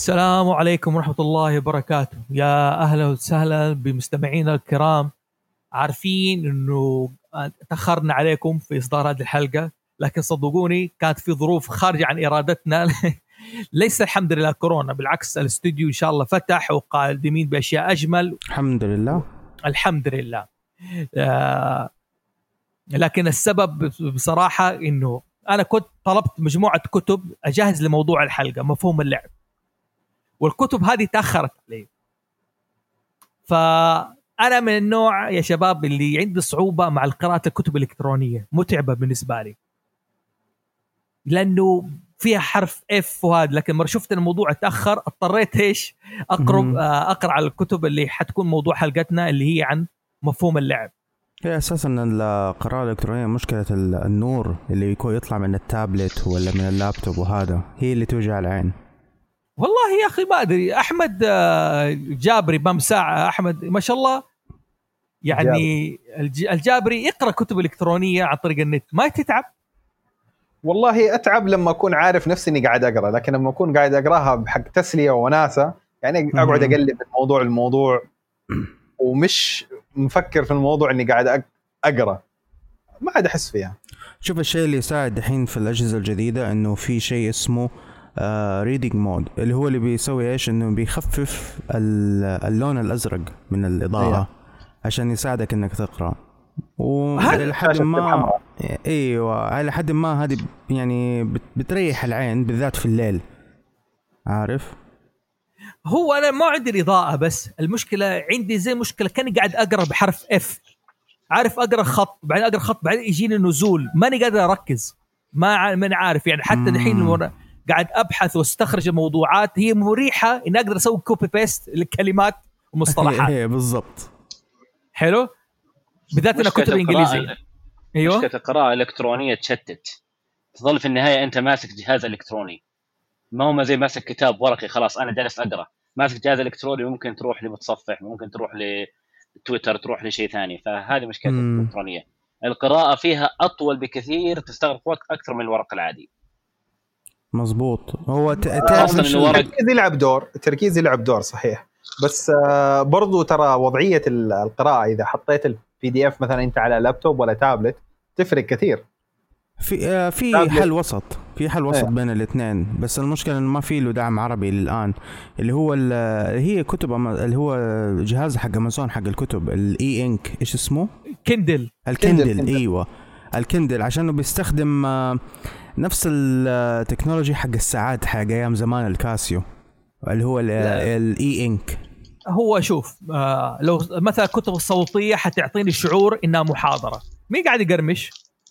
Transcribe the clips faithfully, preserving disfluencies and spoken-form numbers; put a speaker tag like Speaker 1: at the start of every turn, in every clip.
Speaker 1: السلام عليكم ورحمة الله وبركاته. يا أهلا وسهلا بمستمعينا الكرام. عارفين أنه تأخرنا عليكم في إصدار هذه الحلقة، لكن صدقوني كانت في ظروف خارجة عن إرادتنا. ليس الحمد لله كورونا، بالعكس الاستوديو إن شاء الله فتح وقادمين بأشياء أجمل
Speaker 2: الحمد لله.
Speaker 1: الحمد لله. آه لكن السبب بصراحة أنه أنا كنت طلبت مجموعة كتب أجهز لموضوع الحلقة مفهوم اللعب، والكتب هذه تأخرت علي. فأنا من النوع يا شباب اللي عندي صعوبة مع القراءة الكتب الإلكترونية، متعبة بالنسبة لي لأنه فيها حرف F وهذا. لكن مرة شفت الموضوع اتأخر اضطريت إيش أقرب أقرأ على الكتب اللي حتكون موضوع حلقتنا اللي هي عن مفهوم اللعب.
Speaker 2: هي أساساً القراءة الإلكترونية مشكلة النور اللي يكون يطلع من التابلت ولا من اللابتوب، وهذا هي اللي توجع العين.
Speaker 1: والله يا أخي ما أدري. أحمد جابري بمساع أحمد ما شاء الله يعني جابري. الجابري يقرأ كتب إلكترونية عن طريق النت ما تتعب؟
Speaker 3: والله أتعب لما أكون عارف نفسي إني قاعد أقرأ، لكن لما أكون قاعد أقرأها بحق تسلية وناسة يعني أقعد أقلب الموضوع الموضوع ومش مفكر في الموضوع إني قاعد أقرأ، ما عاد أحس فيها.
Speaker 2: شوف الشيء اللي يساعد الحين في الأجهزة الجديدة إنه في شيء اسمه ريدينج مود، اللي هو اللي بيسوي إيش إنه بيخفف اللون الأزرق من الإضاءة أيه. عشان يساعدك إنك تقرأ. وإلى حد ما أيوة على حد ما هذه يعني بتريح العين بالذات في الليل، عارف.
Speaker 1: هو أنا ما عندي الإضاءة، بس المشكلة عندي زي مشكلة كاني قاعد أقرأ بحرف F، عارف أقرأ خط بعدين أقرأ خط بعدين يجيني نزول، ماني قادر أركز، ما من عارف يعني. حتى الحين قاعد أبحث واستخرج الموضوعات هي مريحة إن أقدر أسوي كوبي بيست للكلمات ومصطلحات.
Speaker 2: إيه بالضبط.
Speaker 1: حلو. بداية أنا كتب إنجليزية.
Speaker 4: أيوة. مشكلة القراءة الإلكترونية تشتت، تظل في النهاية أنت ماسك جهاز إلكتروني، ما هو ما زي ماسك كتاب ورقي خلاص أنا جالس أقرأ. ماسك جهاز إلكتروني ممكن تروح لمتصفح، ممكن تروح لتويتر، تروح لشيء ثاني. فهذه مشكلة الإلكترونية. القراءة فيها أطول بكثير، تستغرق وقت أكثر من الورق العادي.
Speaker 2: مظبوط. هو
Speaker 3: التركيز يلعب دور التركيز يلعب دور صحيح، بس برضو ترى وضعية القراءة إذا حطيت البي دي اف مثلا أنت على لابتوب ولا تابلت تفرق كثير.
Speaker 2: في في حل وسط في حل وسط بين الاثنين، بس المشكلة إنه ما في له دعم عربي الآن. اللي هو اللي هي كتب اللي هو جهاز حق أمازون حق الكتب الإي إنك، إيش اسمه؟
Speaker 1: كندل.
Speaker 2: الكندل. أيوة الكندل، عشانه بيستخدم نفس التكنولوجي حق الساعات حق أيام زمان الكاسيو اللي هو الإي إنك.
Speaker 1: هو شوف آه لو مثلا كتب الصوتية حتعطيني شعور إنها محاضرة، مين قاعد يقرمش؟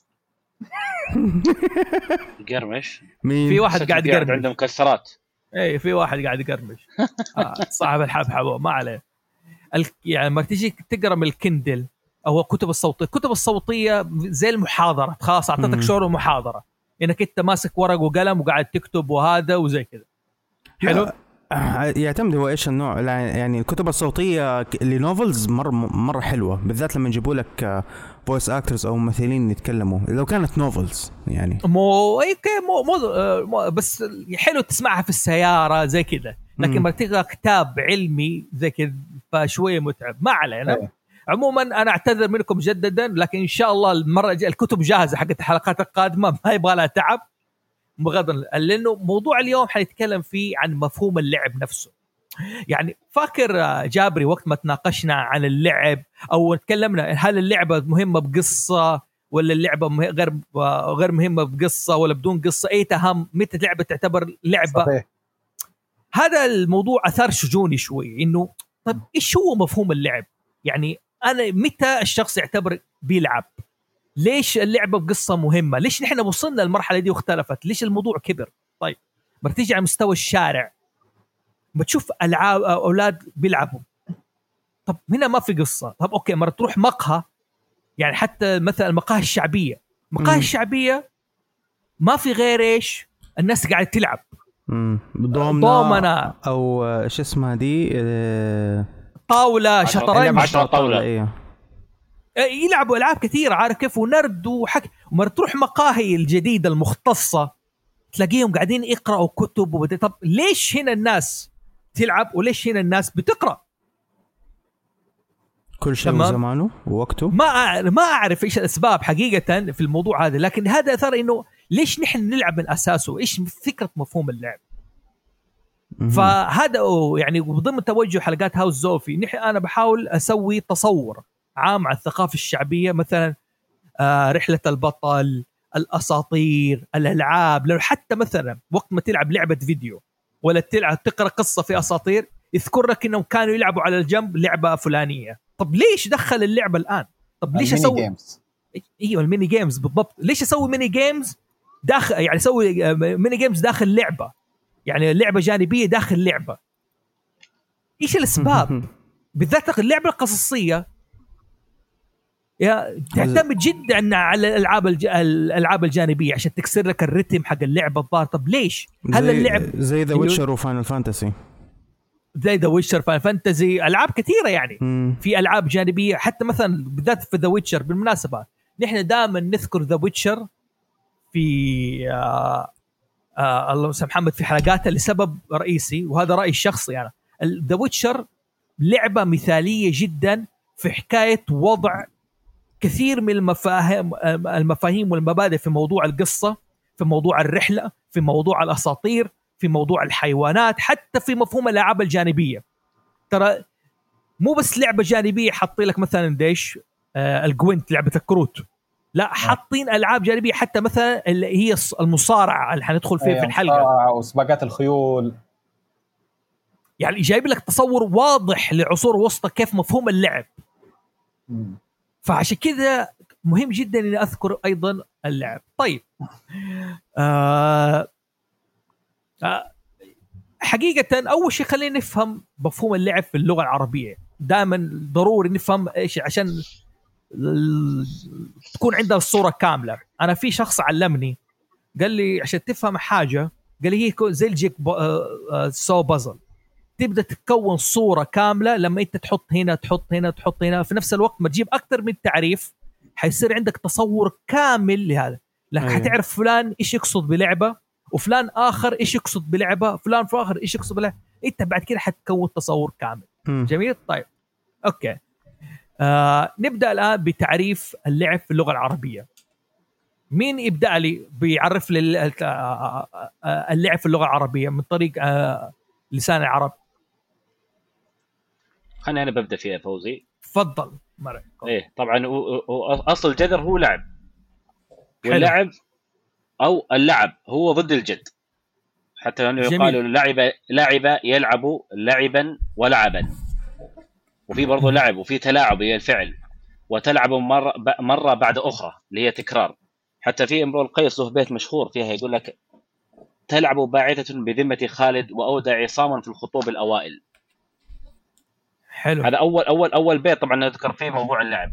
Speaker 4: يقرمش
Speaker 1: مين؟ في واحد قاعد يقرمش
Speaker 4: عنده مكسرات.
Speaker 1: اي في واحد قاعد يقرمش. آه صاحب الحبحب ما عليه. يعني ما تيجي تقرا من الكندل او كتب الصوتيه، الكتب الصوتيه زي المحاضره، خلاص اعطتك شعور محاضره انك انت ماسك ورق وقلم وقاعد تكتب وهذا وزي كذا. حلو.
Speaker 2: يعتمد هو ايش النوع. يعني الكتب الصوتيه اللي نوفلز مره مره حلوه، بالذات لما يجيبوا لك فويس اكترز او ممثلين يتكلموا. لو كانت نوفلز يعني
Speaker 1: مو اي مو, مو, مو بس حلو تسمعها في السياره زي كذا، لكن ما تقرا كتاب علمي زي كذا فشويه متعب. ما علينا. أيه. عموما انا اعتذر منكم مجددا، لكن ان شاء الله المره الكتب جاهزه حقت الحلقات القادمه، ما يبغى لها تعب بغض، لأنه موضوع اليوم حنتكلم فيه عن مفهوم اللعب نفسه. يعني فاكر جابري وقت ما تناقشنا عن اللعب أو تكلمنا هل اللعبة مهمة بقصة ولا اللعبة غير غير مهمة بقصة ولا بدون قصة، أي تهم متى اللعبة تعتبر لعبة صحيح. هذا الموضوع أثار شجوني شوي، إنه طب إيش هو مفهوم اللعب؟ يعني أنا متى الشخص يعتبر بيلعب؟ ليش اللعبة بقصة مهمة؟ ليش نحن وصلنا المرحلة دي واختلفت؟ ليش الموضوع كبر؟ طيب مرتجي على مستوى الشارع بتشوف ألعاب أولاد بيلعبوا، طب هنا ما في قصة. طب أوكي مرة تروح مقهى، يعني حتى مثلا المقاهي الشعبية، مقاهي الشعبية ما في غير إيش الناس قاعدة تلعب
Speaker 2: ضامنة أو إيش اسمها دي اه...
Speaker 1: طاولة شطرنج
Speaker 2: طاولة إيه.
Speaker 1: يلعبوا ألعاب كثيرة عارف كيف ونرد وحك. ومرة تروح مقاهي الجديدة المختصة تلاقيهم قاعدين يقرأوا كتب وبد... طب ليش هنا الناس تلعب وليش هنا الناس بتقرأ؟
Speaker 2: كل شيء وزمانه ووقته.
Speaker 1: ما أعرف ما أعرف إيش الأسباب حقيقة في الموضوع هذا، لكن هذا أثر إنه ليش نحن نلعب من أساسه، إيش فكرة مفهوم اللعب. فهذا يعني ضمن توجه حلقات هاوس زوفي نحن أنا بحاول أسوي تصور عام عن الثقافة الشعبية، مثلا آه رحلة البطل، الأساطير، الألعاب. لو حتى مثلا وقت ما تلعب لعبة فيديو ولا تلعب تقرأ قصة في أساطير يذكر لك إنهم كانوا يلعبوا على الجنب لعبة فلانية. طب ليش دخل اللعبة الآن؟ طب ليش أسوي
Speaker 3: جيمز؟
Speaker 1: ايوه الميني جيمز بالضبط. ليش اسوي ميني جيمز داخل، يعني اسوي ميني جيمز داخل لعبه، يعني لعبه جانبيه داخل لعبه؟ ايش الاسباب؟ بالذات اللعبه القصصيه يا تعتمد جدا على الالعاب الج... الالعاب الجانبيه عشان تكسر لك الريتم حق اللعبه الظاهر. طب ليش؟ هل اللعب
Speaker 2: زي ذا ويتشر وفاينل فانتسي،
Speaker 1: زي ذا ويتشر فاينل فانتسي، العاب كثيره يعني.
Speaker 2: مم.
Speaker 1: في العاب جانبيه حتى مثلا بالذات في ذا ويتشر. بالمناسبه نحن دائما نذكر ذا ويتشر في آه آه الله يسامح محمد في حلقاته لسبب رئيسي، وهذا رأيي الشخصي. يعني ذا ويتشر لعبة مثالية جدا في حكاية وضع كثير من المفاهيم المفاهيم والمبادئ في موضوع القصة، في موضوع الرحلة، في موضوع الأساطير، في موضوع الحيوانات، حتى في مفهوم الألعاب الجانبية. ترى مو بس لعبة جانبية حاطين لك مثلا ديش آه الجوينت لعبة الكروت، لا حاطين ألعاب جانبية حتى مثلا اللي هي المصارعة اللي حندخل فيها في الحلقة
Speaker 3: وسباقات الخيول.
Speaker 1: يعني جايب لك تصور واضح لعصور وسطى كيف مفهوم اللعب.
Speaker 3: مم.
Speaker 1: فعشان كذا مهم جدا أن أذكر أيضا اللعب. طيب آه آه حقيقة أول شيء خلينا نفهم مفهوم اللعب في اللغة العربية. دائما ضروري نفهم إيش عشان تكون عندها الصورة كاملة. أنا في شخص علمني قال لي عشان تفهم حاجة، قال لي هي زي الجيك سو بازل، تبدأ تكون صورة كاملة لما أنت تحط هنا تحط هنا تحط هنا في نفس الوقت ما تجيب أكثر من تعريف حيصير عندك تصور كامل لهذا. لك حتعرف فلان إيش يقصد بلعبة، وفلان آخر إيش يقصد بلعبة، فلان في آخر إيش يقصد بلعبة. أنت بعد كده حتكون تصور كامل. جميل. طيب أوكي آه نبدأ الآن بتعريف اللعب في اللغة العربية. مين يبدأ لي بيعرف لي اللعب في اللغة العربية من طريق آه لسان العرب؟
Speaker 4: خليني أنا ببدأ فيها فوزي.
Speaker 1: تفضل مرة.
Speaker 4: إيه طبعا أصل الجذر هو لعب، واللعب أو اللعب هو ضد الجد. حتى أنه يقالوا لعب لعب يلعب لعبا ولعبا، وفي برضو لعب وفي تلاعب هي الفعل، وتلعب مرة, مرة بعد أخرى اللي هي تكرار. حتى في امرؤ القيس له بيت مشهور فيها يقول لك تلعب باعثة بذمة خالد وأودع عصاما في الخطوب الأوائل.
Speaker 1: حلو.
Speaker 4: هذا أول أول أول بيت طبعا نذكر فيه موضوع اللعب.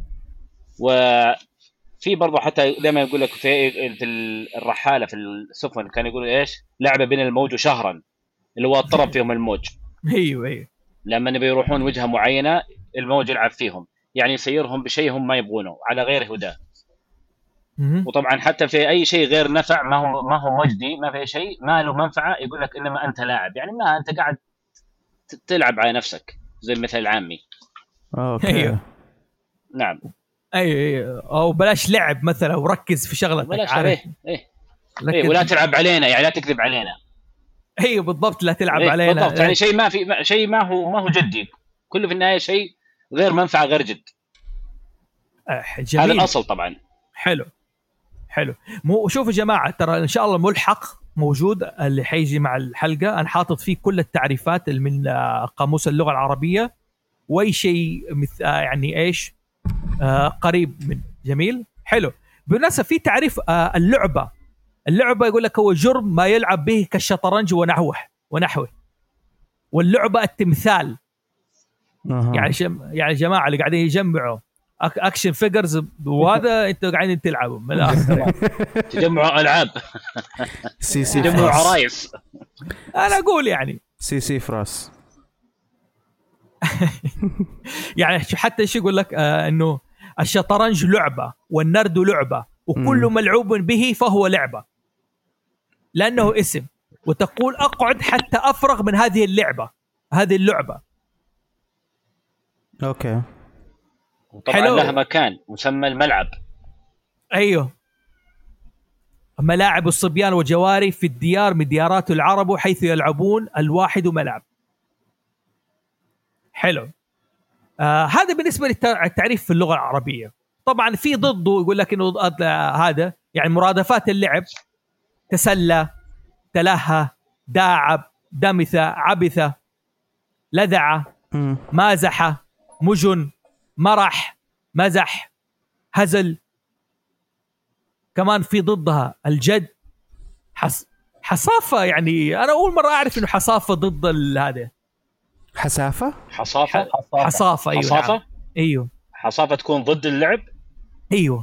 Speaker 4: وفي برضو حتى لما يقول لك في في الرحالة في السفن كان يقول إيش لعبة بين الموج وشهرا، اللي هو اضطرب فيهم الموج.
Speaker 1: ايوه ايوه
Speaker 4: لما نبي يروحون وجهة معينة الموج يلعب فيهم، يعني يسيرهم بشيء هم ما يبغونه على غير هداه. وطبعا حتى في اي شيء غير نفع ما هو ما هو مجدي، ما في شيء ما له منفعه يقول لك انما انت لاعب، يعني ما انت قاعد تلعب على نفسك زي المثل العامي.
Speaker 2: اوكي
Speaker 1: أيوه.
Speaker 4: نعم
Speaker 1: ايوه ايوه او بلاش لعب مثلا وركز في شغلك.
Speaker 4: بلاش ايه ايه, إيه ولا تلعب علينا، يعني لا تكذب علينا.
Speaker 1: ايوه بالضبط لا تلعب
Speaker 4: إيه
Speaker 1: علينا
Speaker 4: بالضبط. يعني شيء ما في شيء ما هو ما هو جدي، كله في النهايه شيء غير منفعه غير جد.
Speaker 1: جميل.
Speaker 4: هذا الاصل طبعا.
Speaker 1: حلو حلو. مو شوفوا يا جماعه ترى ان شاء الله ملحق موجود اللي حيجي مع الحلقه، انا حاطط فيه كل التعريفات من قاموس اللغه العربيه واي شيء مثل يعني ايش آه قريب من. جميل حلو. بالنسبه في تعريف آه اللعبه اللعبه يقول لك هو جرم ما يلعب به كالشطرنج ونحوه ونحوه واللعبه التمثال.
Speaker 2: أه.
Speaker 1: يعني شم يعني جماعه اللي قاعدين يجمعوا اكشن فيجرز وهذا انتوا قاعدين تلعبوا من الاخر.
Speaker 4: تجمعوا العاب
Speaker 2: سي سي
Speaker 4: تجمعوا عرايس.
Speaker 1: انا اقول يعني
Speaker 2: سي سي فراس
Speaker 1: يعني حتى ايش يقول لك آه انه الشطرنج لعبه والنرد لعبه وكل ملعوب به فهو لعبه. لانه اسم، وتقول اقعد حتى افرغ من هذه اللعبه هذه اللعبه.
Speaker 2: اوكي.
Speaker 4: طبعا لها مكان مسمى الملعب.
Speaker 1: ايوه، ملاعب الصبيان وجواري في الديار من ديارات العرب حيث يلعبون الواحد ملعب. حلو. آه هذا بالنسبه للتعريف في اللغه العربيه. طبعا في ضده يقول لك انه هذا يعني مرادفات اللعب: تسلى، تلهى، داعب، دمث، عبث، لذع، مازح، مجن، مرح، مزح، هزل. كمان في ضدها الجد، حص... حصافة. يعني أنا أول مرة أعرف إنه حصافة ضد هذا.
Speaker 2: حسافة؟
Speaker 4: حصافة؟
Speaker 1: حصافة. أيوة.
Speaker 4: حصافة؟
Speaker 1: نعم. أيوه.
Speaker 4: حصافة تكون ضد اللعب؟
Speaker 1: أيوه.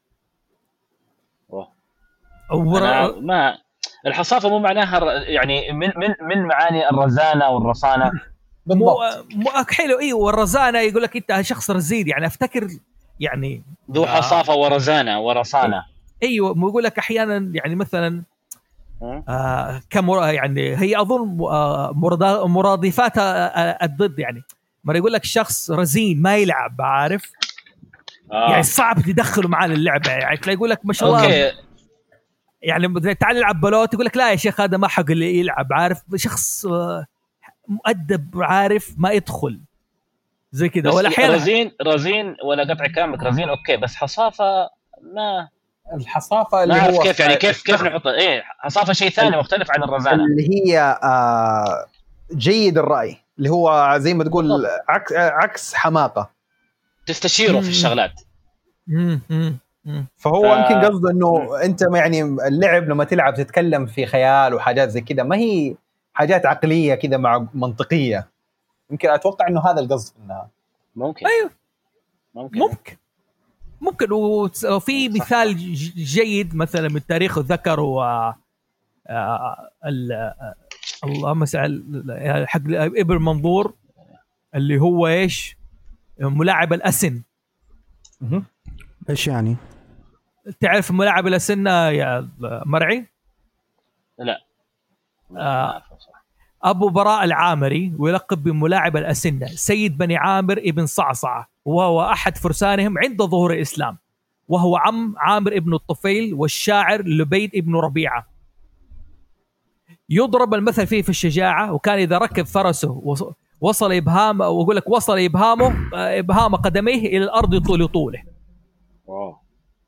Speaker 4: أنا ما الحصافة مو معناها يعني من من من معاني الرزانة والرصانة.
Speaker 1: بالضبط. مو حلو. ايوه، والرزانه يقول لك انت شخص رزين، يعني افتكر يعني
Speaker 4: ذو حصافه ورزانه ورصانه.
Speaker 1: ايوه، مو يقول لك احيانا يعني مثلا آه كمر يعني هي اظن آه مرادفاتها الضد، يعني مره يقول لك شخص رزين ما يلعب، عارف آه. يعني صعب تدخله معاه اللعبه، يعني تلاقي يقول لك ما شاء الله أوكي. يعني تعال نلعب بلوت، يقول لك لا يا شيخ هذا ما حق اللي يلعب، عارف شخص آه مؤدب، عارف ما يدخل زي كذا. ولا احيانا
Speaker 4: رزين رزين ولا قطع كلامك رزين اوكي، بس حصافه ما
Speaker 3: الحصافه اللي
Speaker 4: ما
Speaker 3: هو
Speaker 4: كيف يعني كيف كيف نحط ايه حصافه شيء ثاني مختلف عن الرزانه
Speaker 3: اللي هي آه جيد الراي، اللي هو زي ما تقول عكس عكس حماقه،
Speaker 4: تستشيره في الشغلات.
Speaker 3: فهو يمكن ف... قصده انه انت يعني اللعب لما تلعب تتكلم في خيال وحاجات زي كذا، ما هي حاجات عقليه كذا مع منطقيه. يمكن اتوقع انه هذا القصد منها.
Speaker 4: ممكن.
Speaker 1: ايوه
Speaker 4: ممكن
Speaker 1: ممكن ممكن. وفي مثال جيد مثلا من التاريخ ذكروا اللهم سأل حق ابن منظور اللي هو ايش ملاعب الأسن.
Speaker 2: ايش يعني؟
Speaker 1: تعرف ملاعب الأسن يا مرعي؟
Speaker 4: لا.
Speaker 1: آه أبو براء العامري ويلقب بملاعب الأسنة، سيد بني عامر ابن صعصعة، وهو أحد فرسانهم عند ظهور الإسلام، وهو عم عامر ابن الطفيل والشاعر لبيد ابن ربيعة. يضرب المثل فيه في الشجاعة، وكان إذا ركب فرسه وصل إبهام وأقول لك وصل إبهامه إبهام قدميه إلى الأرض طول طوله.
Speaker 4: واو.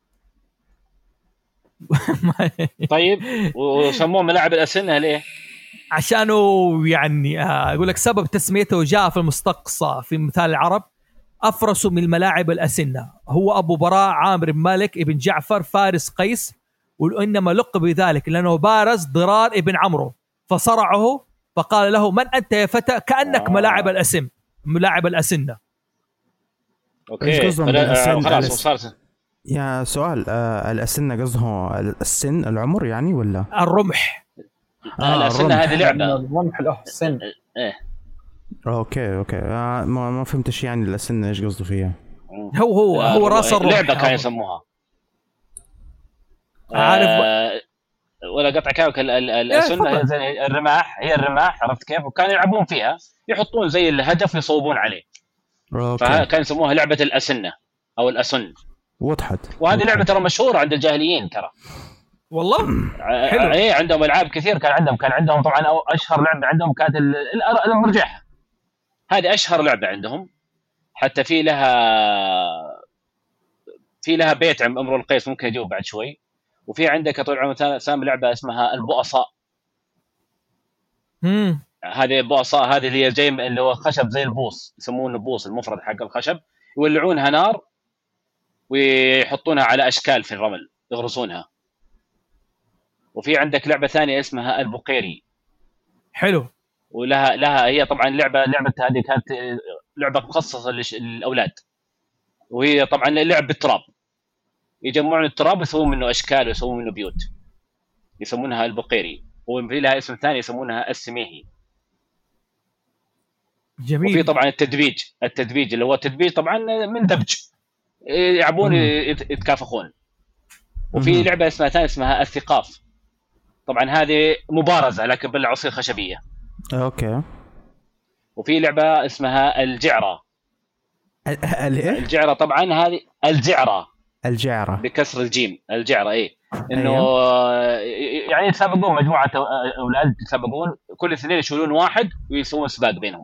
Speaker 4: طيب وسموه ملاعب الأسنة ليه؟
Speaker 1: عشانه يعني أقول لك سبب تسميته جاء في المستقصى في مثال العرب: أفرس من الملاعب الأسنة هو أبو براء عامر بن مالك ابن جعفر فارس قيس، وإنما لقب بذلك لأنه بارز ضرار ابن عمرو فصرعه فقال له: من أنت يا فتى؟ كأنك آه. ملاعب الأسم ملاعب الأسنة.
Speaker 4: أوكي خلاص وصلت.
Speaker 2: يا سؤال آه الأسنة قصده السن العمر يعني ولا
Speaker 1: الرمح؟
Speaker 4: آه الأسنة هذه لعبة
Speaker 3: الرمح له السن.
Speaker 4: إيه
Speaker 2: اوكي اوكي آه ما ما فهمتش يعني الأسنة ايش قصده فيها.
Speaker 1: هو هو آه هو راس الرمح.
Speaker 4: لعبة كانوا يسموها
Speaker 1: عارف
Speaker 4: آه ولا قطع كاوك الأسنة زي الرماح، هي الرماح عرفت كيف، وكانوا يلعبون فيها يحطون زي الهدف يصوبون عليه. فكان يسموها لعبة الأسنة أو الأسن.
Speaker 2: وضحت.
Speaker 4: وهذه لعبة ترى مشهورة عند الجاهليين ترى
Speaker 1: والله.
Speaker 4: حلو. ايه عندهم العاب كثير، كان عندهم كان عندهم طبعا اشهر لعبه عندهم كانت المرجحه، هذه اشهر لعبه عندهم. حتى في لها في لها بيت عند امرؤ القيس ممكن يجيبه بعد شوي. وفي عندك طول عمرك سام لعبه اسمها البؤصاء.
Speaker 1: امم
Speaker 4: هذه البؤصاء هذه اللي هي زي اللي هو خشب زي البوص، يسمونه البوص المفرد حق الخشب، يولعونها نار ويحطونها على اشكال في الرمل يغرسونها. وفي عندك لعبة ثانية اسمها البقيري.
Speaker 1: حلو.
Speaker 4: ولها لها هي طبعا لعبة لعبة هذه كانت لعبة مخصصة للأولاد، وهي طبعا لعب بالتراب، يجمعون التراب ويسوون منه أشكال ويسوون منه بيوت، يسمونها البقيري. وفي لها اسم ثاني يسمونها السميهي.
Speaker 1: جميل.
Speaker 4: وفي طبعا التدبيج التدبيج اللي هو التدبيج طبعا من دبج يلعبون يتكافخون. وفي لعبة اسمها ثانية اسمها الثقاف. طبعا هذه مبارزه لكن بالعصي خشبيه.
Speaker 2: اوكي.
Speaker 4: وفي لعبه اسمها الجعره.
Speaker 2: الايه؟
Speaker 4: الجعره طبعا هذه الجعره
Speaker 2: الجعره
Speaker 4: بكسر الجيم، الجعره ايه انه
Speaker 2: أيوه.
Speaker 4: يعني يتسابقون مجموعه اولاد يتسابقون كل اثنين يشيلون واحد ويسوون سباق بينهم.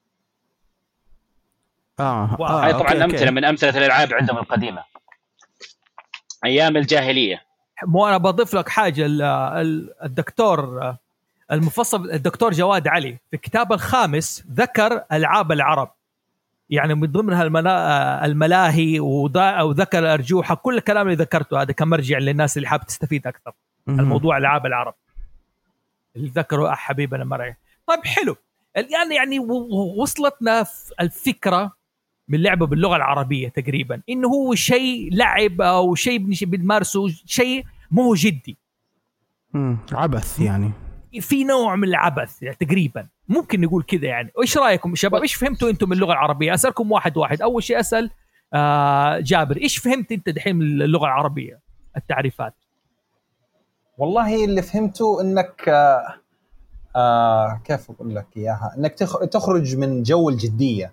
Speaker 2: اه,
Speaker 4: آه هاي طبعا
Speaker 2: أوكي.
Speaker 4: امثله من امثله الالعاب عندهم القديمه ايام الجاهليه.
Speaker 1: مو انا بضيف لك حاجه، الدكتور المفصل الدكتور جواد علي في كتابه الخامس ذكر العاب العرب، يعني من ضمنها الملا... الملاهي وذكر الارجوحه، كل الكلام اللي ذكرته هذا كمرجع للناس اللي حابه تستفيد اكثر.
Speaker 2: مم.
Speaker 1: الموضوع العاب العرب اللي ذكره حبيبنا مرعي. طيب حلو، يعني يعني وصلتنا الفكره من لعبه باللغه العربيه تقريبا انه هو شيء لعب او شيء بنمارسه، شيء مو جدي،
Speaker 2: امم عبث يعني،
Speaker 1: في نوع من العبث يعني تقريبا ممكن نقول كذا. يعني ايش رايكم شباب؟ ايش فهمتوا انتم من اللغه العربيه؟ اسالكم واحد واحد. اول شيء اسال آه جابر، ايش فهمت انت دحين من اللغه العربيه التعريفات؟
Speaker 3: والله اللي فهمته انك آه آه كيف اقول لك اياها، انك تخرج من جو الجديه.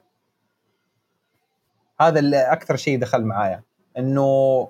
Speaker 3: هذا اللي اكثر شيء دخل معايا، انه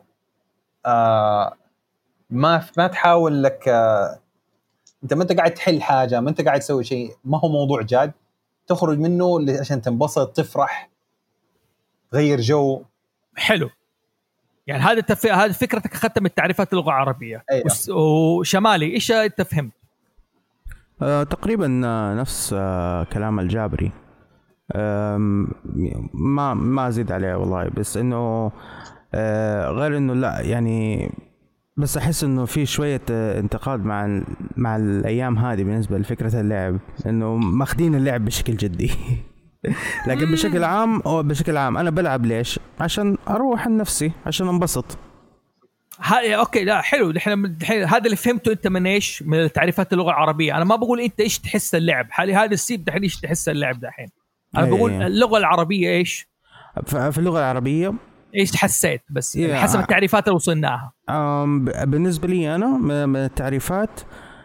Speaker 3: آه ما ما تحاول لك آه انت ما انت قاعد تحل حاجه، ما انت قاعد تسوي شيء، ما هو موضوع جاد، تخرج منه عشان تنبسط تفرح تغير جو.
Speaker 1: حلو، يعني هذا التف... هذه فكرتك اخذت من تعريفات اللغه العربيه.
Speaker 3: أيوة.
Speaker 1: وس... وشمالي ايش انت فهمت؟
Speaker 2: آه تقريبا نفس آه كلام الجابري، آه ما ما ازيد عليه والله، بس انه آه غير انه لا يعني، بس احس انه في شويه انتقاد مع مع الايام هذه بالنسبه لفكره اللعب، انه ماخذين اللعب بشكل جدي. لكن بشكل عام او بشكل عام انا بلعب ليش؟ عشان اروح عن نفسي، عشان انبسط.
Speaker 1: ها اوكي، لا حلو. احنا هذا اللي فهمته انت من ايش؟ من تعريفات اللغه العربيه. انا ما بقول انت ايش تحس اللعب حالي، هذا السيب دحين ايش تحس اللعب دحين. انا
Speaker 2: أي
Speaker 1: بقول
Speaker 2: أي.
Speaker 1: اللغه العربيه ايش
Speaker 2: في اللغه العربيه
Speaker 1: ايش حسيت بس
Speaker 2: yeah.
Speaker 1: حسب التعريفات اللي وصلناها.
Speaker 2: بالنسبه لي انا من التعريفات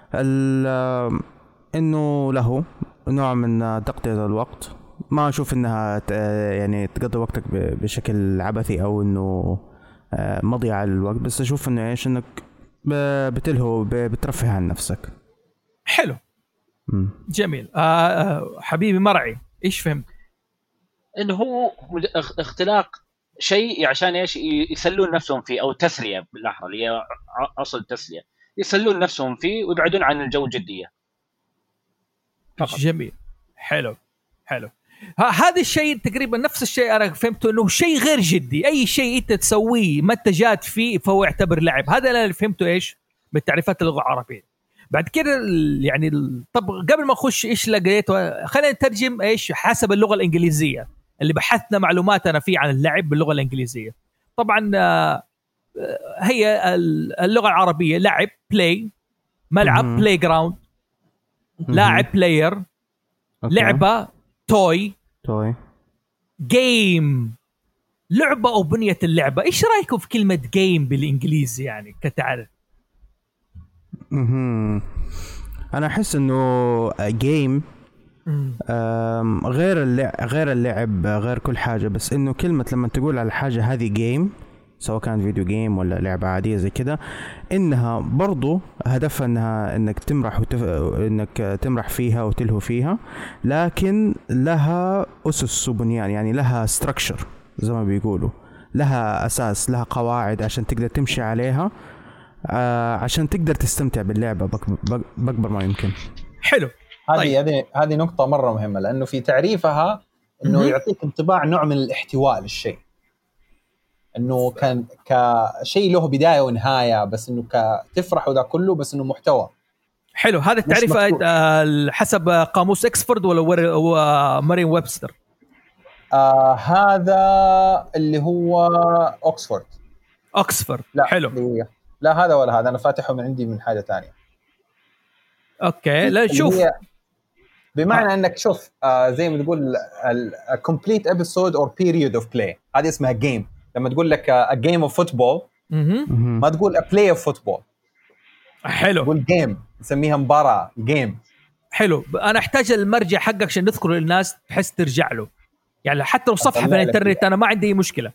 Speaker 2: انه له نوع من تقضية الوقت، ما اشوف انها يعني تقضي وقتك بشكل عبثي او انه مضيعة للوقت، بس اشوف انه ايش انك بتلهو بترفه عن نفسك.
Speaker 1: حلو.
Speaker 2: م.
Speaker 1: جميل. آه حبيبي مرعي ايش فهمت؟
Speaker 4: انه هو اختلاق شيء عشان ايش يسلون نفسهم فيه، او تسليه بالاحرى اللي هي اصل تسليه، يسلون نفسهم فيه ويبعدون عن الجو الجديه.
Speaker 1: جميل. حلو حلو. هذا الشيء تقريبا نفس الشيء انا فهمته، انه شيء غير جدي، اي شيء انت تسويه ما انت جاد فيه فهو يعتبر لعب. هذا اللي فهمته ايش بالتعريفات اللغه العربيه. بعد كده يعني طب قبل ما اخش ايش لقيته، خلينا نترجم ايش حسب اللغه الانجليزيه اللي بحثنا معلوماتنا فيه عن اللعب باللغه الانجليزيه. طبعا هي اللغه العربيه لعب بلاي، ملعب بلاي جراوند، لاعب بلاير، لعبه توي
Speaker 2: توي،
Speaker 1: جيم لعبه او بنيه اللعبه. ايش رايكم في كلمه جيم بالانجليزي يعني كتعريف؟
Speaker 2: اها انا احس انه جيم غير اللعب غير اللعب غير كل حاجه، بس انه كلمه لما تقول على حاجه هذه جيم، سواء كان فيديو جيم ولا لعبه عاديه زي كده، انها برضو هدفها انها انك تمرح وتف... انك تمرح فيها وتلهو فيها، لكن لها اسس وبنيان، يعني لها ستراكشر زي ما بيقولوا، لها اساس، لها قواعد عشان تقدر تمشي عليها، آه عشان تقدر تستمتع باللعبه باكبر ما يمكن.
Speaker 1: حلو.
Speaker 3: هذه
Speaker 1: طيب.
Speaker 3: هذه هذه نقطه مره مهمه، لانه في تعريفها انه م-م. يعطيك انطباع نوع من الاحتواء للشيء، انه كان كشيء له بدايه ونهايه، بس انه كتفرح وذا كله، بس انه محتوى.
Speaker 1: حلو. هذا التعريف آه حسب قاموس اكسفورد ولا مارين ويبستر؟
Speaker 3: آه هذا اللي هو اوكسفورد.
Speaker 1: اوكسفورد.
Speaker 3: لا
Speaker 1: حلو.
Speaker 3: لا هذا ولا هذا، انا فاتحه من عندي من حاجه تانية.
Speaker 1: اوكي لا شوف،
Speaker 3: بمعنى آه. انك شوف آه زي ما تقول a complete episode or period of play، هذه اسمها game. لما تقول لك a game of football ما تقول a play of football.
Speaker 1: حلو
Speaker 3: نقول جيم، نسميها مباراة جيم.
Speaker 1: حلو. انا احتاج المرجع حقك عشان نذكره للناس بحيث ترجع له، يعني حتى لو صفحه في الانترنت انا ما عندي اي مشكله.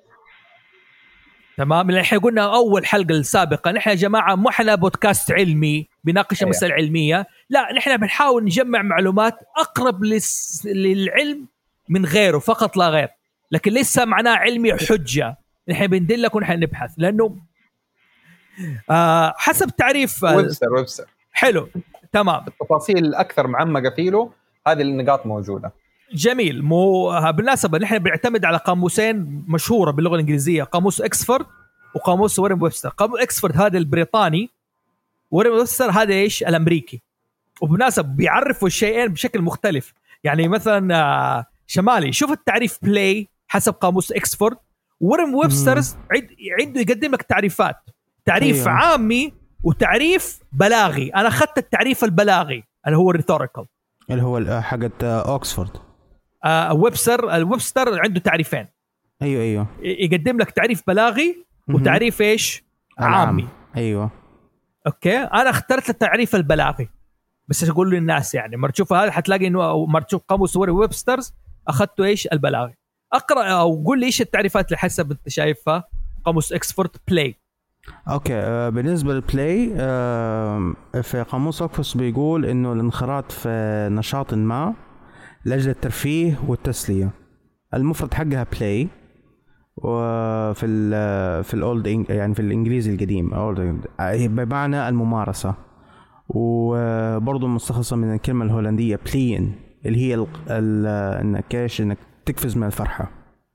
Speaker 1: تمام. اللي احنا قلنا اول حلقه السابقه، نحن يا جماعه مو احنا بودكاست علمي بيناقش
Speaker 3: أيه.
Speaker 1: مسائل علميه، لا نحن بنحاول نجمع معلومات اقرب لس... للعلم من غيره فقط لا غير، لكن ليس معناه علمي حجه. نحن بندلك ونحن نبحث، لانه آه حسب تعريف
Speaker 3: ويبستر ويبستر
Speaker 1: حلو تمام.
Speaker 3: التفاصيل الاكثر معمقه فيه له هذه النقاط موجوده.
Speaker 1: جميل. مو بالمناسبه نحن بنعتمد على قاموسين مشهوره باللغه الانجليزيه، قاموس اكسفورد وقاموس وريم ويبستر. قاموس اكسفورد هذا البريطاني، وريم ويبستر هذا ايش الامريكي. وبالمناسبه بيعرفوا الشيئين بشكل مختلف. يعني مثلا شمالي شوف التعريف بلاي حسب قاموس اكسفورد، وريم ويبسترز عنده يقدم لك تعريفات، تعريف أيوه. عامي وتعريف بلاغي. انا اخذت التعريف البلاغي اللي هو الريتوريكال
Speaker 2: اللي هو حق اوكسفورد.
Speaker 1: آه ويبستر الويبستر عنده تعريفين.
Speaker 2: ايوه ايوه
Speaker 1: يقدم لك تعريف بلاغي وتعريف ايش عامي.
Speaker 2: ايوه
Speaker 1: اوكي. انا اخترت التعريف البلاغي بس اقول للناس، يعني مرة تشوف هذا حتلاقي انه مرة تشوف قاموس وري ويبسترز اخذته ايش البلاغي. اقرا او قول لي ايش التعريفات اللي حسب انت شايفها قاموس اكسفورد بلاي.
Speaker 2: اوكي آه بالنسبه للبلاي آه في قاموس اوكسفورد بيقول انه الانخراط في نشاط ما لاجل الترفيه والتسليه، المفرد حقها بلاي. وفي ال في الاولد يعني في الانجليزي القديم بمعنى الممارسه، وبرضه مستخلصه من الكلمه الهولنديه بلين اللي هي انك ايش انك تقفز من الفرحه.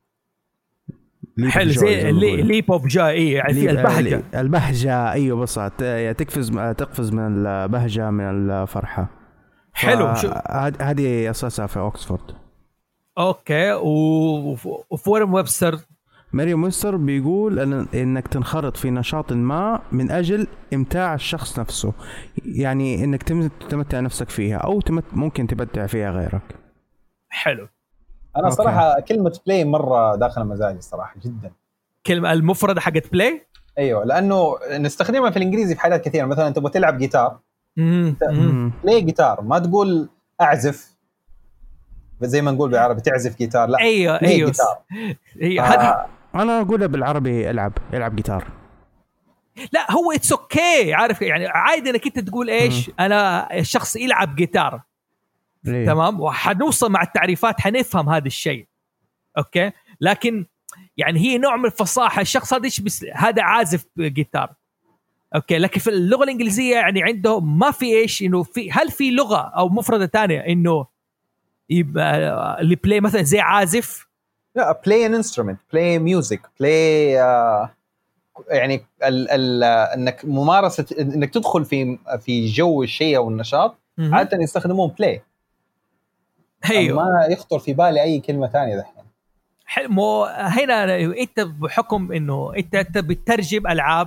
Speaker 1: حلو زي اللي ليب اوف جاي يعني في البهجه.
Speaker 2: البهجه ايوه بس تقفز تقفز من البهجه من الفرحه.
Speaker 1: حلو.
Speaker 2: هذه اساسها في اوكسفورد.
Speaker 1: اوكي. وفي وريم ويبستر
Speaker 2: مريم ويبستر بيقول أن انك تنخرط في نشاط ما من اجل امتاع الشخص نفسه، يعني انك تمتع نفسك فيها او تمت ممكن تمتع فيها غيرك.
Speaker 1: حلو.
Speaker 3: انا أوكي. صراحه كلمه بلاي مره داخله مزاجي صراحه جدا.
Speaker 1: كلمه المفردة حقت بلاي
Speaker 3: ايوه لانه نستخدمها في الانجليزي في حالات كثيره. مثلا تبغى تلعب جيتار بلاي جيتار، ما تقول اعزف زي ما نقول بالعربي تعزف جيتار، لا
Speaker 1: ايوه ايوه جيتار.
Speaker 2: ايوه هذه انا اقولها بالعربي العب العب جيتار.
Speaker 1: لا هو اتس اوكي عارف يعني عادي انك انت تقول ايش مم. انا الشخص يلعب جيتار ليه؟ تمام. وحنوصل مع التعريفات حنفهم هذا الشيء اوكي. لكن يعني هي نوع من الفصاحه، الشخص هذا ايش بس هذا عازف جيتار اوكي. لكن في اللغه الانجليزيه يعني عندهم ما في ايش انه في هل في لغه او مفردة تانية انه يبقى اللي بلاي مثلا زي عازف؟
Speaker 3: لا play an instrument play music play uh, يعني ال ال انك ممارسه انك تدخل في في جو الشيء او النشاط عاده يستخدمون play.
Speaker 1: ايوه
Speaker 3: ما يخطر في بالي اي كلمه ثانيه دحين.
Speaker 1: مو هنا انت بحكم انه انت انت بتترجم العاب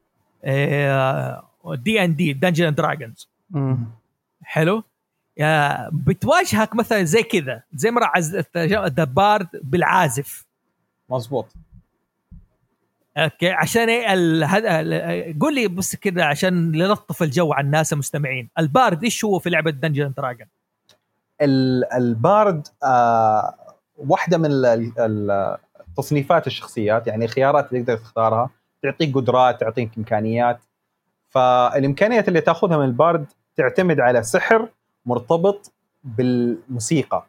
Speaker 1: دي ان دي دنجن اند دراجونز. حلو. يا بتواجهك مثلا زي كذا زي ما عز الدبار بالعازف.
Speaker 3: مظبوط.
Speaker 1: اوكي عشان ال... قول لي بس كذا عشان نلطف الجو على الناس المستمعين. البارد ايش هو في لعبه دنجن دراجون؟
Speaker 3: البارد آه واحده من التصنيفات الشخصيات، يعني خيارات اللي تقدر تختارها تعطيك قدرات تعطيك امكانيات. فالامكانيات اللي تاخذها من البارد تعتمد على سحر مرتبط بالموسيقى.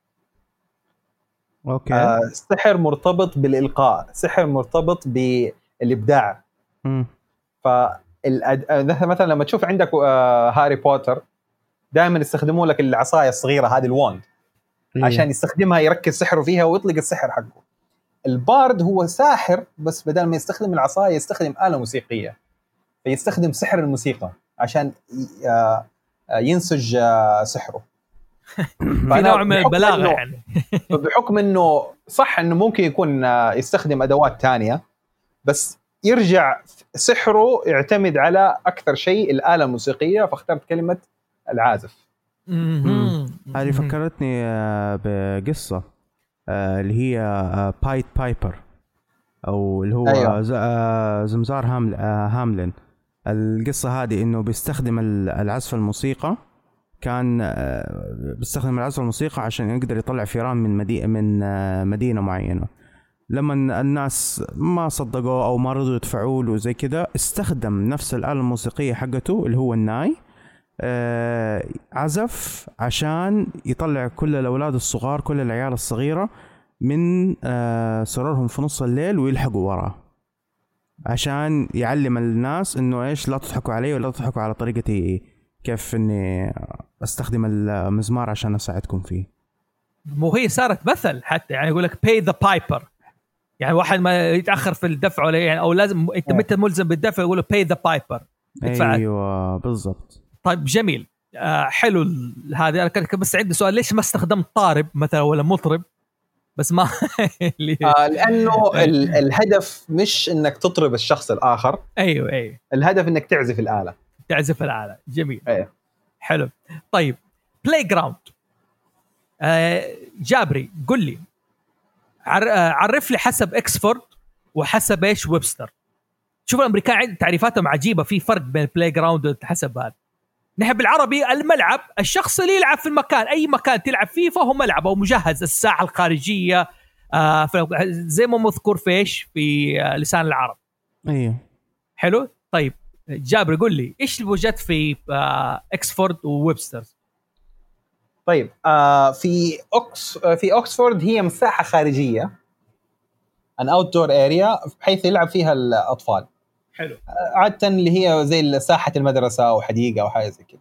Speaker 2: اوكي.
Speaker 3: آه سحر مرتبط بالإلقاء، سحر مرتبط بالإبداع.
Speaker 2: امم
Speaker 3: فالأد... مثلا لما تشوف عندك آه هاري بوتر دائما يستخدمون لك العصاية الصغيرة هذه الواند إيه. عشان يستخدمها يركز سحره فيها ويطلق السحر حقه. البارد هو ساحر بس بدل ما يستخدم العصاية يستخدم آلة موسيقية، فيستخدم سحر الموسيقى عشان آه ينسج سحره.
Speaker 1: في نوع من البلاغة يعني.
Speaker 3: بحكم انه صح انه ممكن يكون يستخدم ادوات تانية بس يرجع سحره يعتمد على اكثر شيء الآلة الموسيقية، فاخترت كلمة العازف.
Speaker 2: هذه فكرتني بقصة اللي هي بايت بايبر او اللي هو أيوة. زمزار هاملين. القصة هذه إنه بيستخدم العزف الموسيقى، كان بيستخدم العزف الموسيقى عشان يقدر يطلع فيران من مدينة من مدينة معينة. لما الناس ما صدقوا أو ما رضوا يدفعوا له زي كده، استخدم نفس الآلة الموسيقية حقته اللي هو الناي، عزف عشان يطلع كل الأولاد الصغار، كل العيال الصغيرة من سرورهم في نص الليل ويلحقوا وراه، عشان يعلم الناس انه ايش، لا تضحكوا علي ولا تضحكوا على طريقتي كيف اني استخدم المزمار عشان اساعدكم فيه.
Speaker 1: مو هي صارت مثل حتى، يعني يقول لك pay the piper، يعني واحد ما يتاخر في الدفع ولا يعني او لازم انت متى ملزم بالدفع، يقول له pay the piper.
Speaker 2: ايوه بالضبط.
Speaker 1: طيب جميل، آه حلو هذا. انا كان بس عندي سؤال، ليش ما استخدمت طارب مثلا ولا مطرب بس ما
Speaker 3: آه لانه الهدف مش انك تطرب الشخص الاخر.
Speaker 1: ايوه ايوه،
Speaker 3: الهدف انك تعزف الاله.
Speaker 1: تعزف الاله. جميل.
Speaker 3: أيوه.
Speaker 1: حلو. طيب بلاي جراوند، آه جابري قل لي، عرف لي حسب اكسفورد وحسب ايش ويبستر. شوف الامريكان عندهم تعريفاتهم عجيبه، في فرق بين بلاي جراوند حسب هذا. نحن بالعربي الملعب الشخص اللي يلعب في المكان، اي مكان تلعب فيه فهو ملعب او مجهز، الساحه الخارجيه آه زي ما مذكور في ايش في آه لسان العرب.
Speaker 2: ايوه
Speaker 1: حلو. طيب جابر قل لي ايش اللي وجدت في آه اكسفورد وويبستر؟
Speaker 3: طيب آه في أوكس في اوكسفورد هي مساحه خارجيه، ان اوت دور اريا، بحيث يلعب فيها الاطفال.
Speaker 1: حلو.
Speaker 3: عادة اللي هي زي ساحة المدرسة أو حديقة أو حاجة زي كده.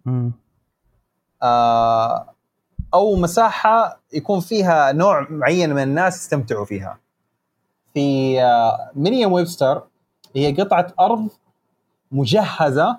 Speaker 3: آه أو مساحة يكون فيها نوع معين من الناس يستمتعوا فيها. في آه ميريام ويبستر هي قطعة أرض مجهزة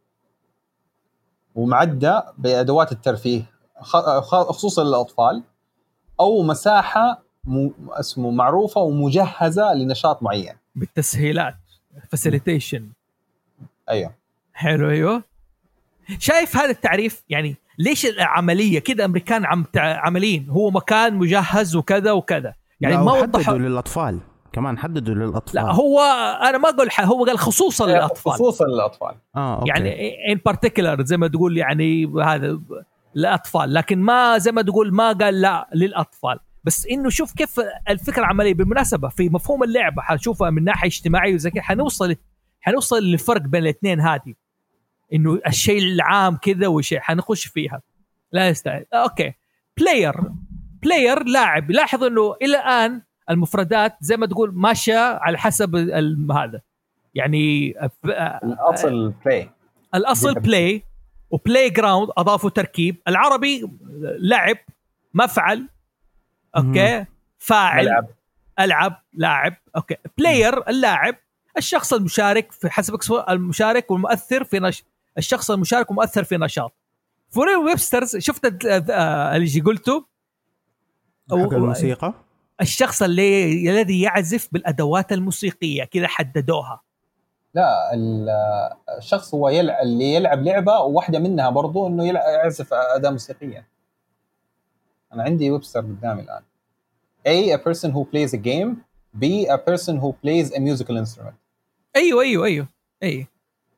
Speaker 3: ومعدة بأدوات الترفيه خصوصا للأطفال، أو مساحة م... اسمه معروفة ومجهزة لنشاط معين
Speaker 1: بالتسهيلات، فاسيليتيشن.
Speaker 3: ايوه
Speaker 1: حلو. ايوه شايف هذا التعريف؟ يعني ليش العمليه كده امريكان عم عملين هو مكان مجهز وكذا وكذا، يعني ما
Speaker 2: حددوا للاطفال كمان، حددوا للاطفال.
Speaker 1: لا هو انا ما اقول هو قال خصوصا للاطفال،
Speaker 3: خصوصا للاطفال.
Speaker 2: اه أوكي.
Speaker 1: يعني ان بارتيكولر زي ما تقول، يعني هذا للاطفال، لكن ما زي ما تقول ما قال لا للاطفال. بس انه شوف كيف الفكره العمليه. بالمناسبه في مفهوم اللعبه حنشوفها من ناحيه اجتماعيه وزي كذا، حنوصل حنوصل للفرق بين الاثنين هذه، انه الشيء العام كذا وشيء حنخش فيها لا يستاهل. اوكي بلاير بلاير لاعب. لاحظ انه الى الان المفردات زي ما تقول ماشيه على حسب هذا، يعني
Speaker 3: الاصل بلاي،
Speaker 1: الاصل بلاي وبلاي جراوند اضافوا تركيب. العربي لعب مفعل، اوكي فاعل
Speaker 3: ملعب.
Speaker 1: العب لاعب. اوكي بلاير اللاعب، الشخص المشارك في حسب المشارك والمؤثر في نش... الشخص المشارك ومؤثر في نشاط. فورين ويبسترز شفت اللي قلته
Speaker 2: حق الموسيقى،
Speaker 1: الشخص اللي الذي يعزف بالادوات الموسيقيه كذا حددوها.
Speaker 3: لا الشخص هو يلعب اللي يلعب لعبه، وواحده منها برضو انه يعزف اداه موسيقيه. انا عندي ويبستر قدامي الان. A a person who plays a game. B a person who plays a musical instrument.
Speaker 1: ايوه ايوه ايوه ايوه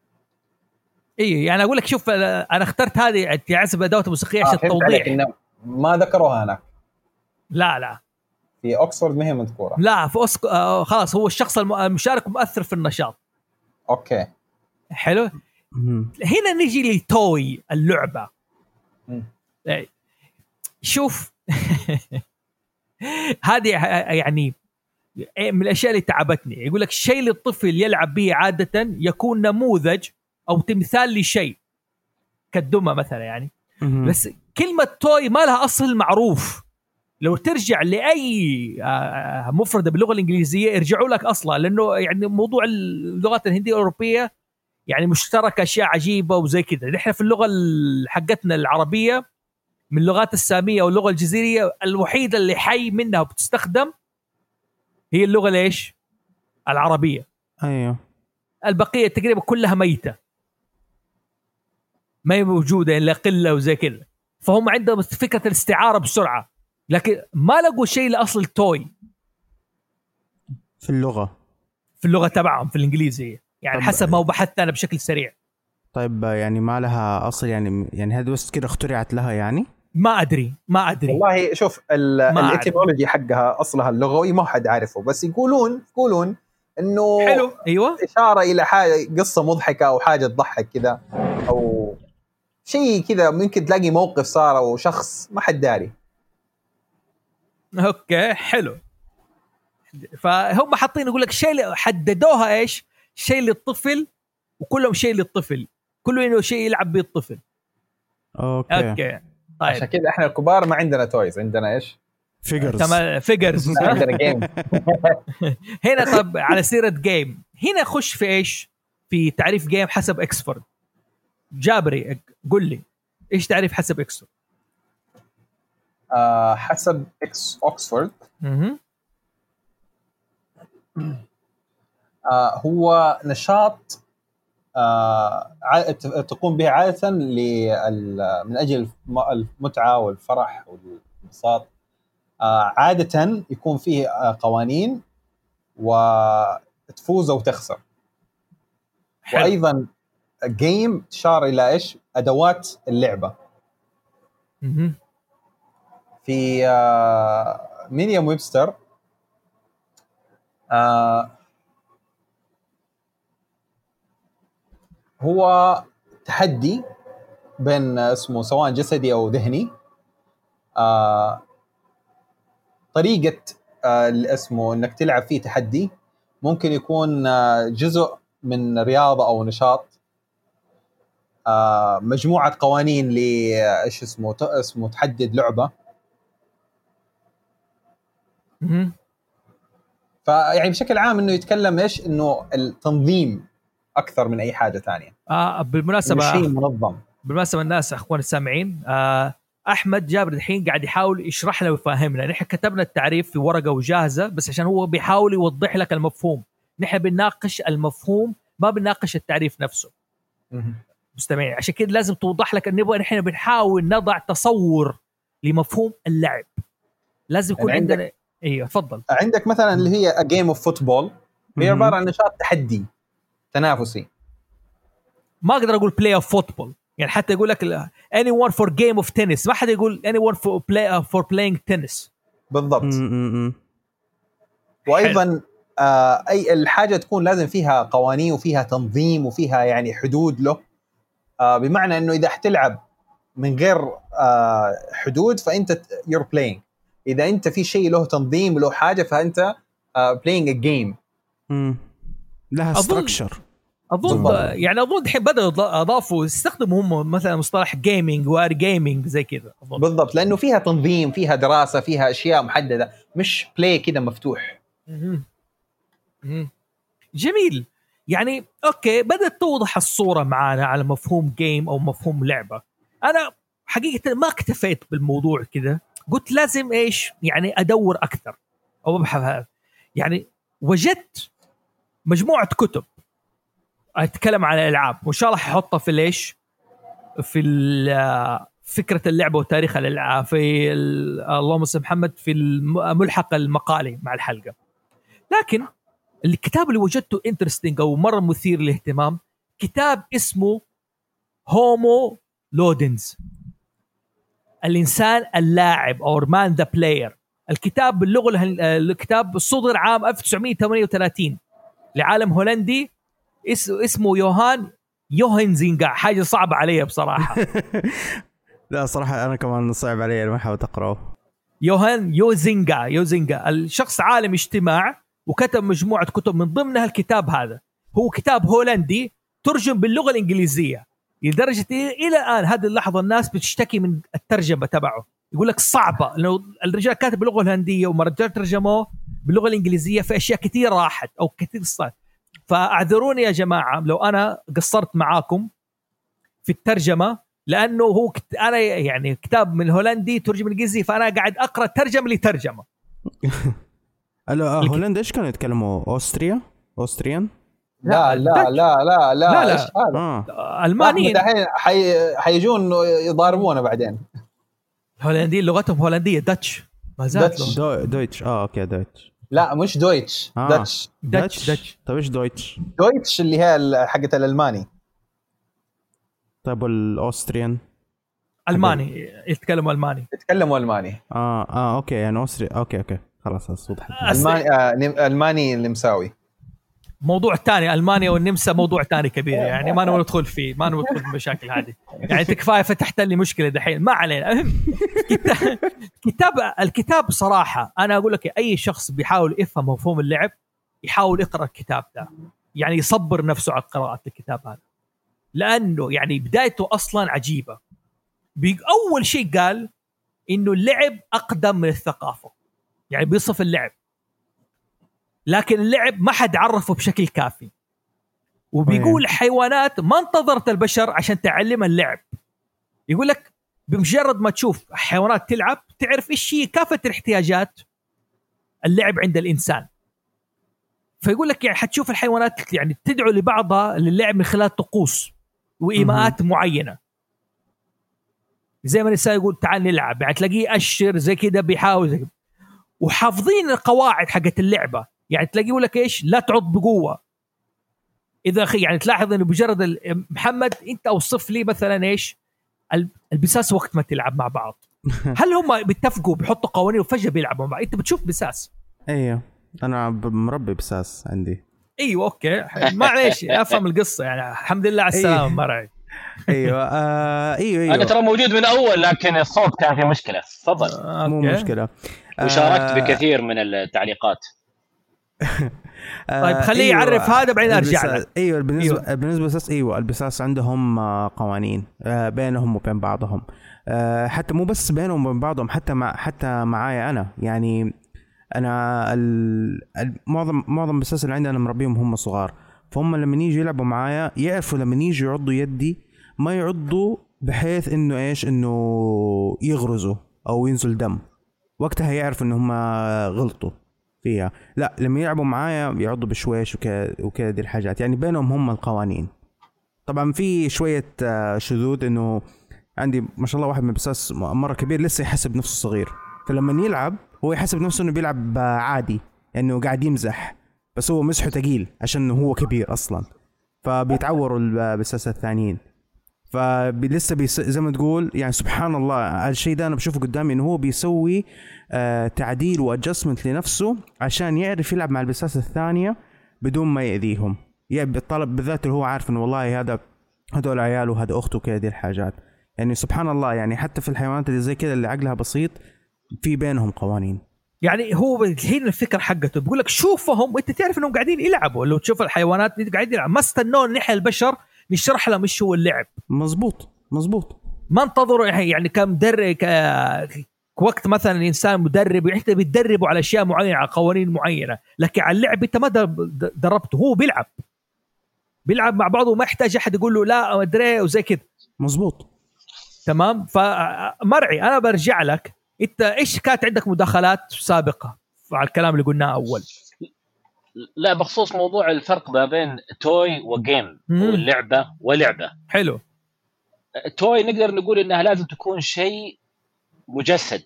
Speaker 1: ايوه يعني اقول لك شوف انا اخترت هذه تعزف ادوات موسيقيه عشان التوضيح.
Speaker 3: ما ذكروها هناك.
Speaker 1: لا لا
Speaker 3: في اوكسفورد ما هي مذكوره.
Speaker 1: لا في أوسك... آه خلاص هو الشخص المشارك ومؤثر في النشاط.
Speaker 3: اوكي
Speaker 1: حلو. هنا نجي لتوي اللعبه. م. شوف هذه يعني من الاشياء اللي تعبتني. يقول لك الشيء اللي الطفل يلعب به عاده يكون نموذج او تمثال لشيء كالدمى مثلا يعني. بس كلمه توي ما لها اصل معروف. لو ترجع لاي مفرده باللغه الانجليزيه يرجعوا لك اصلا، لانه يعني موضوع اللغات الهنديه الاوروبيه يعني مشتركه اشياء عجيبه وزي كذا. نحن في اللغه حقتنا العربيه من اللغات الساميه او اللغه الجزيريه الوحيده اللي حي منها وبتستخدم هي اللغه ليش العربيه.
Speaker 2: ايوه
Speaker 1: البقيه تقريبا كلها ميته ما هي موجوده الا قله وزي كذا. فهم عندهم فكره الاستعاره بسرعه، لكن ما لقوا شيء لاصل توي
Speaker 2: في اللغه
Speaker 1: في اللغه تبعهم في الانجليزيه. يعني حسب ما بحثت انا بشكل سريع.
Speaker 2: طيب يعني ما لها اصل يعني يعني هذا بس كده اخترعت لها يعني؟
Speaker 1: ما ادري ما ادري
Speaker 3: والله شوف الاتيمولوجي حقها اصلها اللغوي ما حد عارفه، بس يقولون يقولون انه
Speaker 1: حلو ايوه
Speaker 3: اشاره الى حاجه قصه مضحكه او حاجه تضحك كذا او شيء كذا، ممكن تلاقي موقف صار او شخص ما حد داري.
Speaker 1: اوكي حلو. فهم حاطين يقول لك شيء حددوها ايش شيء للطفل، وكلهم شيء للطفل، كله انه شيء يلعب به الطفل.
Speaker 2: اوكي
Speaker 1: اوكي طيب
Speaker 3: عشان كده احنا الكبار ما عندنا تويز، عندنا ايش؟
Speaker 2: فيجرز.
Speaker 1: تمام فيجرز
Speaker 3: عندنا جيم.
Speaker 1: هنا طب على سيرة جيم، هنا خش في ايش؟ في تعريف جيم حسب اكسفورد. جابري قل لي ايش تعريف حسب اكسفورد؟
Speaker 3: آه حسب اكس اوكسفورد
Speaker 1: اها
Speaker 3: آه هو نشاط آه تقوم به عادة من أجل المتعة والفرح والانبساط. آه عادة يكون فيه آه قوانين وتفوز أو تخسر. حلو. وأيضا جيم تشار إلى إيش؟ أدوات اللعبة.
Speaker 1: مه.
Speaker 3: في آه ميريام ويبستر آه هو تحدي بين اسمه سواء جسدي أو ذهني. آه طريقة آه اسمه إنك تلعب فيه تحدي ممكن يكون آه جزء من رياضة أو نشاط. آه مجموعة قوانين لإيش اسمه اسمه تحدد لعبة.
Speaker 1: مه.
Speaker 3: فيعني بشكل عام إنه يتكلم إيش إنه التنظيم أكثر من أي حاجة تانية.
Speaker 1: آه بالمناسبة
Speaker 3: شيء منظم.
Speaker 1: بالمناسبة الناس أخوان السامعين، آه أحمد جابر الحين قاعد يحاول يشرح لنا ويفهمنا. نحن كتبنا التعريف في ورقة وجاهزة بس عشان هو بيحاول يوضح لك المفهوم. نحن بنناقش المفهوم ما بنناقش التعريف نفسه. مستمعين عشان كده لازم توضح لك أن نبغى نحن بنحاول نضع تصور لمفهوم اللعب. لازم يكون
Speaker 3: يعني
Speaker 1: عندنا ايوه تفضل.
Speaker 3: عندك مثلا اللي هي A Game of Football هي عبارة عن نشاط تحدي تنافسي.
Speaker 1: ما أقدر أقول play of football يعني حتى يقول لك anyone for game of tennis ما حد يقول anyone for play for playing tennis.
Speaker 3: بالضبط. وأيضا آه أي الحاجة تكون لازم فيها قوانين وفيها تنظيم وفيها يعني حدود له. آه بمعنى إنه إذا حتلعب من غير آه حدود فأنت you're playing. إذا أنت في شيء له تنظيم وله حاجة فأنت آه playing a game.
Speaker 2: مم. لها structure.
Speaker 1: أظن
Speaker 3: بالضبط.
Speaker 1: يعني أظن الحين بدأوا أضافوا استخدموا هم مثلا مصطلح جيمينج وار جيمينج زي كذا.
Speaker 3: بالضبط لأنه فيها تنظيم فيها دراسة فيها أشياء محددة مش بلاي كده مفتوح.
Speaker 1: مم. مم. جميل. يعني أوكي بدأت توضح الصورة معانا على مفهوم جيم أو مفهوم لعبة. أنا حقيقة ما اكتفيت بالموضوع كده، قلت لازم إيش يعني أدور أكثر أو أبحث. يعني وجدت مجموعة كتب أتكلم عن الألعاب وإن شاء الله ححطها في ليش في فكرة اللعبة وتاريخ الألعاب في اللهم صل محمد في الملحق المقالي مع الحلقة. لكن الكتاب اللي وجدته انترستينج أو مرة مثير للاهتمام كتاب اسمه هومو لودنز، الإنسان اللاعب أو مان ذا بلاير. الكتاب باللغة الكتاب صدر عام ألف وتسعمائة وثمانية وثلاثين لعالم هولندي اسمه يوهان يوهنزينغا. حاجة صعبة علي بصراحة.
Speaker 2: لا صراحة أنا كمان صعب علي ما حاولت أقرأه.
Speaker 1: يوهان يوزينغا يوزينغا الشخص عالم اجتماع وكتب مجموعة كتب من ضمنها الكتاب هذا. هو كتاب هولندي ترجم باللغة الإنجليزية لدرجة إلى الآن هذه اللحظة الناس بتشتكي من الترجمة تبعه. يقول لك صعبة لأنه الرجال كاتب باللغة الهولندية ومرجال ترجموه باللغة الإنجليزية في أشياء كثير راحت أو كثير صار. فاعذروني يا جماعة لو أنا قصرت معاكم في الترجمة لأنه هو كت... أنا يعني كتاب من هولندي ترجم الإنجليزي فأنا قاعد أقرأ ترجمة لترجمة.
Speaker 2: ألا هولندا إيش كانوا يتكلموا أوستريا أوستريان؟
Speaker 3: لا لا لا لا لا
Speaker 1: لا لا
Speaker 3: إيش هذا؟
Speaker 1: آه. ألمانيين
Speaker 3: الحين حي... حيجون يضاربونا بعدين.
Speaker 1: الهولنديين لغتهم هولندية داتش ما زالت
Speaker 2: دو... دويتش آه أوكي دويتش.
Speaker 3: لا مش دويتش،
Speaker 2: آه.
Speaker 3: داتش.
Speaker 1: داتش داتش
Speaker 2: طيب ايش دويتش؟
Speaker 3: دويتش اللي هي حقة الألماني.
Speaker 2: طيب والاوستريان؟
Speaker 1: الماني، يتكلموا الماني.
Speaker 3: يتكلموا ألماني.
Speaker 2: اه اه اوكي يعني اوستري. اوكي اوكي خلاص الصوت.
Speaker 3: ألماني آه نم... ألماني النمساوي.
Speaker 1: موضوع تاني، ألمانيا والنمسا موضوع تاني كبير يعني، ما ندخل فيه، ما ندخل في المشاكل هذه يعني. انت كفايه فتحت لي مشكله دحين، ما علينا. كتاب كتاب الكتاب صراحه انا اقول لك اي شخص بيحاول يفهم مفهوم اللعب يحاول يقرا الكتاب ده، يعني يصبر نفسه على قراءه الكتاب هذا، لانه يعني بدايته اصلا عجيبه. اول شيء قال انه اللعب اقدم من الثقافه، يعني بيصف اللعب، لكن اللعب ما حد عرفه بشكل كافي. وبيقول حيوانات ما انتظرت البشر عشان تعلم اللعب. يقول لك بمجرد ما تشوف حيوانات تلعب تعرف ايش هي كافة الاحتياجات اللعب عند الانسان. فيقول لك يعني حتشوف الحيوانات يعني تدعو لبعضها للعب من خلال طقوس وايماءات معينة، زي ما الانسان يقول تعال نلعب، يعني تلاقيه اشر زي كده بيحاول زي كده. وحافظين القواعد حقت اللعبة، يعني تلاقيه يقول لك ايش لا تعض بقوة. اذا اخي يعني تلاحظ انه بجرد محمد انت اوصف لي مثلا ايش البساس وقت ما تلعب مع بعض، هل هم بيتفقوا بيحطوا قوانين وفجأة بيلعبوا مع بعض؟ انت بتشوف بساس.
Speaker 2: ايوه انا مربي بساس عندي.
Speaker 1: ايوه اوكي معليش افهم القصه يعني. الحمد لله على السلامه
Speaker 2: أيوه.
Speaker 1: مرعي.
Speaker 2: ايوه آه ايوه ايوه
Speaker 4: انا ترى موجود من اول لكن الصوت كان فيه مشكله. تفضل.
Speaker 1: آه،
Speaker 2: مو مشكله.
Speaker 4: وشاركت
Speaker 2: آه
Speaker 4: بكثير من التعليقات.
Speaker 1: طيب خليه أيوة. يعرف هذا بعدين ارجع لك.
Speaker 2: ايوه بالنسبه
Speaker 1: أيوة.
Speaker 2: بالنسبه للبساس ايوه البساس عندهم قوانين بينهم وبين بعضهم، حتى مو بس بينهم وبين بعضهم، حتى مع حتى معايا انا يعني. انا معظم معظم البساس اللي عندي انا مربيهم هم صغار، فهم لما يجي يلعبوا معايا يعرفوا لما يجي يعضوا يدي ما يعضوا بحيث انه ايش انه يغرزوا او ينزل دم، وقتها يعرف ان هم غلطوا فيها. لا لما يلعبوا معايا يعضوا بشويش وكذا وكذا دي الحاجات، يعني بينهم هم القوانين. طبعا في شويه شذوذ انه عندي ما شاء الله واحد من البساس مره كبير لسه يحسب نفسه صغير، فلما يلعب هو يحسب نفسه انه بيلعب عادي انه يعني قاعد يمزح، بس هو مسحه ثقيل عشان هو كبير اصلا، فبيتعوروا البساس الثانيين. فلسه بيس... زي ما تقول يعني سبحان الله الشيء ده انا بشوفه قدامي انه هو بيسوي آه تعديل وادجستمنت لنفسه عشان يعرف يلعب مع البساس الثانيه بدون ما يأذيهم، يعني بالطلب بالذات اللي هو عارف انه والله هذا هذول عياله وهذا اخته كذا دي الحاجات. يعني سبحان الله يعني حتى في الحيوانات اللي زي كذا اللي عقلها بسيط في بينهم قوانين. يعني
Speaker 1: هو هنا الفكره حقته بيقول لك شوفهم وانت تعرف انهم قاعدين يلعبوا، لو تشوف الحيوانات قاعدين يلعبوا ما استنون نحن البشر نشرح لهم ايش هو اللعب.
Speaker 2: مزبوط مزبوط.
Speaker 1: ما انتظروا يعني كمدرب وقت مثلا الانسان مدرب يحتاج بيتدربوا على اشياء معينه على قوانين معينه، لكن على اللعب انت ما دربته، هو بيلعب بيلعب مع بعضه وما يحتاج احد يقول له لا ما ادري وزي كده.
Speaker 2: مزبوط
Speaker 1: تمام. فمرعي انا برجع لك، انت ايش كانت عندك مداخلات سابقه على الكلام اللي قلناه اول؟
Speaker 4: لا بخصوص موضوع الفرق ما بين توي وجيم واللعبه ولعبه.
Speaker 1: حلو.
Speaker 4: توي نقدر نقول انها لازم تكون شيء مجسد،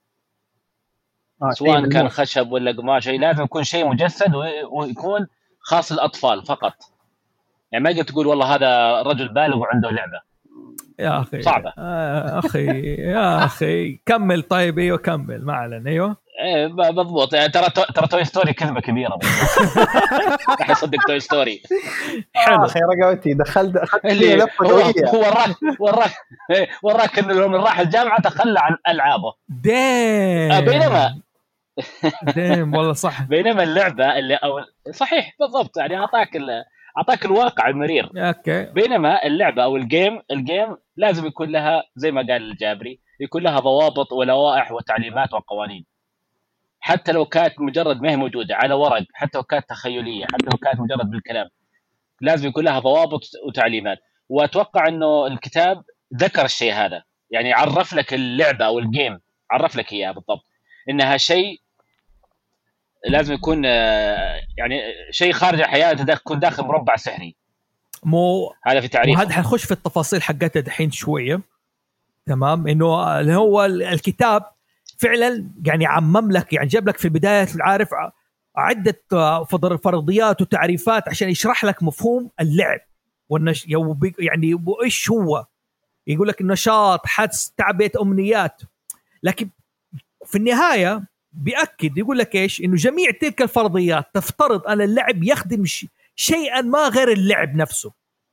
Speaker 4: آه سواء كان خشب ولا قماش، لازم يكون شيء مجسد ويكون خاص للاطفال فقط. يعني ما تقدر تقول والله هذا رجل بالغ وعنده لعبه
Speaker 1: يا اخي
Speaker 4: صعبه.
Speaker 1: آه اخي يا اخي كمل. طيب ايوه كمل ما علينا. ايوه
Speaker 4: ايه بالضبط. يعني ترى ترى توي ستوري كلمه كبيره راح يصدق توي ستوري.
Speaker 3: حلو اخي رقبتي دخلت اخذت
Speaker 4: لي لفه قويه. هو وراك وراك وراك انه لما راح الجامعه تخلى عن العابه.
Speaker 1: دام
Speaker 4: بينما
Speaker 1: دام والله صح.
Speaker 4: بينما اللعبه اللي او صحيح بالضبط يعني اعطاك اعطاك الواقع المرير.
Speaker 1: اوكي.
Speaker 4: بينما اللعبه او الجيم الجيم لازم يكون لها زي ما قال الجابري يكون لها ضوابط ولوائح وتعليمات وقوانين، حتى لو كانت مجرد ما هي موجوده على ورق، حتى لو كانت تخيليه، حتى لو كانت مجرد بالكلام، لازم يكون لها ضوابط وتعليمات. واتوقع انه الكتاب ذكر الشيء هذا، يعني عرف لك اللعبه او الجيم عرف لك اياها بالضبط انها شيء لازم يكون يعني شيء خارج الحياه، تكون داخل مربع سحري.
Speaker 1: مو
Speaker 4: هذا في تعريف.
Speaker 1: وهذا حنخش في التفاصيل حقتها دحين شويه. تمام. انه هو الكتاب فعلا يعني عمم لك، يعني جاب لك في البدايه عارف عده فرضيات وتعريفات عشان يشرح لك مفهوم اللعب والنش يعني وايش هو. يقول لك النشاط، حدس، تعبئه امنيات، لكن في النهايه بيأكد يقول لك ايش؟ انه جميع تلك الفرضيات تفترض ان اللعب يخدم شيئا ما غير اللعب نفسه.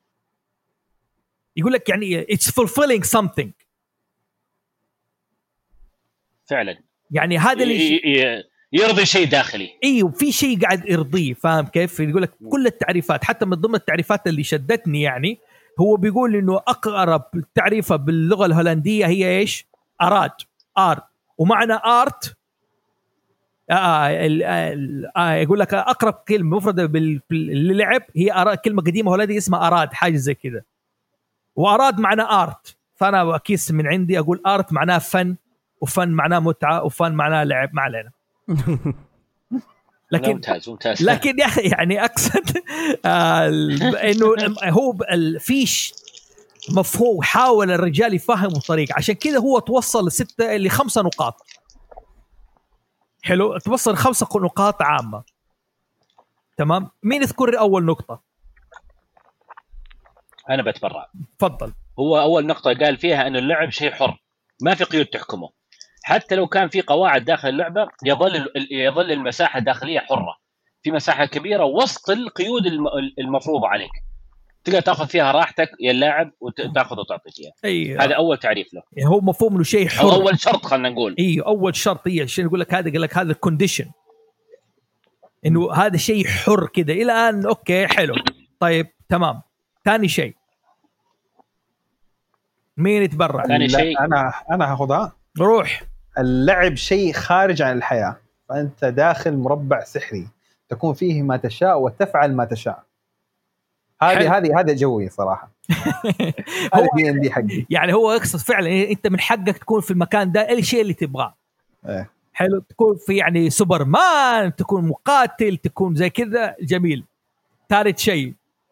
Speaker 1: يقول لك يعني it's fulfilling something.
Speaker 4: فعلا
Speaker 1: يعني هذا اللي
Speaker 4: يرضي شيء داخلي.
Speaker 1: ايوه في شيء قاعد يرضيه، فاهم كيف؟ يقول لك كل التعريفات، حتى من ضمن التعريفات اللي شدتني يعني هو بيقول انه اقرب تعريفه باللغه الهولنديه هي ايش؟ اراد، ار، ومعنى ارت آه آه يقول لك اقرب كلمه مفرده باللعب هي أراد، كلمه قديمه هولنديه اسمها اراد، حاجه زي كذا. واراد معنى ارت، فانا اكيس من عندي اقول ارت معناه فن، وفن معناه متعه، وفن معناه لعب. ما علينا. لكن
Speaker 4: ممتاز ممتاز.
Speaker 1: لكن يعني اقصد آه انه هو فيش مفهوم حاول الرجال يفهموا طريقه، عشان كذا هو توصل لستة لخمسة نقاط. حلو، توصل خمسة نقاط عامه. تمام، مين يذكر اول نقطه؟
Speaker 4: انا بتبرع.
Speaker 1: تفضل.
Speaker 4: هو اول نقطه قال فيها انه اللعب شيء حر، ما في قيود تحكمه، حتى لو كان في قواعد داخل اللعبه يظل يظل المساحه الداخليه حره، في مساحه كبيره وسط القيود المفروضه عليك، تقدر تاخذ فيها راحتك يا اللاعب وتاخذ وتعطي فيها.
Speaker 1: أيوة.
Speaker 4: هذا اول تعريف له.
Speaker 1: يعني هو مفهوم له شيء حر،
Speaker 4: أو اول شرط خلينا نقول.
Speaker 1: ايوه اول شرط هي عشان يقول لك هذا، قال لك هذا الكونديشن انه هذا شيء حر كده الى الان. اوكي حلو، طيب تمام. ثاني شيء مين يتبرع؟
Speaker 4: ثاني شيء
Speaker 3: انا انا هاخذها.
Speaker 1: روح.
Speaker 3: اللعب شيء خارج عن الحياة، فأنت داخل مربع سحري تكون فيه ما تشاء وتفعل ما تشاء. هذه هذه هذا جوي صراحة. هذا دي عندي حقي.
Speaker 1: يعني هو يقصد فعلا انت من حقك تكون في المكان ده اي شيء اللي تبغاه.
Speaker 3: ايه.
Speaker 1: حلو، تكون في يعني سوبرمان، تكون مقاتل، تكون زي كذا. جميل. ثالث شيء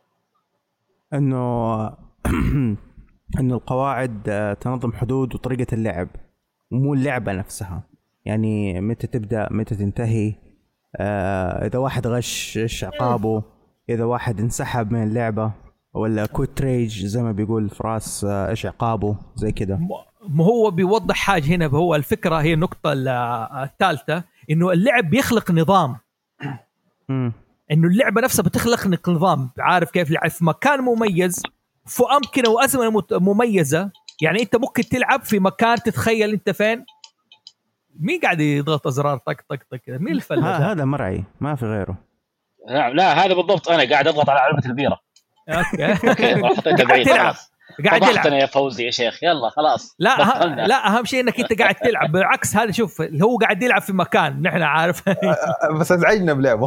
Speaker 2: انه انه القواعد تنظم حدود وطريقة اللعب، مو اللعبة نفسها. يعني متى تبدأ متى تنتهي، آه إذا واحد غش إيش عقابه، إذا واحد انسحب من اللعبة ولا كوت ريج زي ما بيقول فراس آه إيش عقابه، زي كده.
Speaker 1: ما هو بيوضح حاجة هنا. هو الفكرة هي النقطة الثالثة، إنه اللعب بيخلق نظام.
Speaker 2: م.
Speaker 1: إنه اللعبة نفسها بتخلق نظام، عارف كيف؟ لعب في مكان مميز، في أمكنة وأزمنة مميزة. يعني أنت ممكن تلعب في مكان تتخيل أنت فين. مين قاعد يضغط أزرار طق طق طق كذا؟ مين الفل؟
Speaker 2: هذا مرعي، ما في غيره.
Speaker 4: لا, لا هذا بالضبط. أنا قاعد أضغط على علبة البيرة.
Speaker 1: أوكي.
Speaker 4: قاعد تلعب.
Speaker 1: قاعد تلعب
Speaker 4: يا فوزي يا شيخ. يلا خلاص.
Speaker 1: لا ه... لا أهم شيء إنك أنت قاعد تلعب. بالعكس هذا شوف هو قاعد يلعب في مكان نحن عارف.
Speaker 3: بس ازعجنا بلعبه.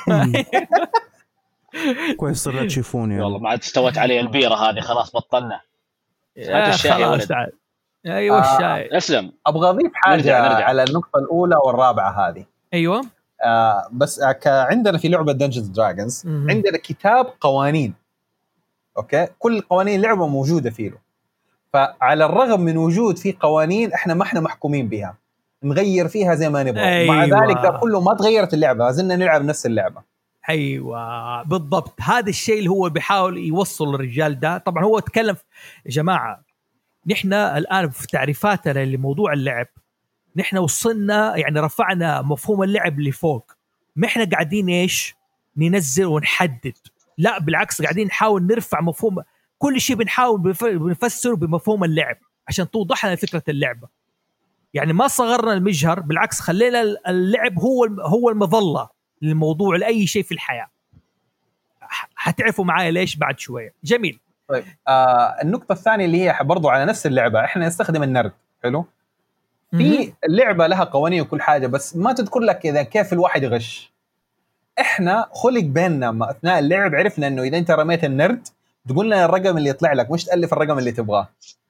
Speaker 2: كويس صرت تشوفوني.
Speaker 4: والله ما عاد استوت علي البيرة هذه، خلاص بطلنا. هات الشاي يا ولد.
Speaker 1: ايوه الشاي.
Speaker 4: اسلم.
Speaker 3: ابغى اضيف حاجه نرجع نرجع. على النقطه الاولى والرابعه هذه.
Speaker 1: ايوه
Speaker 3: آه بس عندنا في لعبه دنجنز دراجونز عندنا كتاب قوانين. اوكي، كل قوانين اللعبه موجوده فيه. فعلى الرغم من وجود في قوانين احنا ما احنا محكومين بها، نغير فيها زي ما نبغى. أيوة. مع ذلك ده كله ما تغيرت اللعبه، لازلنا نلعب نفس اللعبه.
Speaker 1: ايوه بالضبط. هذا الشيء اللي هو بيحاول يوصل الرجال ده. طبعا هو تكلم يا جماعه، نحن الآن في تعريفاتنا لموضوع اللعب نحن وصلنا يعني رفعنا مفهوم اللعب لفوق. ما احنا قاعدين ايش ننزل ونحدد، لا بالعكس قاعدين نحاول نرفع مفهوم كل شيء، بنحاول بنفسره بمفهوم اللعب عشان توضح لنا فكرة اللعبة. يعني ما صغرنا المجهر، بالعكس خلينا اللعب هو هو المظلة للموضوع لأي شيء في الحياة. هتعرفوا معايا ليش بعد شوية. جميل.
Speaker 3: طيب آه النقطة الثانية اللي هي برضو على نفس اللعبة، احنا نستخدم النرد. حلو. في اللعبة لها قوانين وكل حاجة، بس ما تذكر لك إذا كيف الواحد يغش. احنا خلق بيننا أثناء اللعب عرفنا إنه إذا أنت رميت النرد تقول لنا الرقم اللي يطلع لك، مش تألف الرقم اللي تبغاه.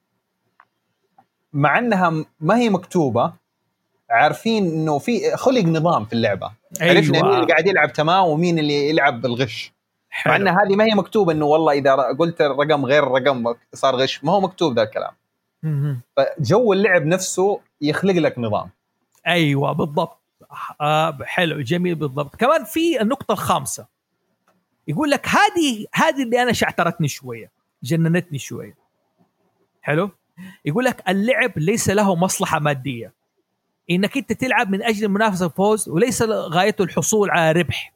Speaker 3: مع أنها ما هي مكتوبة، عارفين إنه في خلق نظام في اللعبة. أيوة. عرفنا مين اللي قاعد يلعب تمام ومين اللي يلعب بالغش. حلو. مع أن هذه ما هي مكتوبة إنه والله إذا قلت الرقم غير الرقم صار غش، ما هو مكتوب ذا الكلام. فجو اللعب نفسه يخلق لك نظام.
Speaker 1: أيوة بالضبط. آه حلو جميل بالضبط. كمان في النقطة الخامسة يقول لك هذه هذه اللي أنا شعترتني شوية جننتني شوية. حلو. يقول لك اللعب ليس له مصلحة مادية، إنك أنت تلعب من أجل المنافسة والفوز وليس غايته الحصول على ربح،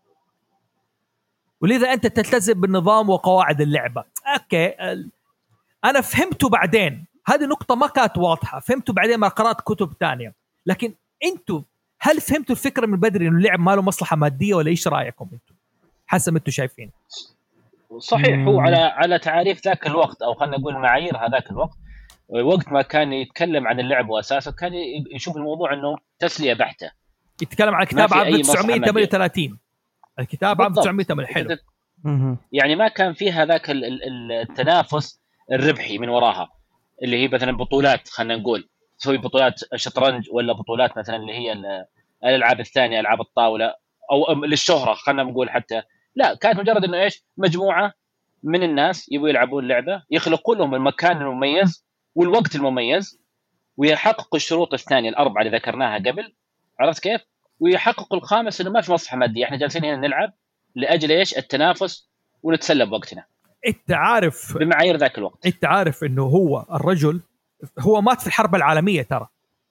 Speaker 1: ولذا أنت تلتزم بالنظام وقواعد اللعبة. أوكي أنا فهمته بعدين، هذه نقطة ما كانت واضحة، فهمته بعدين ما قرأت كتب تانية. لكن أنتوا هل فهمتوا الفكرة من بدري إنه اللعب ما له مصلحة مادية ولا إيش رأيكم أنتوا حسب ما أنتوا شايفين؟
Speaker 4: صحيح. هو على على تعريف ذاك الوقت أو خلنا نقول معايير هذاك الوقت، وقت ما كان يتكلم عن اللعب وأساسه كان يشوف الموضوع إنه تسلية بحتة.
Speaker 1: يتكلم عن كتاب عام تسعمية وثمانية وثلاثين، الكتاب عام تسعمية وثمانية. حلو.
Speaker 4: يعني ما كان فيها ذاك التنافس الربحي من وراها، اللي هي مثلا بطولات، خلنا نقول تسوي بطولات شطرنج ولا بطولات مثلا اللي هي الألعاب الثانية ألعاب الطاولة أو للشهرة خلنا نقول. حتى لا، كانت مجرد إنه إيش، مجموعة من الناس يبغوا يلعبون لعبة، يخلقوا لهم المكان المميز والوقت المميز، ويحققوا الشروط الثانية الأربعة اللي ذكرناها قبل، عرفت كيف؟ ويحققوا الخامس إنه ما في مصلحة مادية، إحنا جالسين هنا نلعب لأجل إيش؟ التنافس ونتسلى بوقتنا.
Speaker 1: أنت عارف
Speaker 4: بمعايير ذاك الوقت.
Speaker 1: أنت عارف إنه هو الرجل هو مات في الحرب العالمية ترى.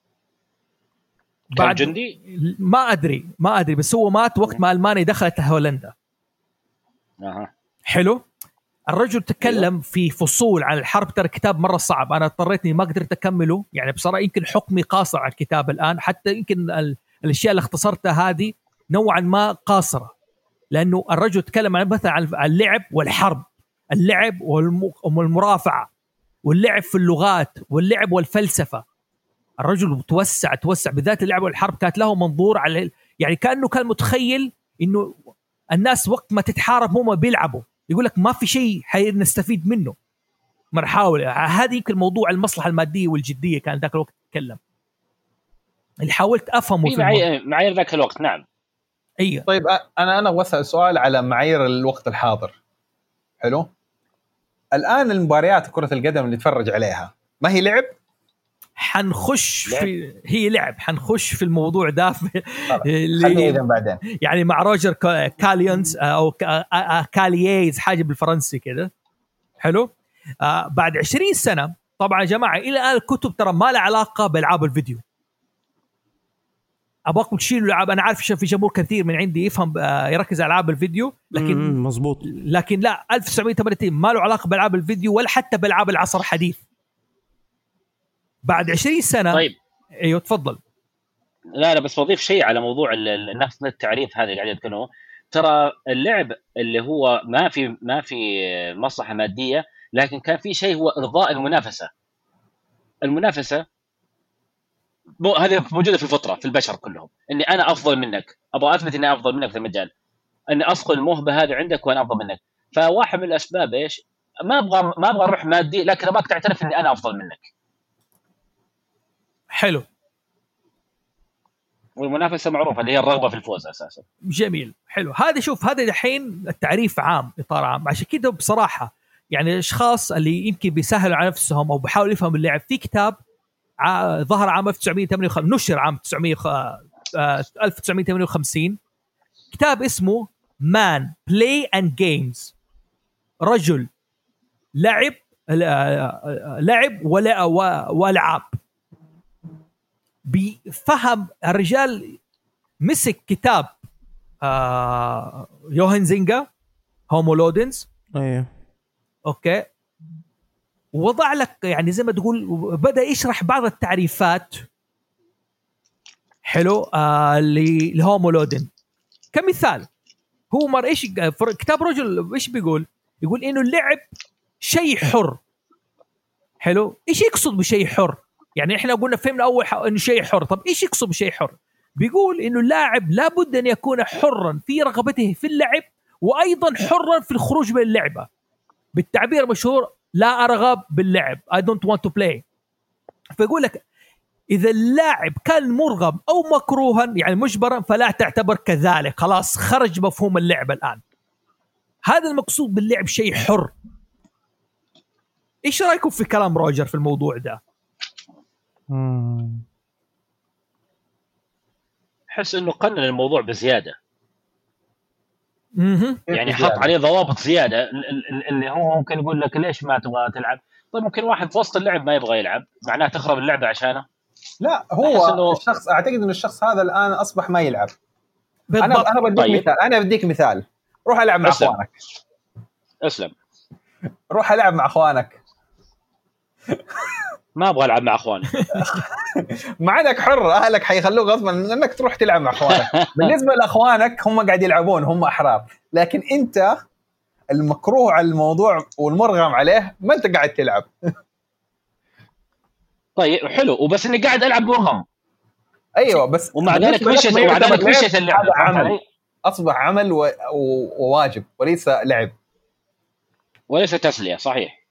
Speaker 4: بعد جندي
Speaker 1: ما أدري ما أدري بس هو مات وقت ما ألمانيا دخلت هولندا.
Speaker 4: أها.
Speaker 1: حلو. الرجل تكلم في فصول عن الحرب، ترى كتاب مرة صعب، أنا اضطريتني ما قدرت أكمله يعني بصراحة، يمكن حكمي قاصر على الكتاب الآن، حتى يمكن الأشياء اللي اختصرتها هذه نوعا ما قاصرة، لأنه الرجل تكلم عن مثلا عن اللعب والحرب، اللعب والمرافعة، واللعب في اللغات، واللعب والفلسفة. الرجل توسع توسع بذات اللعب والحرب، كانت له منظور على، يعني كأنه كان متخيل إنه الناس وقت ما تتحارب هم بيلعبوا، يقول لك ما في شيء حنستفيد منه، ما نحاول. هذه يمكن موضوع المصلحة المادية والجدية كان ذاك الوقت تتكلم، اللي حاولت أفهمه في
Speaker 4: معايير معايير ذاك الوقت. نعم.
Speaker 1: أيه.
Speaker 3: طيب أنا أنا واسأل سؤال على معايير الوقت الحاضر. حلو. الآن المباريات كرة القدم اللي نتفرج عليها ما هي لعب؟
Speaker 1: حنخش في هي لعب حنخش في الموضوع ده
Speaker 3: اللي إذا بعدين
Speaker 1: يعني مع روجر كاليونز أو كالييز حاجة بالفرنسي كده. حلو. آه بعد عشرين سنة طبعا يا جماعة إلى الآن الكتب ترى ما لها علاقة بألعاب الفيديو. أبغاكم تشيلوا الألعاب، أنا عارف في جمهور كثير من عندي يفهم آه يركز على ألعاب الفيديو، لكن
Speaker 2: مزبوط،
Speaker 1: لكن لا، ألف وتسعمية وثمانية ما له علاقة بألعاب الفيديو ولا حتى بألعاب العصر الحديث. بعد عشرين سنة.
Speaker 4: طيب
Speaker 1: ايوه تفضل.
Speaker 4: لا لا بس بضيف شيء على موضوع نفس التعريف هذا اللي قاعد يتكلموا. ترى اللعب اللي هو ما في ما في مصلحة مادية، لكن كان في شيء هو إرضاء المنافسة. المنافسة هذه موجودة في الفطرة في البشر كلهم، إني أنا أفضل منك، أبغى أثبت إني أفضل منك في المجال، إني أصقل الموهبة هذه عندك وأنا أفضل منك. فواحد من الأسباب إيش، ما أبغى ما أبغى أروح مادي، لكن أبغاك تعترف إني أنا أفضل منك.
Speaker 1: حلو.
Speaker 4: والمنافسة معروفة اللي هي الرغبة في الفوز أساسا.
Speaker 1: جميل. حلو. هذا شوف هذا الحين التعريف عام، إطار عام. عشان كده بصراحة يعني الأشخاص اللي يمكن بيسهلوا على نفسهم أو بيحاولوا يفهموا اللعب، في كتاب ع... ظهر عام ألف وتسعمية وثمانية وخمسين، نشر عام ألف وتسعمية وثمانية وخمسين، كتاب اسمه Man Play and Games، رجل لعب لعب ولا والعاب. بفهم الرجال مسك كتاب آه يوهان زينجا هومو لودنز،
Speaker 2: ايوه
Speaker 1: اوكي، ووضع لك يعني زي ما تقول بدأ يشرح بعض التعريفات. حلو. آه لهومو لودن كمثال، هو مر ايش كتاب رجل ايش بيقول؟ يقول انه اللعب شيء حر. حلو. ايش يقصد بشيء حر؟ يعني احنا قلنا فهمنا اول انه شيء حر، طب ايش يقصد بشيء حر؟ بيقول انه اللاعب لابد ان يكون حرا في رغبته في اللعب، وايضا حرا في الخروج من اللعبه. بالتعبير المشهور لا ارغب باللعب I don't want to play. فيقول لك اذا اللاعب كان مرغم او مكروها يعني مجبرا فلا تعتبر كذلك، خلاص خرج مفهوم اللعبه الان. هذا المقصود باللعب شيء حر. ايش رايكم في كلام روجر في الموضوع ده؟
Speaker 4: احس انه قنن الموضوع بزياده.
Speaker 1: اها
Speaker 4: يعني حط عليه ضوابط زياده، ال- ال- اللي هو ممكن يقول لك ليش ما تبغى تلعب. طيب ممكن واحد في وسط اللعب ما يبغى يلعب، معناه تخرب اللعبه عشانه.
Speaker 3: لا
Speaker 4: أحس
Speaker 3: هو
Speaker 4: إنه-
Speaker 3: الشخص اعتقد انه الشخص هذا الان اصبح ما يلعب. انا
Speaker 1: بالضبط.
Speaker 3: انا بديك
Speaker 4: طيب.
Speaker 3: مثال انا بديك مثال روح العب مع
Speaker 4: أسلم.
Speaker 3: اخوانك
Speaker 4: اسلم.
Speaker 3: روح العب مع اخوانك
Speaker 4: ما ابغى العب مع اخواني.
Speaker 3: معك حر، اهلك حيخلوك غصبا انك تروح تلعب مع اخوانك. بالنسبه لاخوانك هم قاعد يلعبون، هم احرار، لكن انت المكروه على الموضوع والمرغم عليه ما انت قاعد تلعب.
Speaker 4: طيب حلو، وبس اني قاعد العب مرغم.
Speaker 3: ايوه بس
Speaker 4: ومع ذلك
Speaker 3: بالنسبة لك
Speaker 4: مشيت
Speaker 3: ما
Speaker 4: ومع
Speaker 3: يعتبر
Speaker 4: ذلك
Speaker 3: لعب،
Speaker 4: مشيت اللعبه.
Speaker 3: هذا
Speaker 4: فهمت
Speaker 3: عمل
Speaker 4: علي؟
Speaker 3: اصبح عمل و... و... وواجب وليس لعب.
Speaker 4: وليس تسليه. صحيح.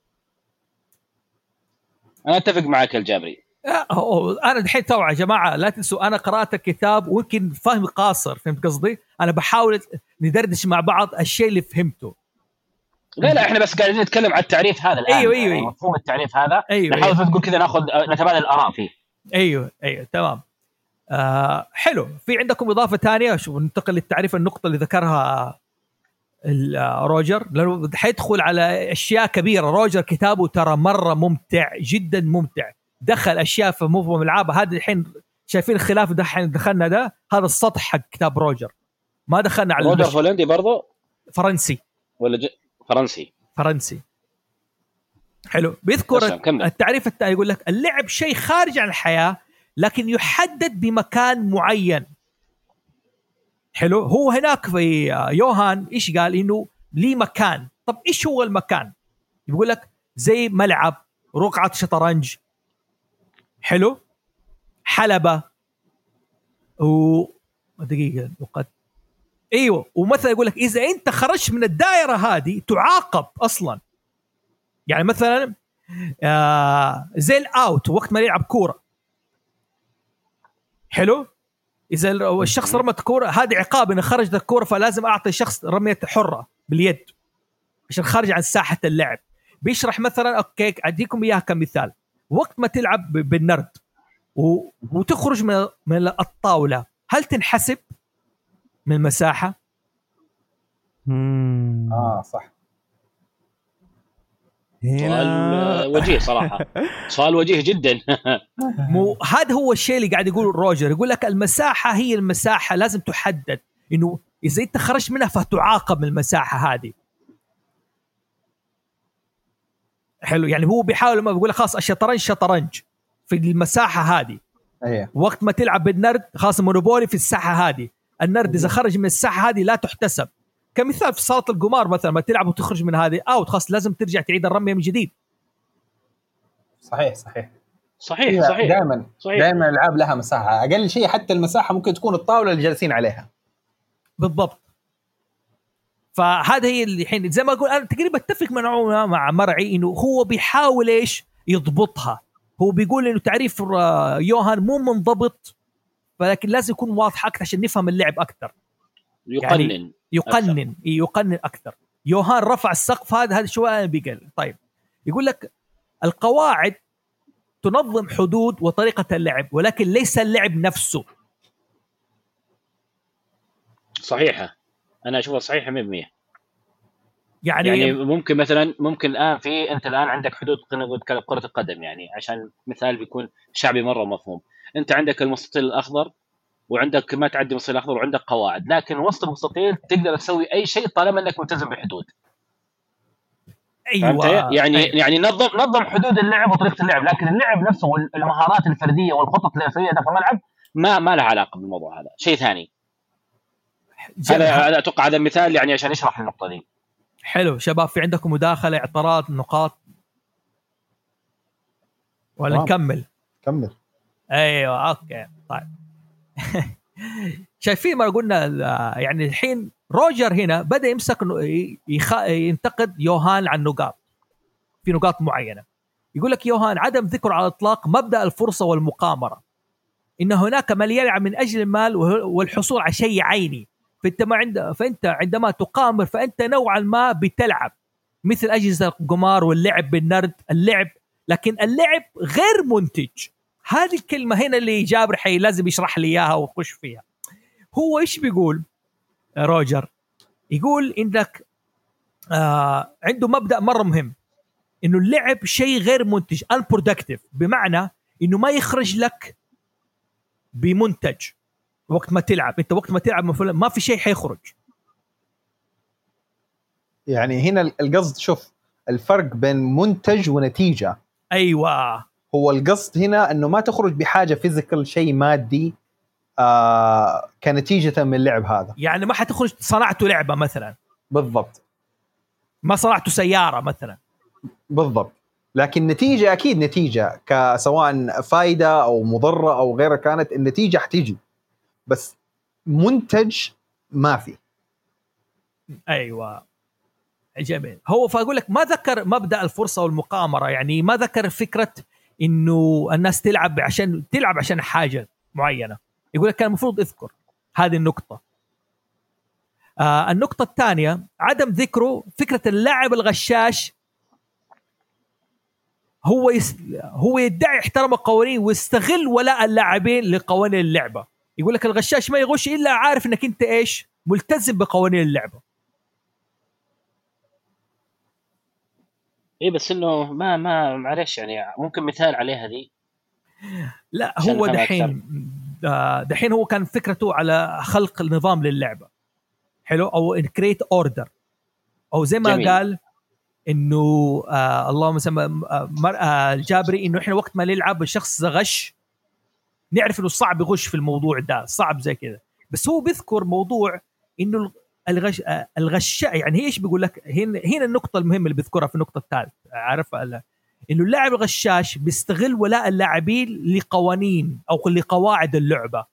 Speaker 4: انا اتفق معك الجابري.
Speaker 1: آه، هو- انا دحين تو يا جماعه لا تنسوا انا قرات الكتاب ويمكن فهم قاصر، فهمت قصدي؟ انا بحاول ندردش مع بعض الشيء اللي فهمته.
Speaker 4: لا لا احنا بس قاعدين نتكلم عن التعريف هذا الان.
Speaker 1: أيوة، أيوة،
Speaker 4: يعني
Speaker 1: أيوة.
Speaker 4: مفهوم التعريف هذا.
Speaker 1: أيوة،
Speaker 4: نحاول
Speaker 1: أيوة.
Speaker 4: تقول كذا ناخذ نتبادل الاراء فيه.
Speaker 1: ايوه ايوه تمام. آه حلو. في عندكم اضافه ثانيه؟ شوف ننتقل للتعريف، النقطه اللي ذكرها ال- آه، روجر، لانه حيدخل على اشياء كبيره. روجر كتابه ترى مره ممتع جدا، ممتع، دخل اشياء في مفهوم الالعاب. هذا الحين شايفين الخلاف ده، الحين دخلنا ده، هذا السطح حق كتاب روجر، ما دخلنا على
Speaker 4: روجر
Speaker 1: المش...
Speaker 4: هولندي برضو
Speaker 1: فرنسي
Speaker 4: ولا ج... فرنسي؟
Speaker 1: فرنسي. حلو. بيذكر
Speaker 4: أسلم، كمل.
Speaker 1: التعريف الثاني، يقول لك اللعب شيء خارج عن الحياة لكن يحدد بمكان معين. حلو. هو هناك في يوهان ايش قال؟ انه ليه مكان. طب ايش هو المكان؟ يقول لك زي ملعب، رقعة شطرنج، حلو، حلبة، و دقيقة وقد ايوه. ومثلا يقول لك اذا انت خرجت من الدائرة هذه تعاقب اصلا. يعني مثلا آه زي الاوت وقت ما يلعب كورة، حلو، اذا الشخص رمى الكوره هذه عقاب انه خرجت الكوره، فلازم اعطي شخص رميه حره باليد عشان خارج عن ساحه اللعب. بيشرح مثلا اوكي اديكم اياها كمثال، وقت ما تلعب بالنرد و... وتخرج من من الطاوله، هل تنحسب من المساحه؟
Speaker 2: مم.
Speaker 3: اه صح.
Speaker 4: سؤال
Speaker 2: هنا
Speaker 4: وجيه صراحة. سؤال وجيه جدا.
Speaker 1: مو هذا هو الشيء اللي قاعد يقول روجر. يقول لك المساحه هي المساحه لازم تحدد، انه اذا انت خرجت منها فتعاقب من المساحه هذه. حلو. يعني هو بيحاول ما بيقول خلاص الشطرنج شطرنج في المساحه هذه،
Speaker 3: ايوه
Speaker 1: وقت ما تلعب بالنرد خلاص مونوبولي في الساحه هذه. النرد اذا خرج من الساحه هذه لا تحتسب. كمثال في صاله القمار مثلا ما تلعب وتخرج من هذه اوت، خلاص لازم ترجع تعيد الرميه من جديد.
Speaker 3: صحيح صحيح
Speaker 4: صحيح صحيح.
Speaker 3: دائما دائما الالعاب لها مساحه، اقل شيء حتى المساحه ممكن تكون الطاوله اللي جالسين عليها.
Speaker 1: بالضبط. فهذا هي اللي الحين زي ما اقول انا تقريبا اتفق مع مع مرعي انه هو بيحاول ايش يضبطها. هو بيقول انه تعريف يوهان مو منضبط، ولكن لازم يكون واضح اكثر عشان نفهم اللعب اكثر.
Speaker 4: يقنن
Speaker 1: يعني يقنن أكثر. يقنن اكثر. يوهان رفع السقف هذا هذا شويه بيقل. طيب يقول لك القواعد تنظم حدود وطريقه اللعب ولكن ليس اللعب نفسه.
Speaker 4: صحيحة. أنا أشوفها صحيحة مية بالمية.
Speaker 1: يعني,
Speaker 4: يعني ممكن مثلا ممكن الآن في أنت الآن عندك حدود كرة القدم، يعني عشان مثال بيكون شعبي مرة مفهوم. أنت عندك المستطيل الأخضر وعندك ما تعدي المستطيل الأخضر وعندك قواعد، لكن وسط المستطيل تقدر تسوي أي شيء طالما أنك ملتزم بحدود.
Speaker 1: أيوة.
Speaker 4: يعني
Speaker 1: أيوة.
Speaker 4: يعني نظم نظم حدود اللعب وطريقة اللعب، لكن اللعب نفسه والمهارات الفردية والخطط الفردية داخل الملعب ما ما لها علاقة بالموضوع هذا، شيء ثاني. هذا أتوقع هذا المثال يعني عشان يشرح النقطة دي.
Speaker 1: حلو شباب، في عندكم مداخلة، اعتراض، نقاط ولا نكمل؟
Speaker 3: كمل.
Speaker 1: ايوه اوكي طيب. شايفين ما قلنا يعني الحين روجر هنا بدأ يمسك يخ... ينتقد يوهان عن نقاط، في نقاط معينة. يقول لك يوهان عدم ذكر على الإطلاق مبدأ الفرصة والمقامرة، إن هناك من يلعب من أجل المال والحصول على شيء عيني، فأنت ما عند فأنت عندما تقامر فأنت نوعا ما بتلعب مثل أجهزة القمار واللعب بالنرد، اللعب، لكن اللعب غير منتج. هذه الكلمة هنا اللي جابر حي لازم يشرح لي إياها وخش فيها. هو إيش بيقول روجر؟ يقول إنك آه عنده مبدأ مرة مهم، إنه اللعب شيء غير منتج unproductive، بمعنى إنه ما يخرج لك بمنتج وقت ما تلعب. أنت وقت ما تلعب ما في شيء حيخرج.
Speaker 3: يعني هنا القصد، شوف الفرق بين منتج ونتيجة.
Speaker 1: أيوة،
Speaker 3: هو القصد هنا أنه ما تخرج بحاجة فيزيكال، شيء مادي آه كنتيجة من اللعب هذا.
Speaker 1: يعني ما حتخرج صنعته لعبة مثلا،
Speaker 3: بالضبط،
Speaker 1: ما صنعته سيارة مثلا.
Speaker 3: بالضبط، لكن نتيجة أكيد نتيجة، كسواء فايدة أو مضرة أو غيرها كانت النتيجة حتيجي، بس منتج ما في.
Speaker 1: أيوة جميل. هو فأقول لك ما ذكر مبدأ الفرصة والمقامرة، يعني ما ذكر فكرة إنه الناس تلعب عشان تلعب عشان حاجة معينة. يقول لك كان المفروض اذكر هذه النقطة. آه النقطة الثانية عدم ذكره فكرة اللاعب الغشاش. هو يس... هو يدعي احترام القوانين ويستغل ولاء اللاعبين لقوانين اللعبة. يقول لك الغشاش ما يغش إلا عارف إنك أنت إيش ملتزم بقوانين اللعبة.
Speaker 4: إيه بس إنه ما ما معلش يعني ممكن مثال عليها دي.
Speaker 1: لا هو دحين دحين هو كان فكرته على خلق النظام للعبة، حلو، أو create order، أو زي ما جميل. قال إنه آه اللهم سمى آه الجابري إنه إحنا وقت ما نلعب الشخص غش نعرف إنه صعب يغش في الموضوع ده، صعب زي كذا. بس هو بيذكر موضوع إنه الغش آه الغش يعني هي إيش بيقول لك هنا هنا النقطة المهمة اللي بيذكرها في النقطة الثالثة، عارف إنه اللاعب الغشاش بيستغل ولاء اللاعبين لقوانين أو لقواعد اللعبة.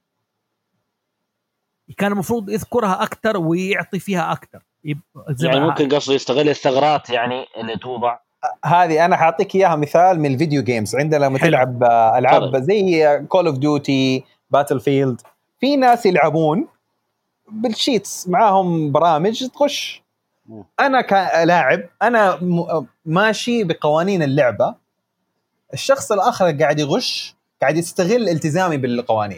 Speaker 1: كان المفروض يذكرها أكتر ويعطي فيها أكتر.
Speaker 4: يعني ممكن قصده يستغل الثغرات يعني اللي توضع.
Speaker 3: هذه أنا حاعطيك إياها مثال من الفيديو جيمز. عندنا لما تلعب ألعاب طبعا. زي كول اوف ديوتي، باتل فيلد، في ناس يلعبون بالشيتس، معاهم برامج تخش. أنا كلاعب أنا ماشي بقوانين اللعبة، الشخص الآخر قاعد يغش، قاعد يستغل التزامي بالقوانين.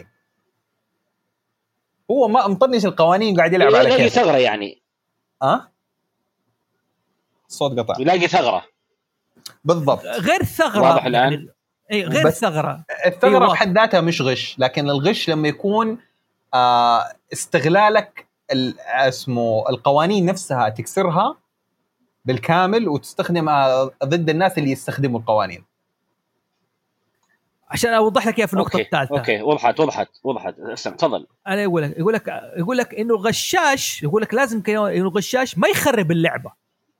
Speaker 3: هو ما مطنش القوانين، قاعد يلعب على كيف.
Speaker 4: يلاقي ثغرة يعني.
Speaker 3: أه؟ صوت قطع.
Speaker 4: يلاقي ثغرة.
Speaker 3: بالضبط.
Speaker 1: غير ثغرة.
Speaker 4: واضح الآن.
Speaker 1: يعني أي غير ثغرة.
Speaker 3: الثغرة أيوة. بحد ذاتها مش غش، لكن الغش لما يكون آه استغلالك اسمه القوانين نفسها تكسرها بالكامل وتستخدمها ضد الناس اللي يستخدموا القوانين.
Speaker 1: عشان اوضح لك اياها في النقطه الثالثه.
Speaker 4: اوكي وضحت وضحت وضحت اسمع تفضل.
Speaker 1: انا يقول لك يقول لك يقول لك انه الغشاش، يقول لك لازم انه الغشاش ما يخرب اللعبه،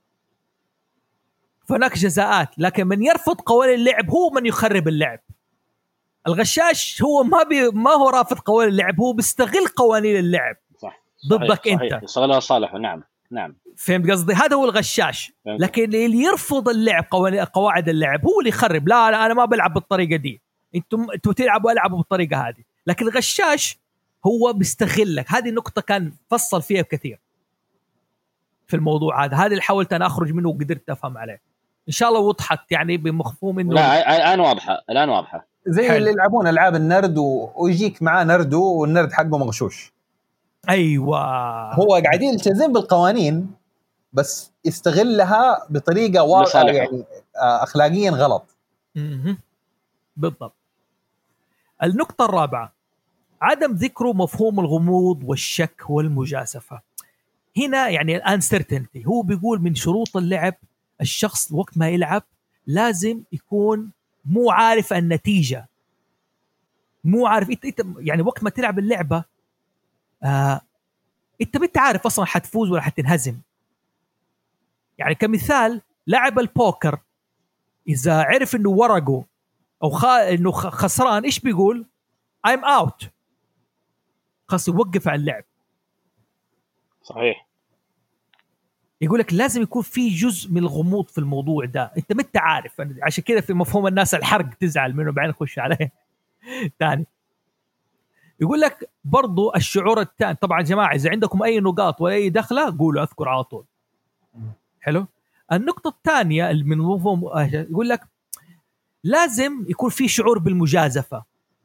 Speaker 1: فهناك جزاءات، لكن من يرفض قوانين اللعب هو من يخرب اللعب. الغشاش هو ما بي ما هو رافض قوانين اللعب، هو بيستغل قوانين اللعب
Speaker 4: صح
Speaker 1: ضدك
Speaker 4: صحيح.
Speaker 1: انت
Speaker 4: يستغلها صالحه. نعم نعم
Speaker 1: فهمت قصدي؟ هذا هو الغشاش. لكن اللي يرفض اللعب قوانين قواعد اللعب هو اللي يخرب. لا, لا انا ما بلعب بالطريقه دي، انتم انتوا تلعبوا العبوا بالطريقه هذه. لكن الغشاش هو بيستغلك. هذه النقطه كان فصل فيها كثير في الموضوع هذا. هذا اللي حاولت انا اخرج منه وقدرت افهم عليه. ان شاء الله وضحت يعني بمفهوم انه
Speaker 4: لا الان واضحه الان واضحه
Speaker 3: زي حل. اللي يلعبون العاب النرد و... ويجيك معاه نردو والنرد حقه مغشوش.
Speaker 1: ايوه
Speaker 3: هو قاعد يلتزم بالقوانين بس يستغلها بطريقه واضحه يعني اخلاقيا غلط.
Speaker 1: امم بالضبط. النقطه الرابعه عدم ذكره مفهوم الغموض والشك والمجازفه. هنا يعني الانسرتينتي. هو بيقول من شروط اللعب الشخص وقت ما يلعب لازم يكون مو عارف النتيجه، مو عارف انت انت يعني وقت ما تلعب اللعبه آه انت ما انت عارف اصلا حتفوز ولا حتنهزم. يعني كمثال لاعب البوكر اذا عرف انه ورقه او خ... انه خسران ايش بيقول؟ I'm out، خلاص يوقف عن اللعب.
Speaker 4: صحيح.
Speaker 1: يقول لك لازم يكون في جزء من الغموض في الموضوع ده، انت ما انت عارف. عشان كذا في مفهوم الناس الحرق تزعل منه بعدين نخش عليه ثاني. يقول لك برضو الشعور الثاني. طبعا يا جماعه اذا عندكم اي نقاط ولا اي دخله قولوا اذكر على طول. حلو. النقطه الثانيه من مفهوم يقول لك لازم يكون في شعور بالمجازفة.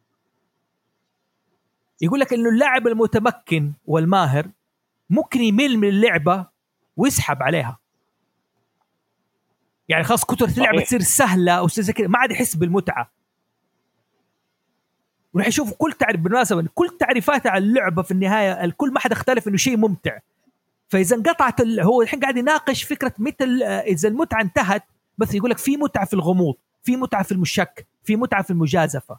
Speaker 1: يقول لك إنه اللاعب المتمكن والماهر ممكن يميل من اللعبة ويسحب عليها، يعني خلاص كترة اللعبة تصير سهلة أو زي كده، ما عاد يحس بالمتعة. ورح يشوف كل تعريف بالمناسبة كل تعريفات على اللعبة في النهاية الكل ما حد اختلف إنه شيء ممتع. فإذا انقطعت ال... هو الحين قاعد يناقش فكرة متى إذا المتعة انتهت، بس يقول لك في متعة في الغموض، في متعة في المشك، في متعة في المجازفة.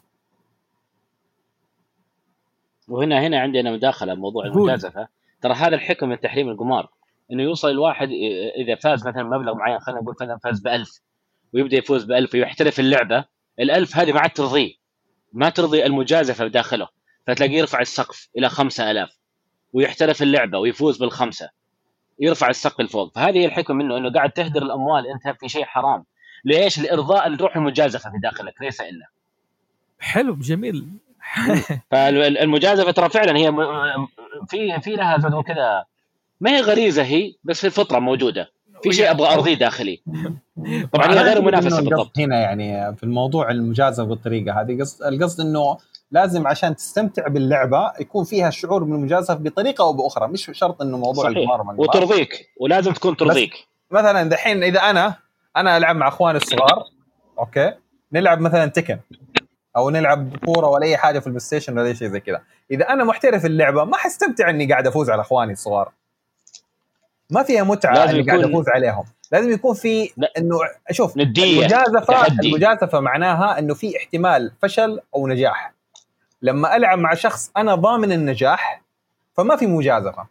Speaker 4: وهنا هنا عندنا مداخلة موضوع المجازفة. ترى هذا الحكم من تحريم القمار، إنه يوصل الواحد إذا فاز مثلا مبلغ معين، خلينا نقول مثلا فاز بألف ويبدأ يفوز بألف ويحترف اللعبة، الألف هذه ما عاد ترضيه، ما ترضي المجازفة بداخله، فتلاقيه يرفع السقف إلى خمسة آلاف ويحترف اللعبة ويفوز بالخمسة، يرفع السقف الفوق. فهذه هي الحكم منه، إنه قاعد تهدر الأموال أنت في شيء حرام. ليش؟ لإرضاء الروح المجازفة في داخلك ليس إلا.
Speaker 1: حلو جميل.
Speaker 4: فالمجازفة ترى فعلا هي في في لها زي كذا، ما هي غريزة هي، بس في الفطرة موجودة، في شيء أبغى أرضيه داخلي. طبعا هي غير منافسة بالضبط
Speaker 3: هنا، يعني في الموضوع المجازفة بالطريقة هذه. قصد القصد إنه لازم عشان تستمتع باللعبة يكون فيها الشعور بالمجازفة بطريقة أو بأخرى، مش شرط إنه موضوع القمار
Speaker 4: وترضيك، ولازم تكون ترضيك.
Speaker 3: مثلا دحين إذا أنا أنا ألعب مع أخواني الصغار، أوكي، نلعب مثلا تكن أو نلعب كورة ولا أي حاجة في البلاي ستيشن ولا أي شيء زي كذا، إذا أنا محترف اللعبة ما حستمتع إني قاعد أفوز على أخواني الصغار، ما فيها متعة إني قاعد أفوز عليهم. لازم يكون في إنه أشوف المجازفة. المجازفة معناها إنه في احتمال فشل أو نجاح. لما ألعب مع شخص أنا ضامن النجاح فما في مجازفة.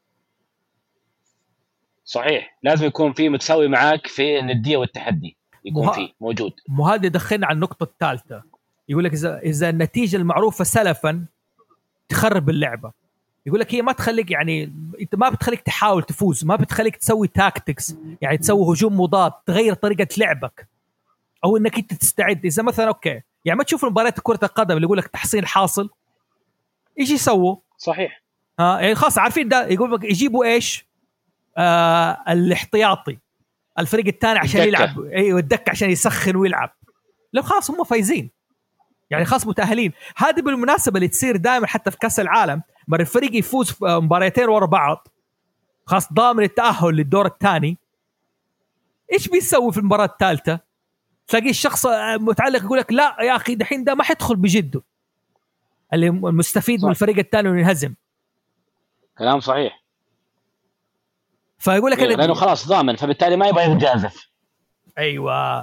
Speaker 4: صحيح، لازم يكون في متساوي معاك في الندية والتحدي، يكون مه... فيه موجود.
Speaker 1: وهذا دخلنا على النقطة الثالثة. يقول لك إذا إذا النتيجة المعروفة سلفا تخرب اللعبة. يقول لك هي ما تخليك، يعني انت ما بتخليك تحاول تفوز، ما بتخليك تسوي تاكتكس، يعني تسوي هجوم مضاد، تغير طريقة لعبك او انك انت تستعد. اذا مثلا اوكي يعني ما تشوف مباريات كرة القدم اللي يقول لك تحصيل حاصل، ايش يسووا؟
Speaker 4: صحيح،
Speaker 1: ها يعني خلاص عارفين ده. يقول لك يجيبوا ايش؟ آه الاحتياطي، الفريق الثاني عشان الدكة. يلعب ايوه الدكة عشان يسخن ويلعب. لو خلاص هم فايزين يعني خلاص متأهلين. هذه بالمناسبة اللي تصير دائما حتى في كأس العالم، مر الفريق يفوز في مباراتين ورا بعض خلاص ضامن التأهل للدور الثاني، ايش بيسوي في المباراة الثالثة؟ تلاقي الشخص متعلق يقول لك لا يا اخي دحين ده ما حيدخل بجده، اللي المستفيد صح. من الفريق الثاني وينهزم.
Speaker 4: كلام صحيح.
Speaker 1: فيقول لك
Speaker 4: إيه لانه خلاص ضامن، فبالتالي ما يبغى يجازف.
Speaker 1: ايوه.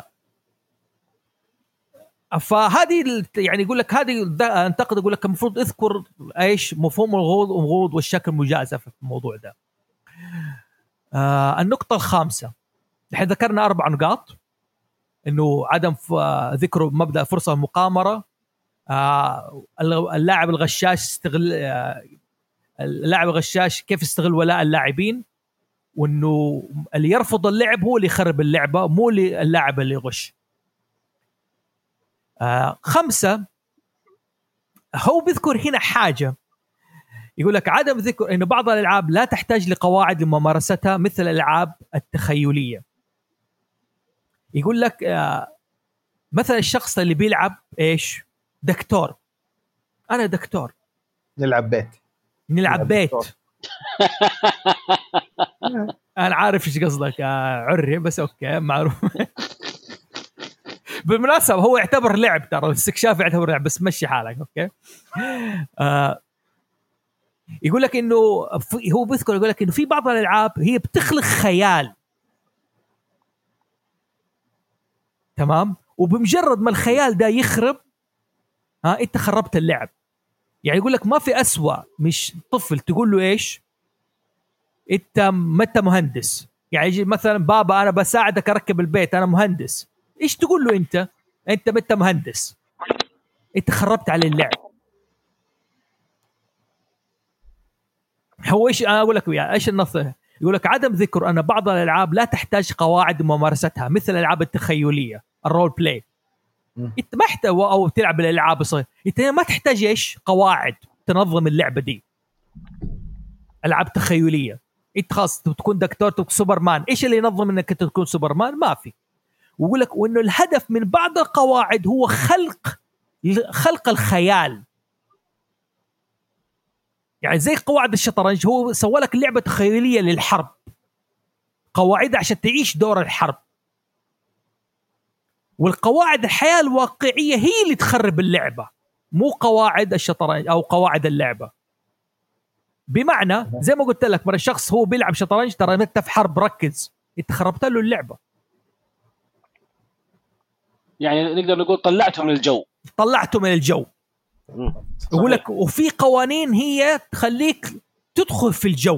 Speaker 1: فهذه يعني يقول لك هذه انتقد، يقول لك المفروض اذكر ايش مفهوم الغوض والغوض والشكل المجازفه في الموضوع ده. آه النقطه الخامسه، الحين ذكرنا اربع نقاط، انه عدم ذكر مبدا فرصه المقامره، آه اللاعب الغشاش استغل آه اللاعب الغشاش كيف يستغل ولاء اللاعبين، وانه اللي يرفض اللعب هو اللي يخرب اللعبه مو اللاعب اللي يغش. آه خمسة، هو بيذكر هنا حاجة، يقول لك عدم ذكر إنه بعض الألعاب لا تحتاج لقواعد لممارستها مثل الألعاب التخيلية. يقول لك آه مثلا الشخص اللي بيلعب إيش دكتور، أنا دكتور
Speaker 3: نلعب بيت
Speaker 1: نلعب, نلعب بيت أنا عارف إيش قصدك آه عري بس أوكي معروف. بالمناسبة هو يعتبر لعب، ترى الاستكشاف يعتبر لعب، بس مشي حالك اوكي. آه يقول لك انه هو بيذكر يقول لك انه في بعض الالعاب هي بتخلق خيال، تمام، وبمجرد ما الخيال ده يخرب ها انت خربت اللعب. يعني يقول لك ما في أسوأ مش طفل تقول له ايش انت متى مهندس، يعني يجي مثلا بابا انا بساعدك اركب البيت انا مهندس، ايش تقول له انت انت متى مهندس، انت خربت على اللعب. هو ايش انا اقول لك وياه ايش النص، يقول لك عدم ذكر ان بعض الالعاب لا تحتاج قواعد ممارستها مثل الالعاب التخيليه الرول بلاي. انت ما تحتاج او تلعب الالعاب الصغيره، انت ما تحتاج ايش قواعد تنظم اللعبه دي. العاب تخيليه انت خاص تكون دكتور تكون سوبرمان، ايش اللي ينظم انك انت تكون سوبرمان؟ ما في. ويقول لك وانه الهدف من بعض القواعد هو خلق خلق الخيال. يعني زي قواعد الشطرنج، هو سوى لك لعبة تخيلية للحرب، قواعد عشان تعيش دور الحرب. والقواعد الحياة الواقعية هي اللي تخرب اللعبة، مو قواعد الشطرنج أو قواعد اللعبة. بمعنى زي ما قلت لك، مرة الشخص هو بيلعب شطرنج، ترى انت في حرب ركز، انت خربت له اللعبة.
Speaker 4: يعني نقدر نقول طلعته من الجو
Speaker 1: طلعته من الجو. يقول لك وفي قوانين هي تخليك تدخل في الجو،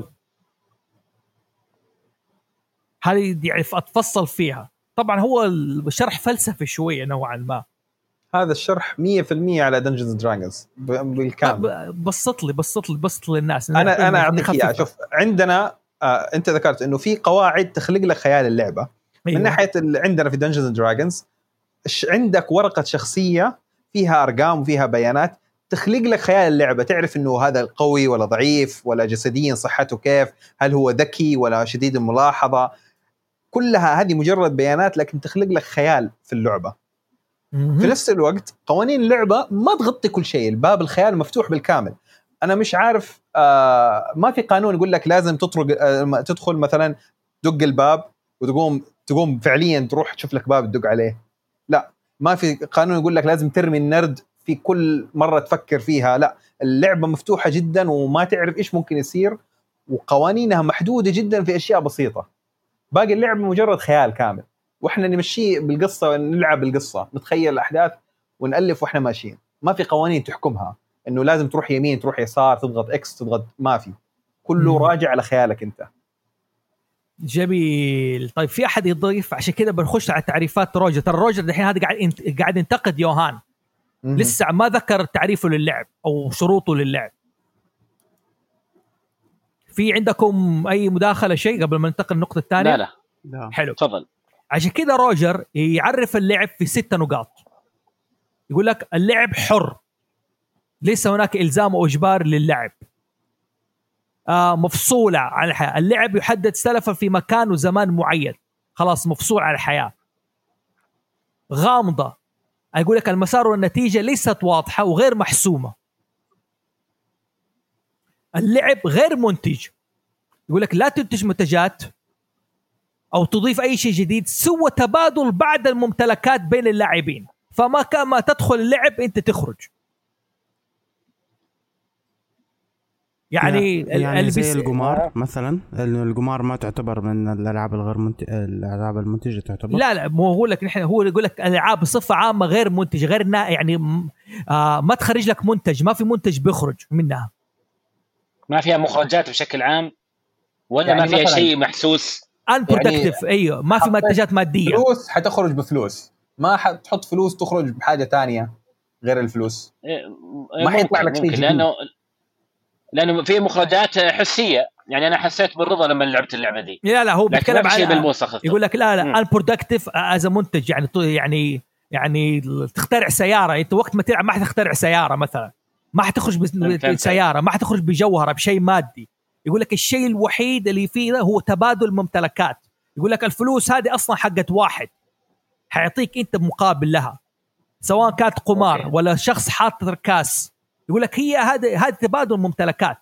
Speaker 1: هذه يعني أتفصل فيها. طبعا هو الشرح فلسفي شوية نوعا ما.
Speaker 3: هذا الشرح مية بالمية على دنجنز دراجونز بالكامل.
Speaker 1: بسط لي بسط لي بسط للناس.
Speaker 3: انا انا اعطيك اياها. شوف عندنا آه انت ذكرت انه في قواعد تخلق لك خيال اللعبه. أيوة. من ناحيه اللي عندنا في دنجنز دراجونز عندك ورقه شخصيه فيها ارقام وفيها بيانات تخلق لك خيال اللعبه، تعرف انه هذا قوي ولا ضعيف، ولا جسديا صحته كيف، هل هو ذكي ولا شديد الملاحظه. كلها هذه مجرد بيانات لكن تخلق لك خيال في اللعبه. في نفس الوقت قوانين اللعبة ما تغطي كل شيء، الباب الخيال مفتوح بالكامل. أنا مش عارف آه ما في قانون يقول لك لازم تطرق آه تدخل مثلا دق الباب وتقوم تقوم فعليا تروح تشوف لك باب تدق عليه. لا، ما في قانون يقول لك لازم ترمي النرد في كل مرة تفكر فيها. لا، اللعبة مفتوحة جدا وما تعرف إيش ممكن يصير، وقوانينها محدودة جدا في أشياء بسيطة. باقي اللعبة مجرد خيال كامل، واحنا نمشي بالقصه ونلعب بالقصه، نتخيل الاحداث ونالف واحنا ماشيين. ما في قوانين تحكمها انه لازم تروح يمين تروح يسار تضغط اكس تضغط، ما في، كله مم. راجع على خيالك انت.
Speaker 1: جميل. طيب في احد يضيف؟ عشان كده بنخش على تعريفات روجر. ترى روجر الحين هذا قاعد قاعد ينتقد يوهان، مم. لسه ما ذكر تعريفه للعب او شروطه للعب. في عندكم اي مداخله شيء قبل ما ننتقل للنقطه الثانيه؟
Speaker 4: لا لا
Speaker 1: حلو،
Speaker 4: تفضل.
Speaker 1: عشان كده روجر يعرف اللعب في ستة نقاط. يقول لك اللعب حر، ليس هناك إلزام أو إجبار للعب. آه مفصولة عن الحياة، اللعب يحدد سلفا في مكان وزمان معين، خلاص مفصول عن الحياة. غامضة، يقول لك المسار والنتيجة ليست واضحة وغير محسومة. اللعب غير منتج، يقول لك لا تنتج منتجات أو تضيف أي شيء جديد سوى تبادل بعض الممتلكات بين اللاعبين، فما كان ما تدخل اللعب أنت تخرج. يعني
Speaker 2: يعني زي القمار مثلا، إنه القمار ما تعتبر من الألعاب الغير منتج، الألعاب المنتجة تعتبر.
Speaker 1: لا لا، مو هو لك نحن هو يقول لك الألعاب بصفة عامة غير منتج، غير يعني آه ما تخرج لك منتج، ما في منتج بيخرج منها،
Speaker 4: ما فيها مخرجات بشكل عام، ولا يعني ما فيها شيء محسوس
Speaker 1: ان برودكتيف. يعني ايوه ما في منتجات ماديه.
Speaker 3: فلوس حتخرج بفلوس، ما حتحط فلوس تخرج بحاجه تانية غير الفلوس. ما حيطلع لك شيء جديد،
Speaker 4: لانه لانه في مخرجات حسيه. يعني انا حسيت بالرضا لما لعبت اللعبه دي.
Speaker 1: لا لا، هو بيتكلم عن يقول لك لا لا ان برودكتيف از منتج، يعني يعني يعني تخترع سياره، انت وقت ما تلعب ما حتخترع سياره مثلا، ما حتخرج بسياره، ما حتخرج بجوهره بشيء مادي. يقول لك الشيء الوحيد اللي فيه هو تبادل ممتلكات. يقول لك الفلوس هذه أصلا حقت واحد، حيعطيك أنت مقابل لها، سواء كانت قمار أوكي. ولا شخص حاط كاس. يقول لك هي هذا هذا تبادل ممتلكات،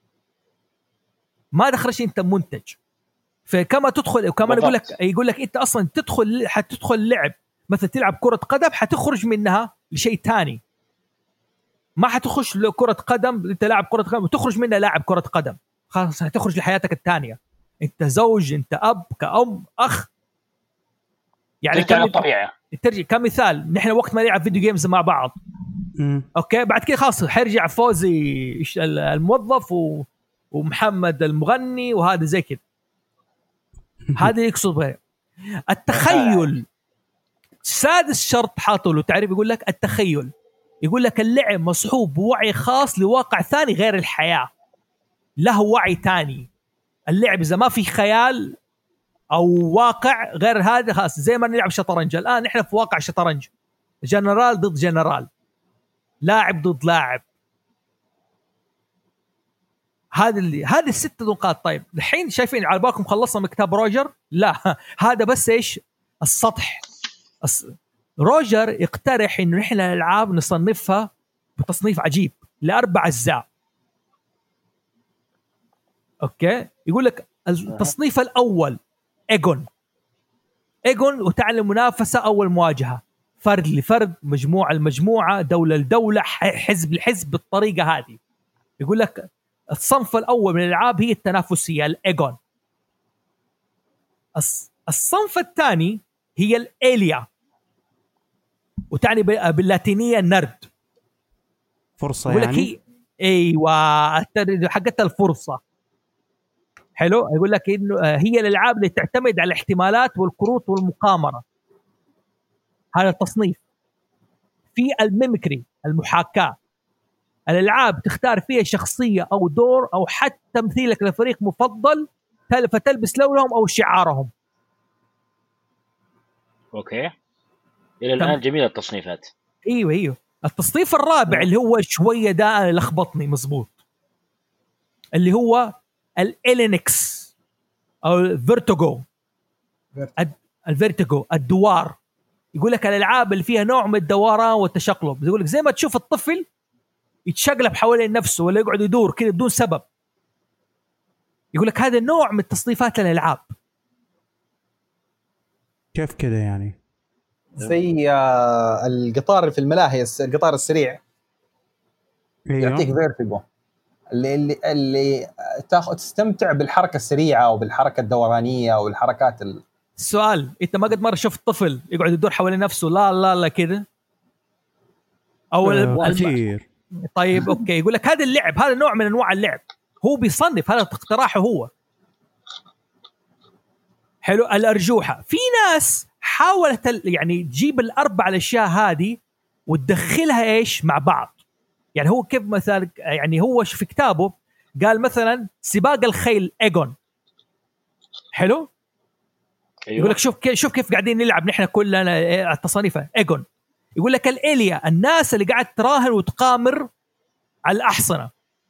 Speaker 1: ما دخلش أنت منتج. فكما تدخل وكما يقول لك يقول لك أنت أصلا تدخل حتدخل اللعب مثلا تلعب كرة قدم، حتخرج منها لشيء تاني. ما حتخش لكرة قدم أنت لاعب كرة قدم وتخرج منها لاعب كرة قدم، خلاص هتخرج لحياتك الثانية. انت زوج، انت اب، كأم، اخ، يعني
Speaker 4: كم الطبيعة
Speaker 1: ترجع. كمثال نحن وقت ما نلعب فيديو جيمز مع بعض م. اوكي، بعد كده خلاص حيرجع فوزي الموظف و... ومحمد المغني وهذا زي كده. هذا يقصد به التخيل. سادس شرط حاطه له تعريف، يقول لك التخيل. يقول لك اللعب مصحوب بوعي خاص لواقع ثاني غير الحياة، له وعي تاني. اللعب إذا ما في خيال أو واقع غير هذا خاص، زي ما نلعب شطرنج الآن نحن في واقع شطرنج، جنرال ضد جنرال، لاعب ضد لاعب. هذا اللي هذه الست نقاط. طيب الحين شايفين على بالكم خلصنا من كتاب روجر؟ لا، هذا بس إيش السطح. أص... روجر يقترح إنه نحن الألعاب نصنفها بتصنيف عجيب لأربع أجزاء. أوكي، يقول لك التصنيف الأول إيجون. إيجون وتعلم منافسة أول مواجهة، فرد لفرد، مجموعة لمجموعة، دولة لدولة، حزب لحزب، بالطريقة هذه. يقول لك الصنف الأول من الألعاب هي التنافسية الإيجون. الصنف الثاني هي الإيليا، وتعني باللاتينية النرد،
Speaker 2: فرصة
Speaker 1: يقول لك
Speaker 2: يعني.
Speaker 1: هي ايوه حقتها الفرصة. حلو، يقول لك انه هي الالعاب اللي تعتمد على الاحتمالات والكروت والمقامرة. هذا التصنيف. في الميمكري المحاكاة، الالعاب تختار فيها شخصية او دور او حتى تمثيلك لفريق مفضل فتلبس لونهم او شعارهم.
Speaker 4: اوكي، الى الان جميله التصنيفات.
Speaker 1: ايوه ايوه. التصنيف الرابع م. اللي هو شويه ده لخبطني مزبوط، اللي هو الالينكس او الفيرتيجو. الفيرتيجو الدوار. يقول لك الالعاب اللي فيها نوع من الدوران والتشقلب، يقول لك زي ما تشوف الطفل يتشقلب حوالين نفسه ولا يقعد يدور كده بدون سبب. يقول لك هذا نوع من تصنيفات الالعاب.
Speaker 2: كيف كده يعني؟
Speaker 3: زي القطار في الملاهي، القطار السريع يعطيك فيرتيجو، اللي اللي اللي تاخذ تستمتع بالحركه السريعه او بالحركه الدورانيه او الحركات ال...
Speaker 1: السؤال، انت ما قد مره شفت طفل يقعد يدور حوالين نفسه لا لا لا كده او
Speaker 2: كثير؟
Speaker 1: طيب اوكي، يقول لك هذا اللعب، هذا نوع من انواع اللعب، هو بيصنف، هذا اقتراحه هو. حلو. الارجوحه، في ناس حاولت يعني تجيب الاربع الاشياء هذه وتدخلها ايش مع بعض. يعني هو كيف مثلا، يعني هو في كتابه قال مثلا سباق الخيل ايجون. حلو. أيوة. يقول لك شوف كيف شوف كيف قاعدين نلعب نحن كلنا التصانيف ايجون. يقول لك الاليا، الناس اللي قاعد تراهن وتقامر على الاحصنه.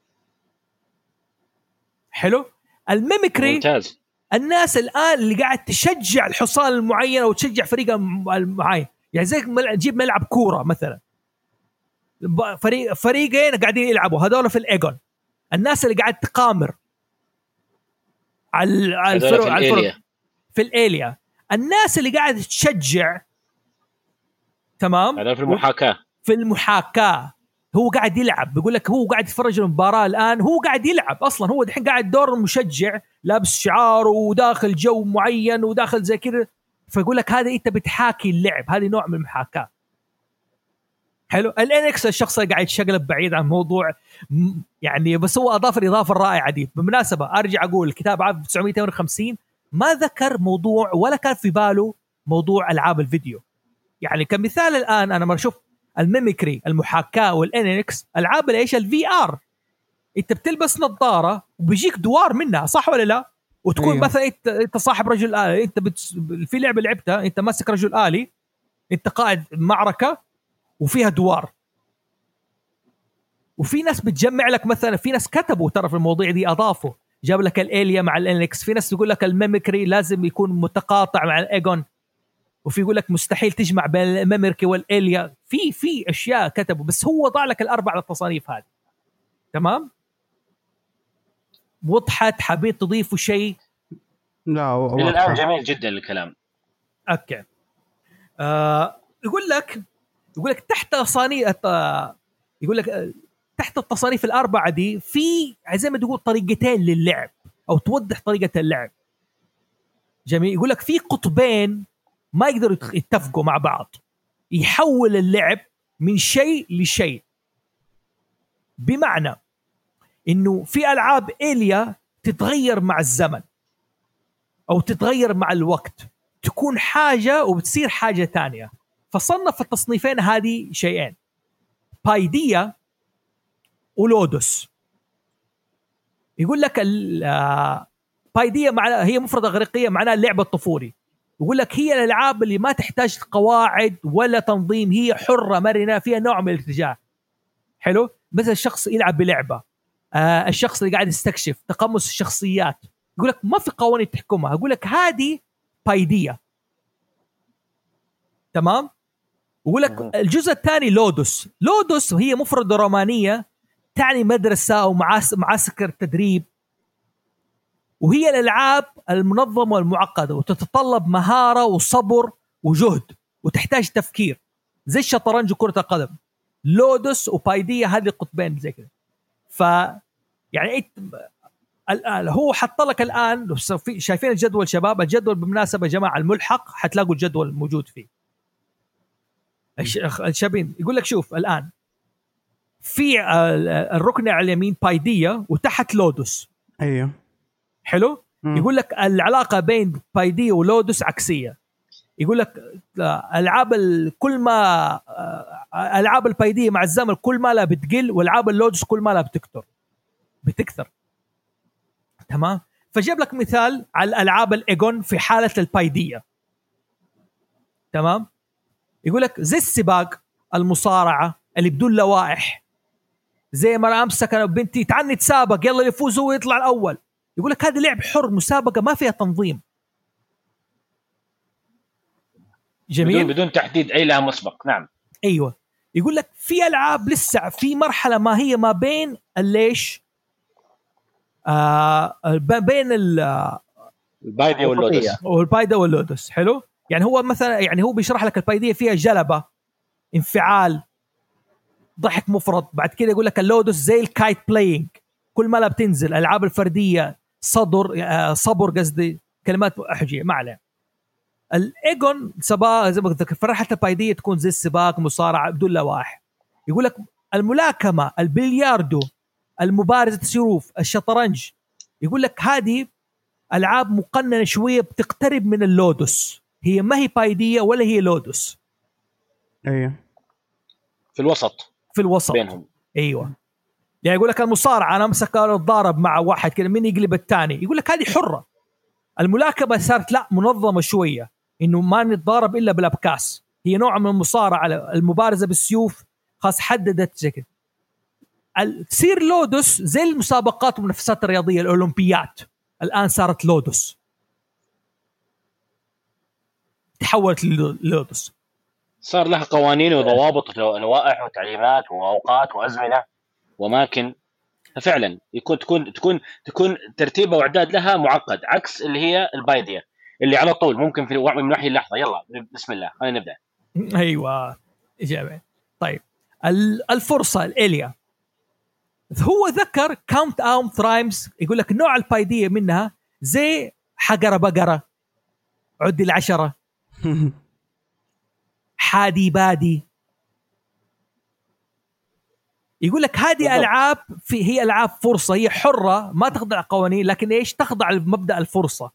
Speaker 1: حلو. الميمكري
Speaker 4: ممتاز،
Speaker 1: الناس الآن اللي قاعد تشجع الحصان المعين أو تشجع فريق المعين. يعني زي نجيب ملعب كورة مثلا، فريق فريقين قاعدين يلعبوا، هذول في الإيجون. الناس اللي قاعد تقامر على على الفرق في الإيليا. في الإيليا الناس اللي قاعد تشجع، تمام،
Speaker 4: هذا في المحاكاة.
Speaker 1: في المحاكاة هو قاعد يلعب. بيقول لك هو قاعد يتفرج المباراة الآن، هو قاعد يلعب أصلا، هو دحين قاعد دور المشجع، لابس شعاره وداخل جو معين وداخل زي كذا. فيقول لك هذا أنت بتحاكي اللعب، هذه نوع من المحاكاة. حلو. الانكس الشخص اللي قاعد يشقلب بعيد عن موضوع يعني، بس هو أضاف الإضافة الرائعة دي. بالمناسبة أرجع أقول الكتاب عام تسعمية وثمانية وخمسين ما ذكر موضوع ولا كان في باله موضوع ألعاب الفيديو. يعني كمثال الآن أنا ما أشوف الميمكري المحاكاة والانكس العاب ايش الفي ار، انت بتلبس نظاره وبيجيك دوار منها، صح ولا لا؟ وتكون أيوه. مثلا انت انت صاحب رجل آلي، انت بت... في لعبه لعبتها انت ماسك رجل آلي، انت قائد معركه وفيها دوار، وفي ناس بتجمع لك مثلا، في ناس كتبوا ترى في المواضيع دي اضافوا، جاب لك الاليا مع الانكس، في ناس يقول لك الميمكري لازم يكون متقاطع مع الايجون، وفي يقول لك مستحيل تجمع بين الميمكري والإيليا. في في اشياء كتبوا، بس هو ضع لك الاربع التصانيف هذه. تمام، وضحت؟ حبيت تضيفوا شيء؟
Speaker 2: لا
Speaker 4: الى الان جميل جدا الكلام.
Speaker 1: اوكي. آه يقول لك يقول لك تحت تصانيف، يقول لك تحت التصانيف الاربعه دي في زي ما تقول طريقتين للعب او توضح طريقه اللعب. جميل. يقول لك في قطبين ما يقدروا يتفقوا مع بعض، يحول اللعب من شيء لشيء. بمعنى انه في العاب إيليا تتغير مع الزمن او تتغير مع الوقت، تكون حاجة وبتصير حاجة تانية. فصنف التصنيفين هذه شيئين، بايديا ولودوس. يقول لك بايديا معناها هي مفردة إغريقية معناها اللعبة الطفولي. يقول لك هي الألعاب اللي ما تحتاج قواعد ولا تنظيم، هي حرة مرنة فيها نوع من الارتجاع. حلو. مثل الشخص يلعب بلعبة، آه الشخص اللي قاعد يستكشف تقمص الشخصيات، يقول لك ما في قوانين تحكمها. يقول لك هذه بايدية. تمام. ويقول لك الجزء الثاني لودوس. لودوس هي مفردة رومانية تعني مدرسة أو معسكر تدريب، وهي الألعاب المنظمة والمعقدة وتتطلب مهارة وصبر وجهد وتحتاج تفكير زي الشطرنج وكرة القدم. لودوس وبايدية هذه قطبين زي كده. ف يعني الآن هو حط لك الآن شايفين الجدول شباب؟ الجدول بالمناسبة يا جماعة الملحق حتلاقوا الجدول موجود فيه الشابين. يقول لك شوف الآن في الركن على اليمين بايدية وتحت لودوس.
Speaker 2: ايوه
Speaker 1: حلو. مم. يقول لك العلاقة بين بايدية ولودوس عكسية. يقول لك العاب كل ما العاب البايدية مع الزمن كل ما لا بتقل، والعاب اللودوس كل ما لا بتكثر بتكثر تمام. فجيب لك مثال على الالعاب الايجون في حالة البايدية. تمام. يقول لك زي السباق، المصارعة اللي بدون لوائح، زي ما امسك انا وبنتي تعال نتسابق يلا يفوز هو يطلع الاول. يقول لك هذا لعب حر، مسابقة ما فيها تنظيم. جميل.
Speaker 4: بدون, بدون تحديد اي لها مسبق. نعم
Speaker 1: ايوه. يقول لك في العاب لسه في مرحله ما هي ما بين الليش آه بين
Speaker 4: البايديا واللودس
Speaker 1: والبايديا واللودس. حلو. يعني هو مثلا يعني هو بيشرح لك البايديا فيها جلبه، انفعال، ضحك مفرط. بعد كده يقول لك اللودس زي الكايت بلاينج، كل ما لا بتنزل. العاب الفرديه صدر آه صبر قصدي كلمات احجيه ما عليه. الايجون سباق زي ما قلت لك، فرحة البايدية تكون زي السباق، مصارعة بدون لوائح. يقول لك الملاكمة، البلياردو، المبارزة السيوف، الشطرنج، يقول لك هذه ألعاب مقننة شوية بتقترب من اللودوس. هي ما هي بايدية ولا هي لودوس.
Speaker 2: ايوه
Speaker 4: في الوسط
Speaker 1: في الوسط
Speaker 4: بينهم.
Speaker 1: ايوه. يعني يقول لك المصارعة انا امسك اتضارب مع واحد كده مين يقلب الثاني، يقول لك هذه حرة. الملاكمة صارت لا منظمة شوية، انه ما نتضارب الا بالابكاس، هي نوع من المصارعه. المبارزه بالسيوف خاص حددت زي كده. تصير لودوس زي المسابقات والمنافسات الرياضيه، الاولمبيات الان صارت لودوس، تحولت للودوس،
Speaker 4: صار لها قوانين وضوابط ولوائح وتعليمات واوقات وازمنه واماكن. ففعلا يكون تكون تكون تكون ترتيبها واعداد لها معقد، عكس اللي هي البايديا اللي على طول ممكن في من وحي اللحظه يلا بسم الله خلينا نبدا.
Speaker 1: ايوه اجابه. طيب الفرصه الاليا هو ذكر كاونت اوت رايمز. يقول لك نوع البايديه منها زي حقره بقره، عدي العشره، حادي بادي. يقول لك هذه العاب في هي العاب فرصه، هي حره ما تخضع قوانين، لكن ايش تخضع لمبدا الفرصه.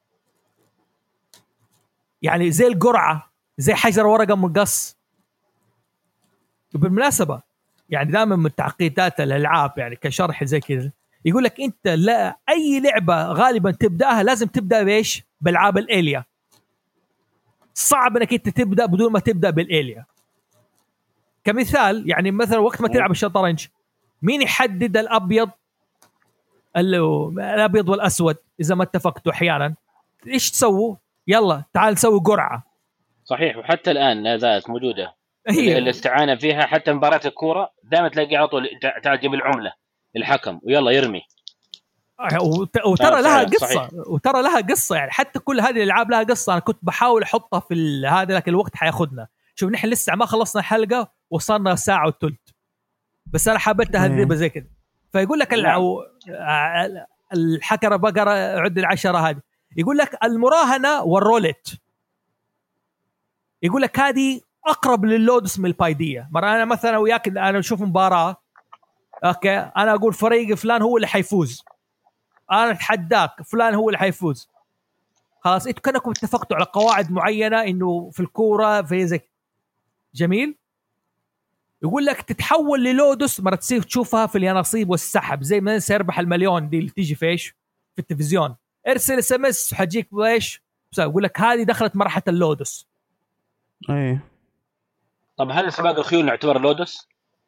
Speaker 1: يعني زي القرعه، زي حجر ورقه مقص. وبالمناسبه يعني دائما من تعقيدات الالعاب يعني كشرح زي كذا يقول لك انت لا اي لعبه غالبا تبداها لازم تبدا بايش؟ بالعاب الاليا. صعب انك انت تبدا بدون ما تبدا بالاليا. كمثال يعني مثلا وقت ما تلعب الشطرنج مين يحدد الابيض الابيض والاسود؟ اذا ما اتفقتوا احيانا ايش تسووا؟ يلا تعال نسوي قرعه.
Speaker 4: صحيح. وحتى الان لا زالت موجوده هي الاستعانه فيها. حتى مباراه الكوره دائما تلاقي على طول تعال جيب العمله الحكم ويلا يرمي.
Speaker 1: وترى لها قصه. صحيح. وترى لها قصه يعني حتى كل هذه الالعاب لها قصه. انا كنت بحاول احطها في هذا لكن الوقت حياخذنا. شوف نحن لسه ما خلصنا الحلقه وصلنا ساعه وثلث، بس انا حاببت اهذبها زي كذا. فيقول لك الحكره بقره عد العشره هذه. يقول لك المراهنه والرولت، يقول لك هذه اقرب لللودس من البايديه. مره انا مثلا وياك انا اشوف مباراه اوكي انا اقول فريق فلان هو اللي حيفوز، انا اتحداك فلان هو اللي حيفوز، خلاص انتوا كانكم اتفقتوا على قواعد معينه انه في الكوره في زي جميل. يقول لك تتحول للودس مره تصير تشوفها في اليانصيب والسحب، زي ما سيربح المليون دي اللي تيجي في ايش في التلفزيون، ارسل اس ام اس حجيك بايش. يقول لك هذه دخلت مرحله اللودس.
Speaker 2: اي
Speaker 4: طب هل سباق الخيول نعتبر لودس؟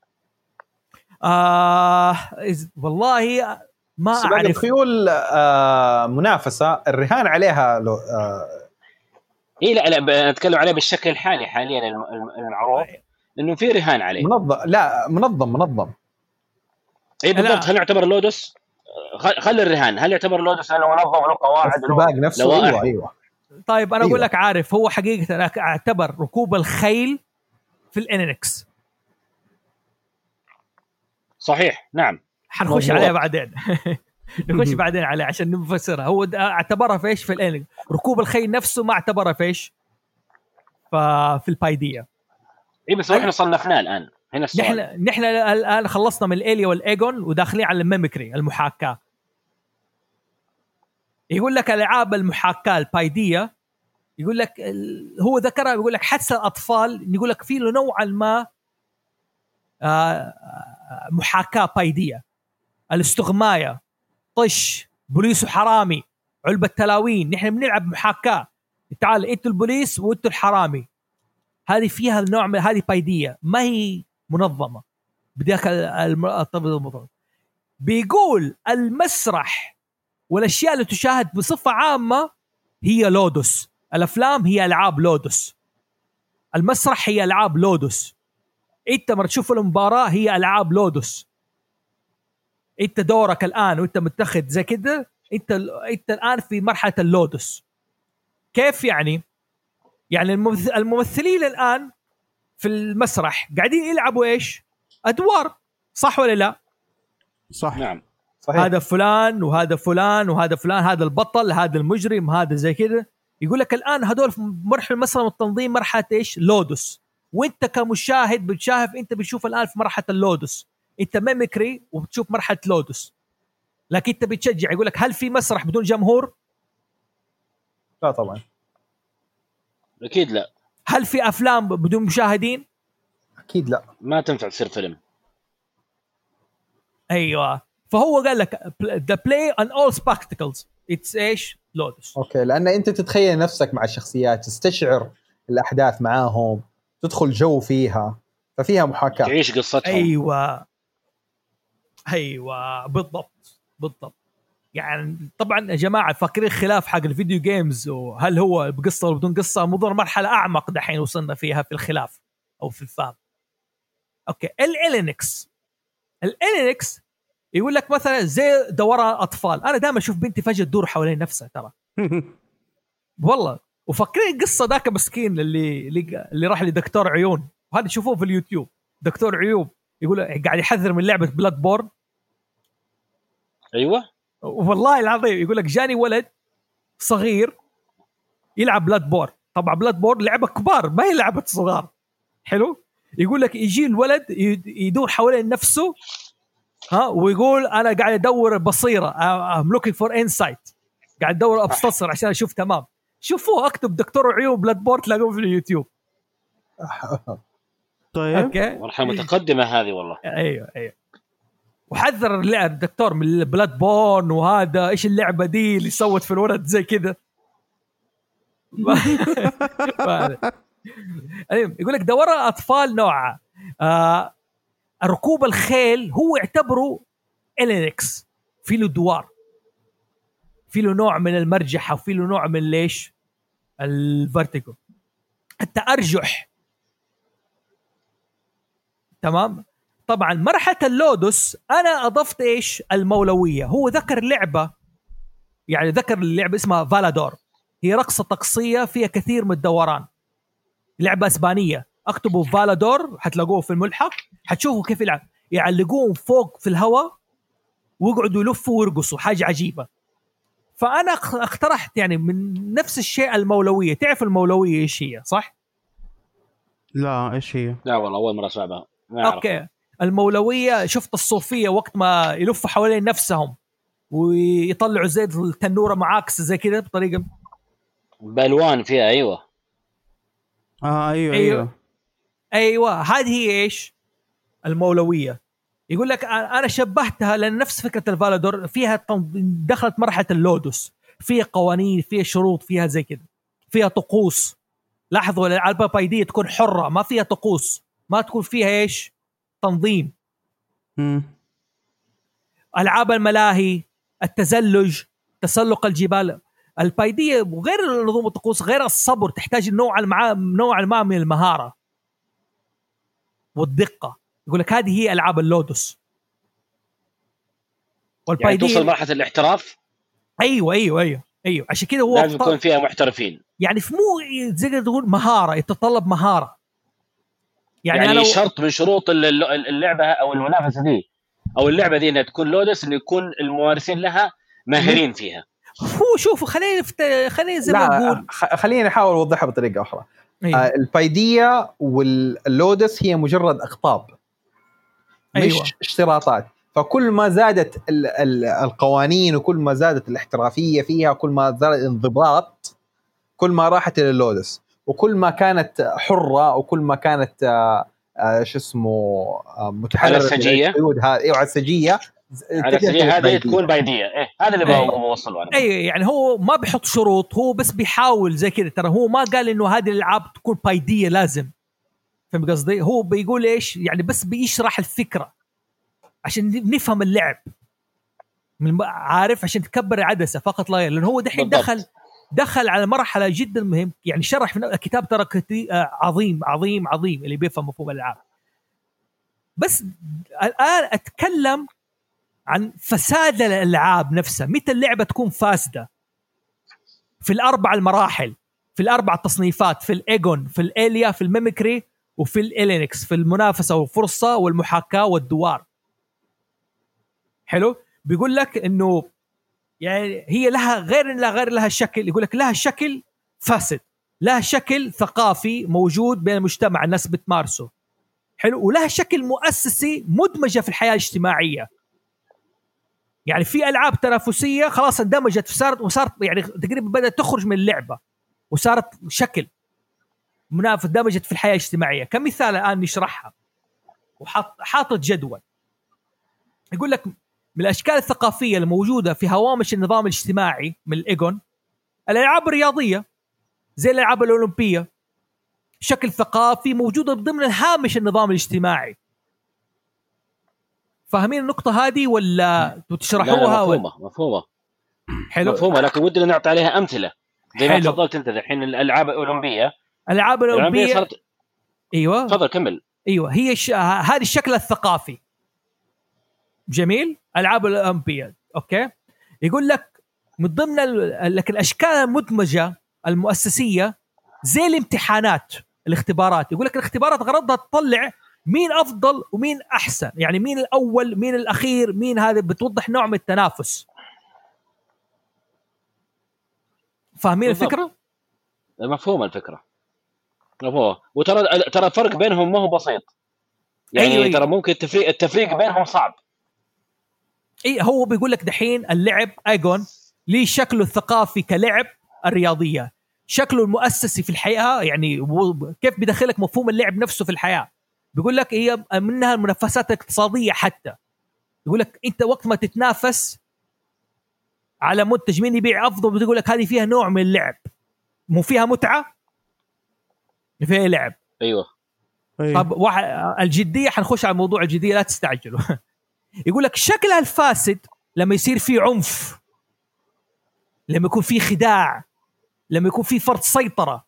Speaker 1: آه والله ما
Speaker 3: سباق
Speaker 1: اعرف.
Speaker 3: الخيول آه منافسه الرهان عليها لو آه
Speaker 4: اي لا لا بتكلم عليه بالشكل الحالي حاليا المعروف انه في رهان عليه
Speaker 3: منظم. لا منظم منظم
Speaker 4: اي بالضبط. هل يعتبر لودس؟ خلي الرهان، هل يعتبر لودس انه منظم له قواعد
Speaker 3: السباق نفسه؟ ايوه ايوه.
Speaker 1: طيب انا اقول أيوة. لك عارف هو حقيقه انا اعتبر ركوب الخيل في الانينكس.
Speaker 4: صحيح نعم،
Speaker 1: حنخش عليها بعدين. نخش بعدين عليه عشان نفسرها. هو اعتبرها فيش في الانينكس، ركوب الخيل نفسه ما اعتبرها فيش في البايدية.
Speaker 4: اي بس احنا صنفناه الان هنا السؤال.
Speaker 1: نحن نحن الان خلصنا من الاليا والايجون وداخلين على الميمكري المحاكاه. يقول لك الالعاب المحاكاه البايدية، يقول لك هو ذكرها، يقول لك حتى الاطفال يقول لك في له نوعا ما محاكاه بايدية. الاستغمايه، طش، بوليس وحرامي، علبه تلاوين، نحن بنلعب محاكاه. تعال انتوا البوليس وانتوا الحرامي. هذه فيها النوع من هذه بايدية، ما هي منظمة بداك المنظمة. بيقول المسرح والأشياء اللي تشاهد بصفة عامة هي لودس. الأفلام هي ألعاب لودس، المسرح هي ألعاب لودس، انت ما تشوف المباراة هي ألعاب لودس. انت دورك الآن وانت متخذ زي كده، انت انت الآن في مرحلة اللودس. كيف يعني؟ يعني الممثلين الآن في المسرح قاعدين يلعبوا إيش؟ أدوار، صح ولا لا؟
Speaker 2: صح.
Speaker 4: نعم
Speaker 3: صحيح.
Speaker 1: هذا فلان وهذا فلان وهذا فلان، هذا البطل، هذا المجرم، هذا زي كده. يقول لك الآن هدول في مرحلة مثلا التنظيم مرحلة إيش؟ لودس. وانت كمشاهد بتشاهد، انت بتشوف الآن في مرحلة اللودس، انت ميمكري وبتشوف مرحلة لودس. لكن انت بتشجع، يقول لك هل في مسرح بدون جمهور؟
Speaker 3: لا طبعا
Speaker 4: اكيد لا.
Speaker 1: هل في افلام بدون مشاهدين؟
Speaker 3: اكيد لا،
Speaker 4: ما تنفع تصير فيلم.
Speaker 1: ايوه، فهو قال لك the play on all spectacles it's ايش؟ لودس.
Speaker 3: اوكي، لان انت تتخيل نفسك مع الشخصيات، تستشعر الاحداث معاهم، تدخل جو فيها، ففيها محاكاة،
Speaker 4: تعيش قصتهم.
Speaker 1: ايوه ايوه بالضبط بالضبط. يعني طبعا يا جماعه فاكرين خلاف حق الفيديو جيمز وهل هو بقصه ولا بدون قصه؟ موضوع مرحله اعمق دحين وصلنا فيها في الخلاف او في الفهم. اوكي، الالينكس الالينكس يقول لك مثلا زي دورة اطفال. انا دائما اشوف بنتي فجاه تدور حوالين نفسها ترى والله. وفكرين قصه ذاك مسكين اللي اللي, اللي راح لدكتور عيون، وهذا تشوفوه في اليوتيوب، دكتور عيوب يقول قاعد يحذر من لعبه بلاد بورن.
Speaker 4: ايوه
Speaker 1: والله العظيم يقول لك جاني ولد صغير يلعب بلاد بورن. طبعا بلاد بورن لعبه كبار ما هي لعبه صغار. حلو. يقول لك يجي الولد يدور حوالين نفسه ها ويقول انا قاعد ادور بصيره I'm looking for insight، قاعد ادور ابصصر عشان اشوف تمام. شوفوه، اكتب دكتور عيوب بلاد بورن تلاقوه في اليوتيوب.
Speaker 2: طيب
Speaker 1: اوكي،
Speaker 4: مرحله متقدمه هذه والله.
Speaker 1: ايوه ايوه. وحذر اللعب الدكتور من بلاد بورن، وهذا ايش اللعبه دي اللي صوت في الولد زي كده. يقول لك دورة اطفال نوعها آه ركوب الخيل هو يعتبره الينكس، في له دوار، في له نوع من المرجحه وفي له نوع من ليش الفيرتيجو، التأرجح. تمام. طبعا مرحله اللودس انا اضفت ايش؟ المولويه. هو ذكر لعبه، يعني ذكر اللعبه اسمها فالادور، هي رقصه طقسيه فيها كثير من الدوران، لعبه اسبانيه. اكتبوا فالادور حتلاقوه في الملحق، حتشوفوا كيف يلعب، يعلقوهم فوق في الهواء ويقعدوا يلفوا ويرقصوا، حاجه عجيبه. فانا اقترحت يعني من نفس الشيء المولويه. تعرف المولويه ايش هي صح؟
Speaker 2: لا ايش هي؟
Speaker 4: لا والله اول مره اسمعها.
Speaker 1: اوكي، المولويه شفت الصوفيه وقت ما يلفوا حوالين نفسهم ويطلعوا زي التنوره معاكسه زي كده بطريقه
Speaker 4: بالوان فيها. ايوه
Speaker 2: اه ايوه
Speaker 1: ايوه
Speaker 2: ايوه,
Speaker 1: أيوة. هذه هي ايش؟ المولويه. يقول لك انا شبهتها لان نفس فكره الفالادور، فيها دخلت مرحله اللودس، فيها قوانين، فيها شروط، فيها زي كده، فيها طقوس. لاحظوا الالعاب بايديه تكون حره، ما فيها طقوس، ما تكون فيها ايش؟ تنظيم.
Speaker 2: امم
Speaker 1: العاب الملاهي، التزلج، تسلق الجبال، البايديه وغير نظم الطقوس غير الصبر، تحتاج نوعا ما نوعا ما من المهاره والدقه. يقول لك هذه هي العاب اللودوس.
Speaker 4: يعني توصل مرحله الاحتراف.
Speaker 1: ايوه ايوه ايوه ايوه عشان كذا هو
Speaker 4: لازم يكون فيها محترفين،
Speaker 1: يعني في مو زي ما تقول مهاره، يتطلب مهاره.
Speaker 4: يعني, يعني شرط من شروط اللعبه او المنافسه دي او اللعبه دي انها تكون لودس، انه يكون الممارسين لها ماهرين فيها.
Speaker 1: هو شوفوا خلينا فت... خلينا زي ما نقول
Speaker 3: خليني احاول اوضحها بطريقه اخرى. أيوة. آه البايديه واللودس هي مجرد اخطاب، مش أيوة. اشتراطات. فكل ما زادت ال ال القوانين وكل ما زادت الاحترافيه فيها، كل ما زاد الانضباط، كل ما راحت الى اللودس، وكل ما كانت حره، وكل ما كانت آه آه شو اسمه آه متحرره
Speaker 4: السجيه
Speaker 3: ايوه السجيه
Speaker 4: على السجيه هذه تكون بايديه. ايه هذا اللي بغى اوصله انا.
Speaker 1: اي يعني هو ما بيحط شروط، هو بس بيحاول زي كذا. ترى هو ما قال انه هذه الالعاب تكون بايديه لازم، فهم قصدي؟ هو بيقول ايش يعني، بس بيشرح الفكره عشان نفهم اللعب من عارف، عشان تكبر العدسه فقط لا غير. لانه هو دحين دخل دخل على مرحله جدا مهم يعني. شرح في الكتاب ترى عظيم عظيم عظيم اللي بيفهم مفهوم الالعاب. بس الان اتكلم عن فساد الالعاب نفسها. متى اللعبه تكون فاسده؟ في الاربع المراحل، في الاربع تصنيفات، في الايجون، في الاليا، في الميميكري، وفي الالينكس، في المنافسه والفرصه والمحاكاه والدوار. حلو. بيقول لك انه يعني هي لها غير لها غير لها شكل. يقول لك لها شكل فاسد، لها شكل ثقافي موجود بين المجتمع الناس بتمارسه. حلو. ولها شكل مؤسسي مدمجه في الحياه الاجتماعيه. يعني في العاب تنافسيه خلاص اندمجت وصارت وصارت يعني تقريبا بدات تخرج من اللعبه وصارت شكل منافس دمجت في الحياه الاجتماعيه. كمثال الان نشرحها وحط حاطط جدول. يقول لك من الاشكال الثقافيه الموجوده في هوامش النظام الاجتماعي من الايجون الالعاب الرياضيه زي الالعاب الاولمبيه، شكل ثقافي موجوده ضمن الهامش النظام الاجتماعي. فاهمين النقطه هذه ولا تشرحوها؟
Speaker 4: مفهومه ولا؟ مفهومه
Speaker 1: حلو
Speaker 4: مفهومه، لكن ودنا نعطي عليها امثله زي ما تفضلت انت الحين. الالعاب الاولمبيه
Speaker 1: الالعاب الاولمبيه صارت... ايوه
Speaker 4: تفضل كمل.
Speaker 1: ايوه هي ش... هذا الشكل الثقافي جميل. العاب الاولمبيه اوكي. يقول لك من ضمن ال... لك الاشكال المدمجه المؤسسيه زي الامتحانات الاختبارات. يقول لك الاختبارات غرضها تطلع مين افضل ومين احسن، يعني مين الاول مين الاخير مين هذا، بتوضح نوع من التنافس. فاهمين الفكره؟
Speaker 4: مفهوم الفكره مفهوم. وترى ترى الفرق بينهم ما هو بسيط يعني. أيوة ترى ممكن التفريق التفريق بينهم صعب.
Speaker 1: اي هو بيقول لك دحين اللعب ايجون ليه شكله الثقافي كلعب الرياضيه، شكله المؤسسي في الحياه يعني كيف بيدخلك مفهوم اللعب نفسه في الحياه. بيقول لك هي منها المنافسات الاقتصاديه حتى. يقول لك انت وقت ما تتنافس على منتج مين يبيع افضل بتقول لك هذه فيها نوع من اللعب، مو فيها متعه فيها لعب.
Speaker 4: ايوه
Speaker 1: طب واحد الجديه حنخش على موضوع الجديه لا تستعجلوا. يقول لك شكلها الفاسد لما يصير فيه عنف، لما يكون فيه خداع، لما يكون فيه فرض سيطره.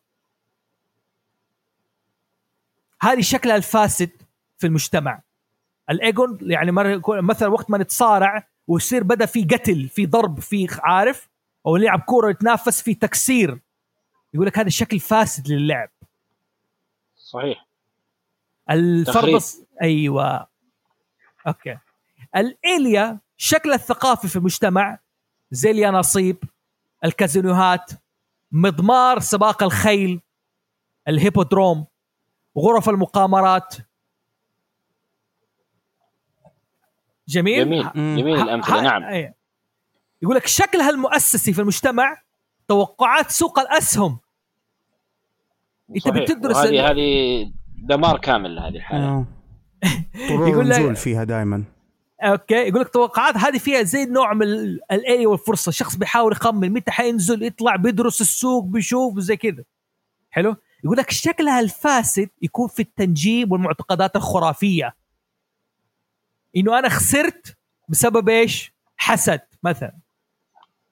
Speaker 1: هذه شكلها الفاسد في المجتمع. الايجون يعني مثلا وقت ما نتصارع ويصير بدا في قتل في ضرب في عارف، او نلعب كوره نتنافس في تكسير، يقول لك هذا الشكل فاسد للعب.
Speaker 4: صحيح.
Speaker 1: الفرض ايوه اوكي. الاليا شكل الثقافي في المجتمع زي اليانصيب، الكازينوهات، مضمار سباق الخيل، الهيبودروم، غرف المقامرات. جميل
Speaker 4: جميل, جميل الأمثلة. نعم.
Speaker 1: أيه. يقول لك شكلها المؤسسي في المجتمع توقعات سوق الأسهم.
Speaker 4: انت بتدرس هذه هذه دمار كامل هذه الحالة.
Speaker 2: يقول لك فيها دائما
Speaker 1: اوكي. يقول لك توقعات هذه فيها زي نوع من الآلية والفرصة. شخص بيحاول يخمن متى حينزل يطلع بيدرس السوق بيشوف زي كذا. حلو. يقول لك شكلها الفاسد يكون في التنجيم والمعتقدات الخرافية، إنه أنا خسرت بسبب إيش؟ حسد مثلا.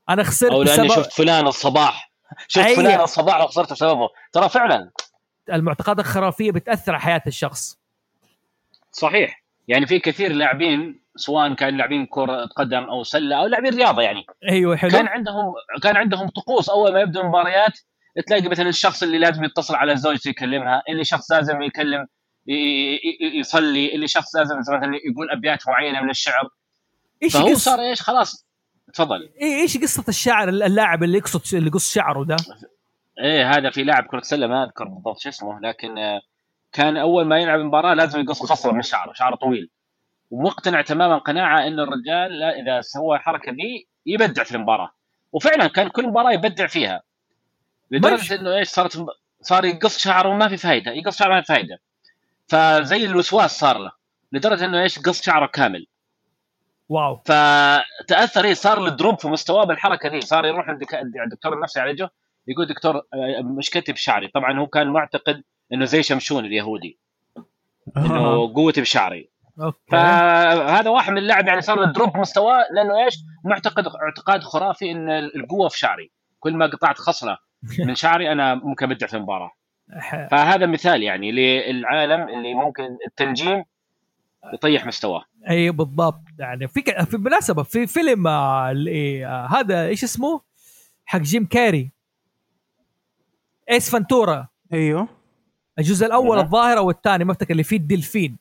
Speaker 1: انا خسرت
Speaker 4: او لاني
Speaker 1: بسبب...
Speaker 4: شفت فلان الصباح شفت
Speaker 1: أي...
Speaker 4: فلان الصباح وخسرت بسببه. ترى فعلا
Speaker 1: المعتقدات الخرافيه بتاثر على حياه الشخص.
Speaker 4: صحيح. يعني في كثير لاعبين سواء كان لاعبين كرة قدم او سله او لاعبين رياضه يعني
Speaker 1: ايوه حلو.
Speaker 4: كان عندهم كان عندهم طقوس اول ما يبدأ المباريات. تلاقي مثلا الشخص اللي لازم يتصل على زوجته يكلمها، اللي شخص لازم يكلم يصلي، اللي شخص لازم مثلا يقول ابيات معينه من الشعر.
Speaker 1: ايش
Speaker 4: فهو
Speaker 1: قص...
Speaker 4: صار ايش خلاص. تفضل.
Speaker 1: ايش قصه الشاعر اللاعب اللي يقصد اللي قص شعره ده؟
Speaker 4: ايه هذا في لاعب كرة سلة ما اذكر بالضبط شو اسمه، لكن كان اول ما يلعب مباراة لازم يقص خصلة من شعره، شعره طويل، ومقتنع تماما قناعة انه الرجال لا اذا سوى الحركة دي يبدع في المباراة. وفعلا كان كل مباراة يبدع فيها، لدرجة انه ايش صارت صار يقص شعره وما في فايدة، يقص شعره ما في فايدة، فزي الوسواس صار له، لدرجة انه ايش قص شعره كامل.
Speaker 1: واو.
Speaker 4: فتأثر ايه، صار له دروب في مستواه بالحركة دي، صار يروح عند الدكتور النفسي يعالجه، يقول دكتور مشكلتي بشعري. طبعا هو كان معتقد انه زي شمشون اليهودي انه قوتي بشعري.
Speaker 1: أوكي.
Speaker 4: فهذا واحد من اللاعب يعني صار له دروب مستواه لانه ايش معتقد اعتقاد خرافي ان القوة في شعري، كل ما قطعت خصلة من شعري انا ممكن ابدع في المباراة. فهذا مثال يعني للعالم اللي ممكن التنجيم يطيح مستواه.
Speaker 1: اي بالضبط. يعني في ك... في مناسبه في فيلم آه... آه... هذا ايش اسمه حق جيم كاري، ايس فانتورا.
Speaker 2: ايوه
Speaker 1: الجزء الاول
Speaker 4: أه.
Speaker 1: الظاهر او الثاني ما افتكر، اللي فيه الدلفين.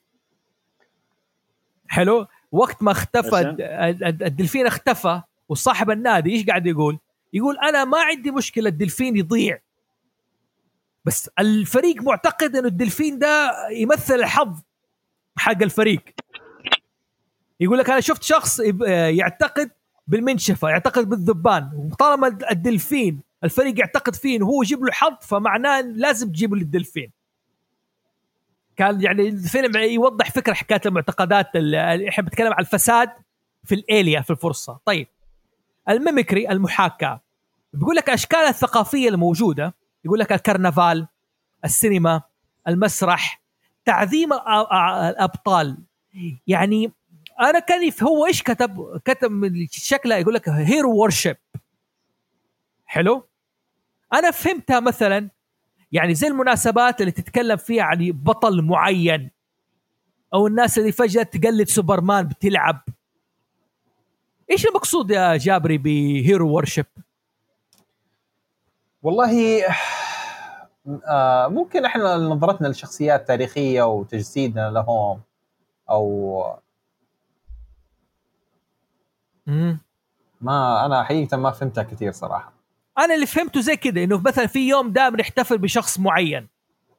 Speaker 1: حلو. وقت ما اختفى الدلفين اختفى، وصاحب النادي ايش قاعد يقول؟ يقول انا ما عندي مشكله الدلفين يضيع، بس الفريق معتقد انه الدلفين ده يمثل الحظ حق الفريق. يقول لك انا شفت شخص يعتقد بالمنشفه، يعتقد بالذبان، وطالما الدلفين الفريق يعتقد فيه وهو يجيب له حظ فمعناه لازم تجيبه للدلفين. كان يعني الفيلم يوضح فكره حكايه المعتقدات اللي احنا بنتكلم على الفساد في الاليا في الفرصه. طيب الميميكري المحاكاه، بيقول لك اشكال الثقافيه الموجوده، يقول لك الكرنفال، السينما، المسرح، تعظيم الابطال. يعني انا كان هو ايش كتب كتب من شكله يقول لك هيرو وورشيب. حلو. انا فهمتها مثلا يعني زي المناسبات اللي تتكلم فيها عن بطل معين، او الناس اللي فجأة تقلد سوبرمان بتلعب. ايش المقصود يا جابري بهيرو وورشيب؟
Speaker 3: والله آه ممكن احنا نظرتنا للشخصيات تاريخية وتجسيدنا لهم، او
Speaker 1: مم.
Speaker 3: ما انا حقيقة ما فهمتها كثير صراحة.
Speaker 1: انا اللي فهمته زي كده انه مثلا في يوم دائما نحتفل بشخص معين.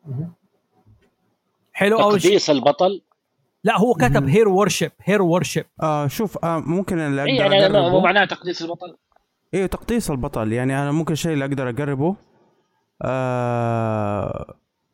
Speaker 1: حلو. او
Speaker 4: تقديس البطل.
Speaker 1: لا هو كتب هيرو وورشيب. هيرو وورشيب
Speaker 2: آه شوف آه ممكن اللي
Speaker 4: اقدر
Speaker 2: اقدر
Speaker 4: يعني
Speaker 2: اقربه
Speaker 4: مو معناه تقديس البطل.
Speaker 2: ايه تقديس البطل. يعني انا ممكن الشيء اللي اقدر اقربه آه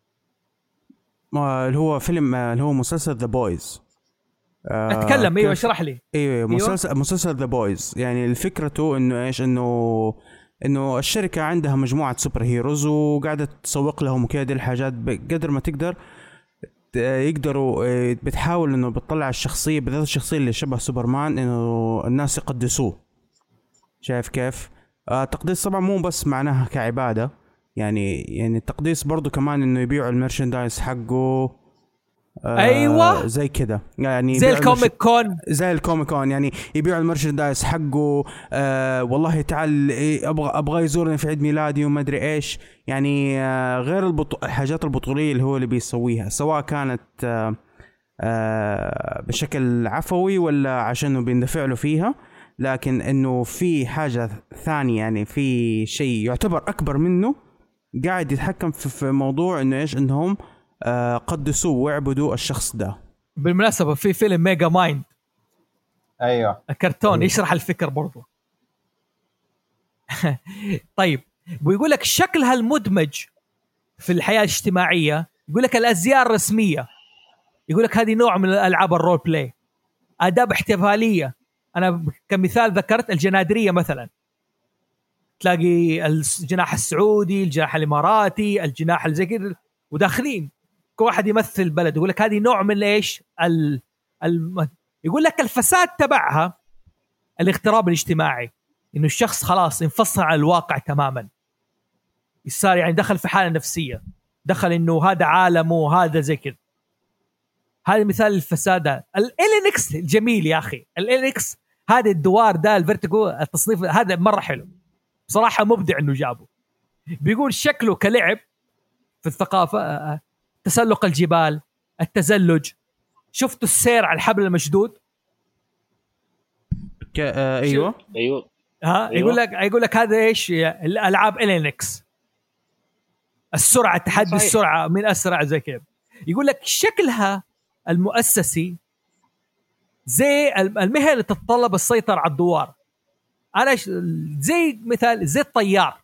Speaker 2: اللي هو فيلم اللي هو مسلسل ذا بويز.
Speaker 1: آه اتكلم. ايوه اشرح لي.
Speaker 2: ايوه مسلسل أيوة. مسلسل ذا بويز يعني الفكرته انه ايش، انه انه الشركه عندها مجموعه سوبر هيروز وقاعده تسوق لهم وكذا دي الحاجات بقدر ما تقدر يقدروا بتحاول انه بتطلع الشخصيه بالذات الشخصيه اللي شبه سوبرمان انه الناس يقدسوه. شايف كيف؟ آه تقديس طبعا مو بس معناها كعباده، يعني يعني التقديس برضو كمان انه يبيعوا الميرشندايز حقه. آه
Speaker 1: ايوه
Speaker 2: زي كده يعني
Speaker 1: زي الكوميك كون.
Speaker 2: زي الكوميك كون يعني يبيعوا الميرشندايز حقه. آه والله تعال ابغى ابغى يزورني في عيد ميلادي وما ادري ايش. يعني آه غير البطو... الحاجات البطوليه اللي هو اللي بيسويها، سواء كانت آه آه بشكل عفوي ولا عشانه بيندفع له فيها، لكن انه في حاجه ثانيه يعني في شيء يعتبر اكبر منه قاعد يتحكم في, في موضوع انه ايش انهم آه قدسوا وعبدوا الشخص ده. بالمناسبة
Speaker 1: في فيلم ميجا مايند
Speaker 3: ايوه
Speaker 1: الكرتون أيوة. يشرح الفكر برضو. طيب ويقول لك شكلها المدمج في الحياة الاجتماعية، يقول لك الأزياء الرسمية، يقول لك هذه نوع من الألعاب الرول بلاي، آداب احتفالية. أنا كمثال ذكرت الجنادرية مثلا، تلاقي الجناح السعودي، الجناح الإماراتي، الجناح زي كده، وداخلين كل واحد يمثل بلد. يقول لك هذه نوع من ايش ال... ال... يقول لك الفساد تبعها الاغتراب الاجتماعي. انه الشخص خلاص انفصل عن الواقع تماما، صار يعني دخل في حالة نفسية، دخل انه هذا عالمه هذا زي كذا. هذا مثال الفساد. الالينكس الجميل يا اخي، الالينكس هذا الدوار ده الفيرتيجو التصنيف هذا مرة حلو بصراحة، مبدع انه جابه. بيقول شكله كلعب في الثقافة، تسلق الجبال، التزلج، شفتوا السير على الحبل المشدود
Speaker 2: ك... آه ايوه
Speaker 4: ايوه
Speaker 1: ها أيوة. يقول لك يقول لك هذا ايش الالعاب الينكس، السرعه، تحدي صحيح. السرعه من اسرع زي كذا. يقول لك شكلها المؤسسي زي المهنه اللي تتطلب السيطره على الدوار. انا زي مثال زي الطيار،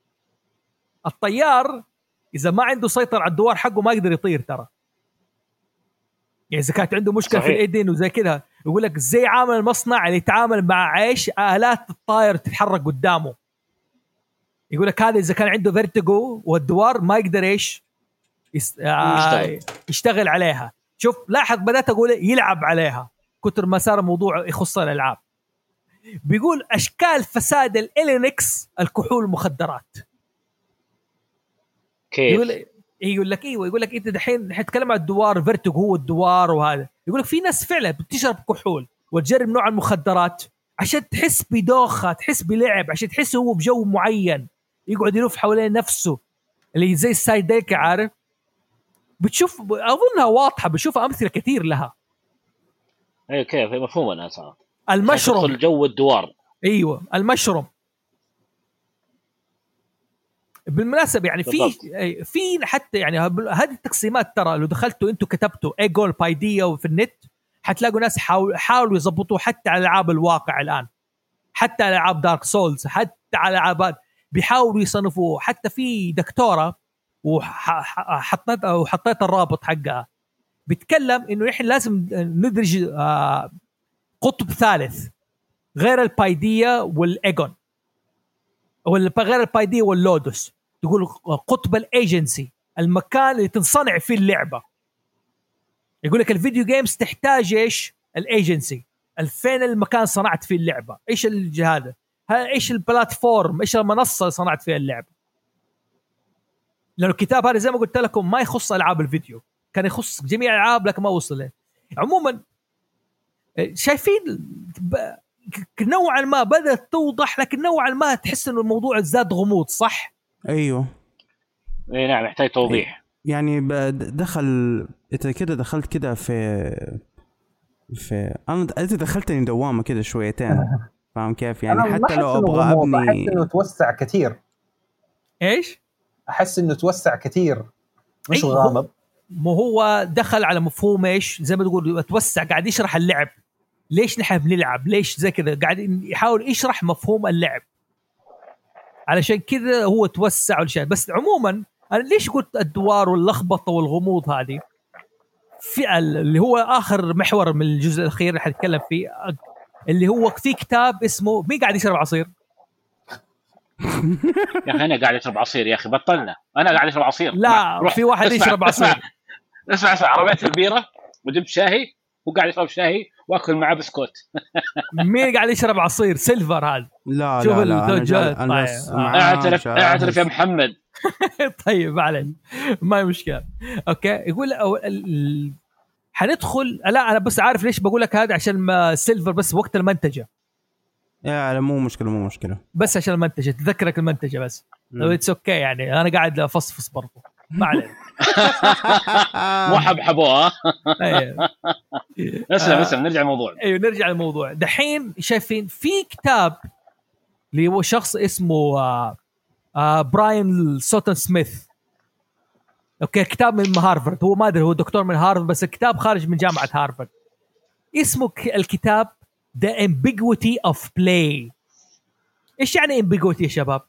Speaker 1: الطيار اذا ما عنده سيطره على الدوار حقه ما يقدر يطير ترى، يعني إذا كانت عنده مشكلة صحيح. في الإيدين وزي كده. يقول لك زي عامل المصنع اللي يتعامل مع عيش آلات الطائر تتحرك قدامه. يقول لك هذا إذا كان عنده فيرتيجو والدوار ما يقدر إيش يست... يشتغل. يشتغل عليها. شوف لاحظ بدأت أقول يلعب عليها كتر ما صار موضوع يخص الألعاب. بيقول أشكال فساد الإلينكس الكحول المخدرات.
Speaker 4: كيف؟
Speaker 1: يقول يقول لك ايوه، يقول لك انت دحين حتتكلم عن الدوار فيرتيجو هو الدوار وهذا. يقول لك في ناس فعلا بتشرب كحول وتجرب نوع المخدرات عشان تحس بدوخه، تحس بلعب، عشان تحس هو بجو معين، يقعد يلف حوالين نفسه اللي زي السايديك عارف. بتشوف اظنها واضحه، بشوف امثله كثير لها.
Speaker 4: ايوه كيف مفهوم انا صار
Speaker 1: المشروم
Speaker 4: تدخل جو الدوار.
Speaker 1: ايوه المشروم بالمناسبة يعني في في حتى يعني هذه التقسيمات ترى لو دخلتوا انتوا كتبتوا ايجول بايديا وفي النت حتلاقوا ناس حاول حاولوا يضبطوا حتى على العاب الواقع الان، حتى على العاب دارك سولز، حتى على العاب بيحاولوا يصنفوا. حتى في دكتورة وحطيت او حطيت الرابط حقها بيتكلم انه نحن لازم ندرج قطب ثالث غير البايديا والايجون، ولا غير البايديا واللودوس. تقول قطب الايجنسي، المكان اللي تنصنع فيه اللعبه. يقول لك الفيديو جيمز تحتاج ايش؟ الايجنسي، الفين المكان صنعت فيه اللعبه، ايش هذا، ايش البلاتفورم، ايش المنصه اللي صنعت فيها اللعبه. لانه الكتاب هذا زي ما قلت لكم ما يخص العاب الفيديو، كان يخص جميع الالعاب لكن ما وصل له. عموما شايفين نوعا ما بدأت توضح، لكن نوعا ما تحس انه الموضوع زاد غموض. صح؟
Speaker 2: ايوه
Speaker 4: اي نعم يحتاج توضيح.
Speaker 2: يعني دخل انت كده دخلت كده في في انا انت دخلتني دوامه كده شويتين فاهم كيف يعني. حتى لو ابغى ابني
Speaker 3: احس انه توسع كثير.
Speaker 1: ايش
Speaker 3: احس انه توسع كثير مش
Speaker 1: أيوه.
Speaker 3: غامض.
Speaker 1: مو هو دخل على مفهوم ايش زي ما تقول توسع، قاعد يشرح اللعب ليش نحن بنلعب، ليش زي كذا، قاعد يحاول يشرح مفهوم اللعب علشان كذا هو توسع والشيء. بس عموما انا ليش قلت الدوار واللخبطه والغموض هذه في اللي هو اخر محور من الجزء الاخير اللي حنتكلم فيه، اللي هو في كتاب اسمه مين قاعد يشرب عصير.
Speaker 4: يا اخي انا قاعد اشرب عصير يا اخي بطلنا، انا قاعد اشرب عصير.
Speaker 1: لا في واحد يشرب عصير.
Speaker 4: اسمع اسمع عربيه البيره وجبت شاهي وقاعد يشرب شاهي واكل معاه بسكوت.
Speaker 1: مين قاعد يشرب عصير؟ سيلفر هذا.
Speaker 2: لا لا لا
Speaker 4: انا اعترف اعترف يا محمد.
Speaker 1: طيب علي ما هي مشكله. اوكي يقول أو ال... حندخل. لا انا بس عارف ليش بقول لك هذا، عشان ما سيلفر بس وقت المنتجه.
Speaker 2: يا مو مشكله مو مشكله
Speaker 1: بس عشان المنتجه تذكرك المنتجه بس. لو اتس اوكي يعني انا قاعد افصفص برضه ما علينا.
Speaker 4: مو حبحبوها. ايوه اسلم اسلم نرجع الموضوع.
Speaker 1: ايوه نرجع للموضوع دحين. شايفين في كتاب اللي هو شخص اسمه آه آه براين سوتن سميث. اوكي كتاب من هارفارد، هو ما ادري هو دكتور من هارفارد بس الكتاب خارج من جامعه هارفارد. اسمه الكتاب The Ambiguity of Play. ايش يعني ambiguity يا شباب؟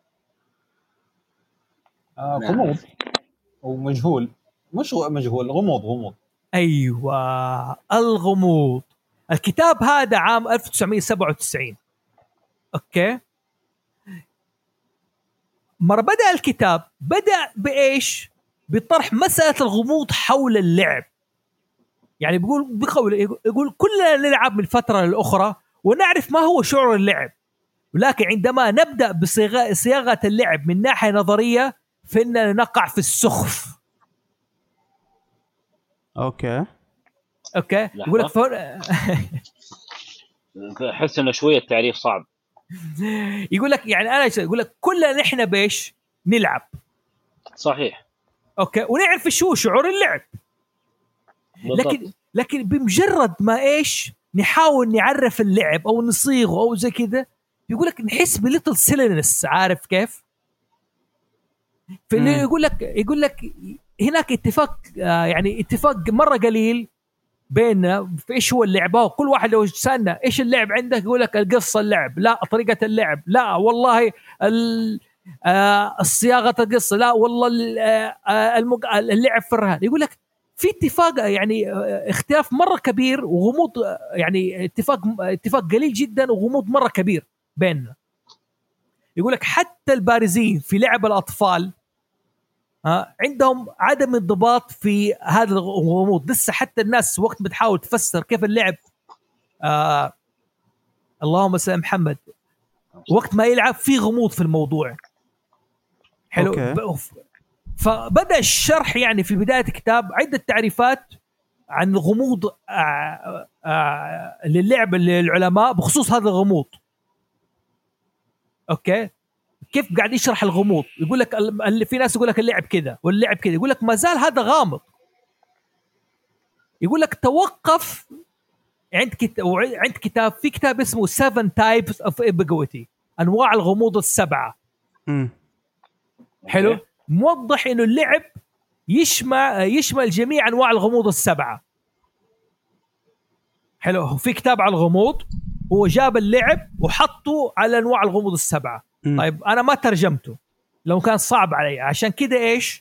Speaker 3: آه غموض ومجهول. مش مجهول، غموض غموض
Speaker 1: ايوه الغموض. الكتاب هذا عام ألف وتسعمية وسبعة وتسعين. اوكي مرة بدأ الكتاب بدأ بإيش؟ بطرح مسألة الغموض حول اللعب. يعني بيقول بقول يقول كلنا نلعب من فترة للأخرى ونعرف ما هو شعور اللعب، ولكن عندما نبدأ بصياغة اللعب من ناحية نظرية فإننا نقع في السخف.
Speaker 2: اوكي
Speaker 1: اوكي يقول لك فر...
Speaker 4: احس انه شويه التعريف صعب.
Speaker 1: يقول لك يعني انا يقول لك كلنا نحن بايش نلعب
Speaker 4: صحيح
Speaker 1: اوكي ونعرف شو شعور اللعب
Speaker 4: بالضبط.
Speaker 1: لكن لكن بمجرد ما ايش نحاول نعرف اللعب او نصيغه او زي كذا يقول لك نحس بليتل سيلينس. عارف كيف؟ فاللي يقول لك يقول لك هناك اتفاق يعني اتفاق مره قليل بيننا في ايش هو اللعبه. وكل واحد لو سالنا ايش اللعب عندك يقول لك القصه اللعب، لا طريقه اللعب، لا والله الصياغه القصه، لا والله اللعب في الرهان. يقول لك في اتفاق يعني اختلاف مره كبير وغموض، يعني اتفاق اتفاق قليل جدا وغموض مره كبير بيننا. يقول لك حتى البارزين في لعب الاطفال عندهم عدم انضباط في هذا الغموض. لسه حتى الناس وقت بتحاول تفسر كيف اللعب آه اللهم صل على محمد وقت ما يلعب في غموض في الموضوع. حلو أوكي. فبدأ الشرح يعني في بداية الكتاب عدة تعريفات عن غموض آه آه للعب للعلماء بخصوص هذا الغموض. اوكي كيف قاعد يشرح الغموض. يقول لك اللي في ناس يقول لك اللعب كذا واللعب كذا، يقول لك ما زال هذا غامض. يقول لك توقف عند كتاب عند كتاب في كتاب اسمه Seven Types of Ambiguity، انواع الغموض السبعه. امم حلو موضح انه اللعب يشمل يشمل جميع انواع الغموض السبعه. حلو في كتاب على الغموض هو جاب اللعب وحطه على انواع الغموض السبعه. م. طيب انا ما ترجمته لو كان صعب علي، عشان كده ايش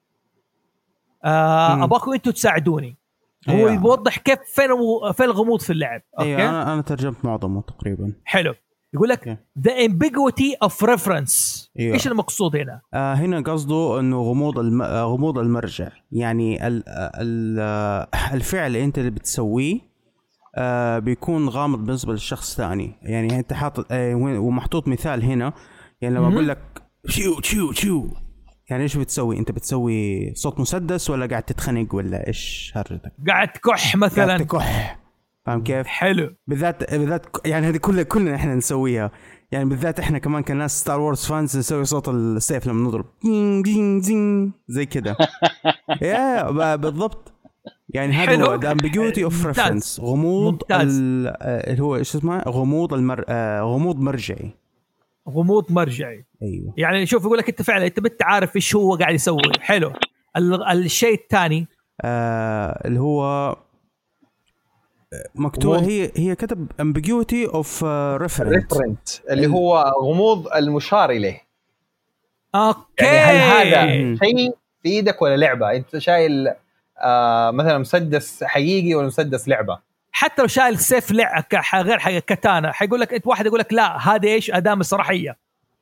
Speaker 1: آه اباكم انتوا تساعدوني. هو أيوة. يوضح كيف فين فين الغموض في اللعب.
Speaker 2: أيوة. اوكي انا انا ترجمت معظمه تقريبا.
Speaker 1: حلو يقول لك the ambiguity of reference. أيوة. ايش المقصود هنا؟
Speaker 2: آه هنا قصده انه غموض الم... غموض المرجع، يعني ال... ال... الفعل اللي انت اللي بتسويه آه بيكون غامض بالنسبه للشخص ثاني. يعني انت حاطط آه ومحطوط مثال هنا، يعني لما اقول لك شيو شيو شيو يعني ايش بتسوي؟ انت بتسوي صوت مسدس ولا قاعد تتخنق ولا ايش هرجتك؟
Speaker 1: قاعد تكح مثلا.
Speaker 2: قاعد تكح، فاهم كيف؟
Speaker 1: حلو.
Speaker 2: بالذات بالذات يعني هذه كلها كلنا احنا نسويها، يعني بالذات احنا كمان كناس ستار وورز فانز نسوي صوت السيف لما نضرب زي كده. يا بالضبط، يعني هذا هو the ambiguity of reference. غموض اللي هو ايش اسمه غموض المر... آه غموض مرجعي.
Speaker 1: غموض مرجعي
Speaker 2: ايوه.
Speaker 1: يعني شوف يقول لك انت فعلا انت بت عارف ايش هو قاعد يسوي. حلو. الشيء الثاني
Speaker 2: آه اللي هو مكتوب هي هي كتب ambiguity of uh, reference.
Speaker 3: reference اللي هو غموض المشار اليه.
Speaker 1: اوكي
Speaker 3: يعني هل هذا شيء في ايدك ولا لعبه؟ انت شايل آه مثلا مسدس حقيقي ولا مسدس لعبه؟
Speaker 1: حتى لو شايل سيف لعبه غير حاجه كتانه حيقول لك انت واحد يقول لك لا هذا ايش اداه مسرحيه.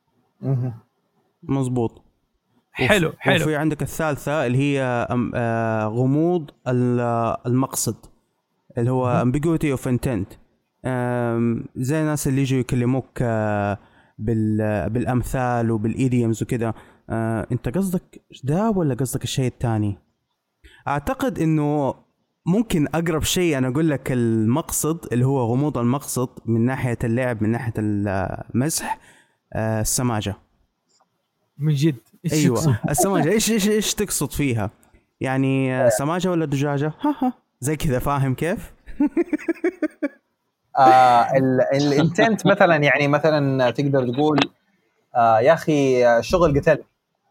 Speaker 2: مظبوط.
Speaker 1: حلو
Speaker 2: وفي
Speaker 1: حلو.
Speaker 2: وفي عندك الثالثه اللي هي آه غموض المقصد اللي هو ambiguity of intent. زي الناس اللي يجوا يكلموك بالامثال وبالايديومز وكده، انت قصدك ده ولا قصدك الشيء الثاني؟ اعتقد انه ممكن اقرب شيء انا اقول لك المقصد اللي هو غموض المقصد من ناحيه اللعب، من ناحيه المزح، السماجه.
Speaker 1: من جد
Speaker 2: إيش ايوه السماجه ايش ايش ايش تقصد فيها؟ يعني سماجه ولا دجاجه؟ ها ها زي كذا، فاهم كيف؟
Speaker 3: آه الانتنت مثلا، يعني مثلا تقدر تقول آه يا اخي شغل قتل.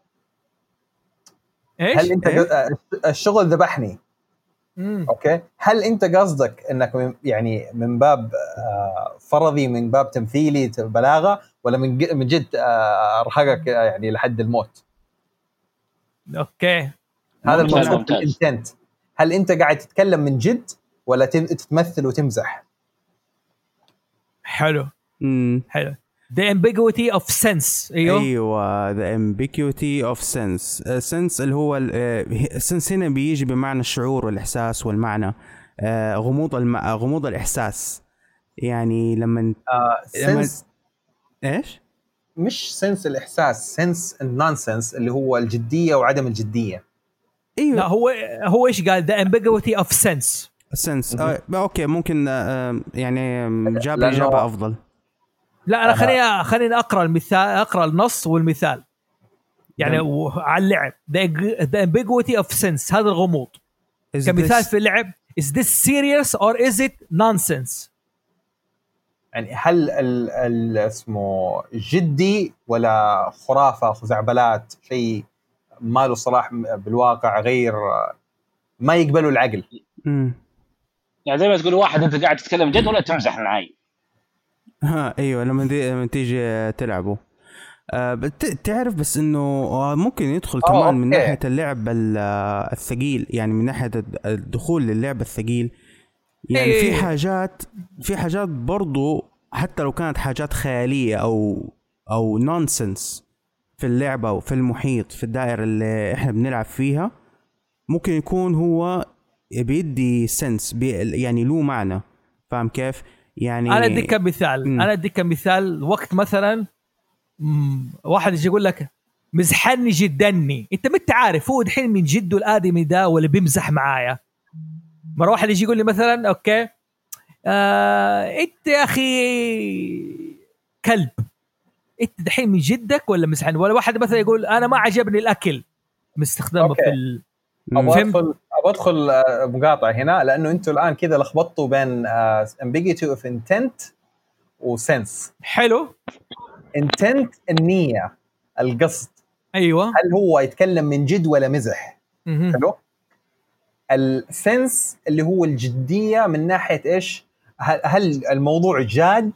Speaker 1: ايش؟
Speaker 3: هل انت
Speaker 1: إيه؟
Speaker 3: الشغل ذبحني؟ مم. اوكي، هل انت قصدك انك يعني من باب آه فرضي، من باب تمثيلي بلاغه، ولا من من جد آه ارهقك يعني لحد الموت؟
Speaker 1: اوكي،
Speaker 3: هذا المقصود بالانتنت. هل انت قاعد تتكلم من جد ولا تتمثل وتمزح؟
Speaker 1: حلو.
Speaker 2: امم
Speaker 1: حلو. the ambiguity of sense. ايوه
Speaker 2: ايوه the ambiguity of sense. uh, sense اللي هو السنس هنا بيجي بمعنى الشعور والاحساس والمعنى. uh, غموض الم... غموض الاحساس، يعني لما
Speaker 3: uh, sense
Speaker 2: ايش
Speaker 3: مش سنس الاحساس، سنس النونسنس اللي هو الجديه وعدم الجديه.
Speaker 2: ايوه
Speaker 1: لا هو هو ايش قال the ambiguity of sense
Speaker 2: السنس آه اوكي ممكن آه يعني جاب
Speaker 3: لأنه-
Speaker 2: اجابه افضل.
Speaker 1: لا انا خليني خليني اقرا المثال، اقرا النص والمثال يعني
Speaker 2: نعم.
Speaker 1: و- على اللعب the, the ambiguity of sense، هذا الغموض
Speaker 2: Is
Speaker 1: كمثال
Speaker 2: this-
Speaker 1: في اللعب is this serious or is it nonsense.
Speaker 3: يعني هل ال ال اسمه جدي ولا خرافه خزعبلات، شيء ما له صلاح بالواقع، غير ما يقبلوا العقل.
Speaker 2: مم.
Speaker 4: يعني زي ما تقول واحد انت قاعد تتكلم جد ولا تمزح معي.
Speaker 2: ها ايوه لما دي لما تيجي تلعبه آه بت- تعرف بس انه آه، ممكن يدخل
Speaker 3: آه،
Speaker 2: كمان من
Speaker 3: أوكي.
Speaker 2: ناحيه اللعب ال- آه، الثقيل، يعني من ناحيه الدخول للعب الثقيل. يعني في
Speaker 1: إيه.
Speaker 2: حاجات في حاجات برضو حتى لو كانت حاجات خياليه او او نونسنس في اللعبه وفي المحيط في الدائره اللي احنا بنلعب فيها، ممكن يكون هو بيدي سنس بي يعني له معنى. فاهم كيف؟ يعني
Speaker 1: انا اديك مثال
Speaker 2: مم.
Speaker 1: انا اديك مثال وقت مثلا مم، واحد يجي يقول لك مزحني جدني، انت ما انت عارف هو الحين من جده الادمي ده ولا بيمزح معايا. مره واحد يجي يقول لي مثلا اوكي آه انت يا اخي كلب، انت دحين من جدك ولا مزحني؟ ولا واحد مثلا يقول انا ما عجبني الاكل مستخدمه
Speaker 3: أوكي.
Speaker 1: في ال...
Speaker 3: ابغى
Speaker 1: فهمت؟
Speaker 3: ادخل ابغى ادخل آه، مقاطعه هنا، لانه انتم الان كذا لخبطتوا بين آه، ambiguity of intent وسنس.
Speaker 1: حلو
Speaker 3: intent النيه، القصد،
Speaker 1: ايوه
Speaker 3: هل هو يتكلم من جد ولا مزح؟
Speaker 1: مهم.
Speaker 3: حلو. السنس اللي هو الجديه من ناحيه ايش؟ هل- هل الموضوع جاد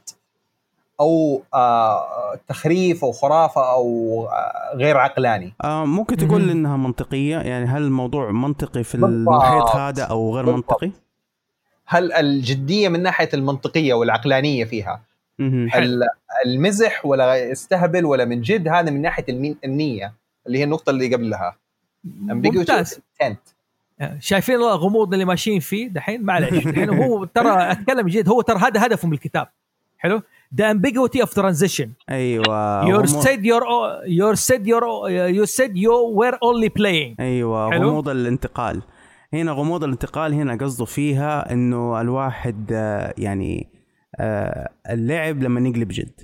Speaker 3: او آه، تخريف او خرافه او آه، غير عقلاني؟
Speaker 2: آه ممكن تقول
Speaker 1: مهم.
Speaker 2: انها منطقيه، يعني هل الموضوع منطقي في
Speaker 3: بالضبط.
Speaker 2: المحيط هذا او غير
Speaker 3: بالضبط.
Speaker 2: منطقي؟
Speaker 3: هل الجديه من ناحيه المنطقيه والعقلانيه فيها،
Speaker 2: مهم.
Speaker 3: ال- المزح ولا استهبل ولا من جد، هذا من ناحيه المين- النيه اللي هي النقطه اللي قبلها
Speaker 1: ممتاز.
Speaker 3: intent.
Speaker 1: شايفين الغموض اللي ماشيين فيه دحين؟ معلش دحين هو ترى اتكلم جد، هو ترى هذا هدفه من الكتاب. حلو. the ambiguity of transition.
Speaker 2: ايوه
Speaker 1: you
Speaker 2: غمو...
Speaker 1: said you're you said you're you said you were only playing.
Speaker 2: ايوه
Speaker 1: حلو؟
Speaker 2: غموض الانتقال. هنا غموض الانتقال هنا قصده فيها انه الواحد آه، يعني آه، اللعب لما يقلب جد.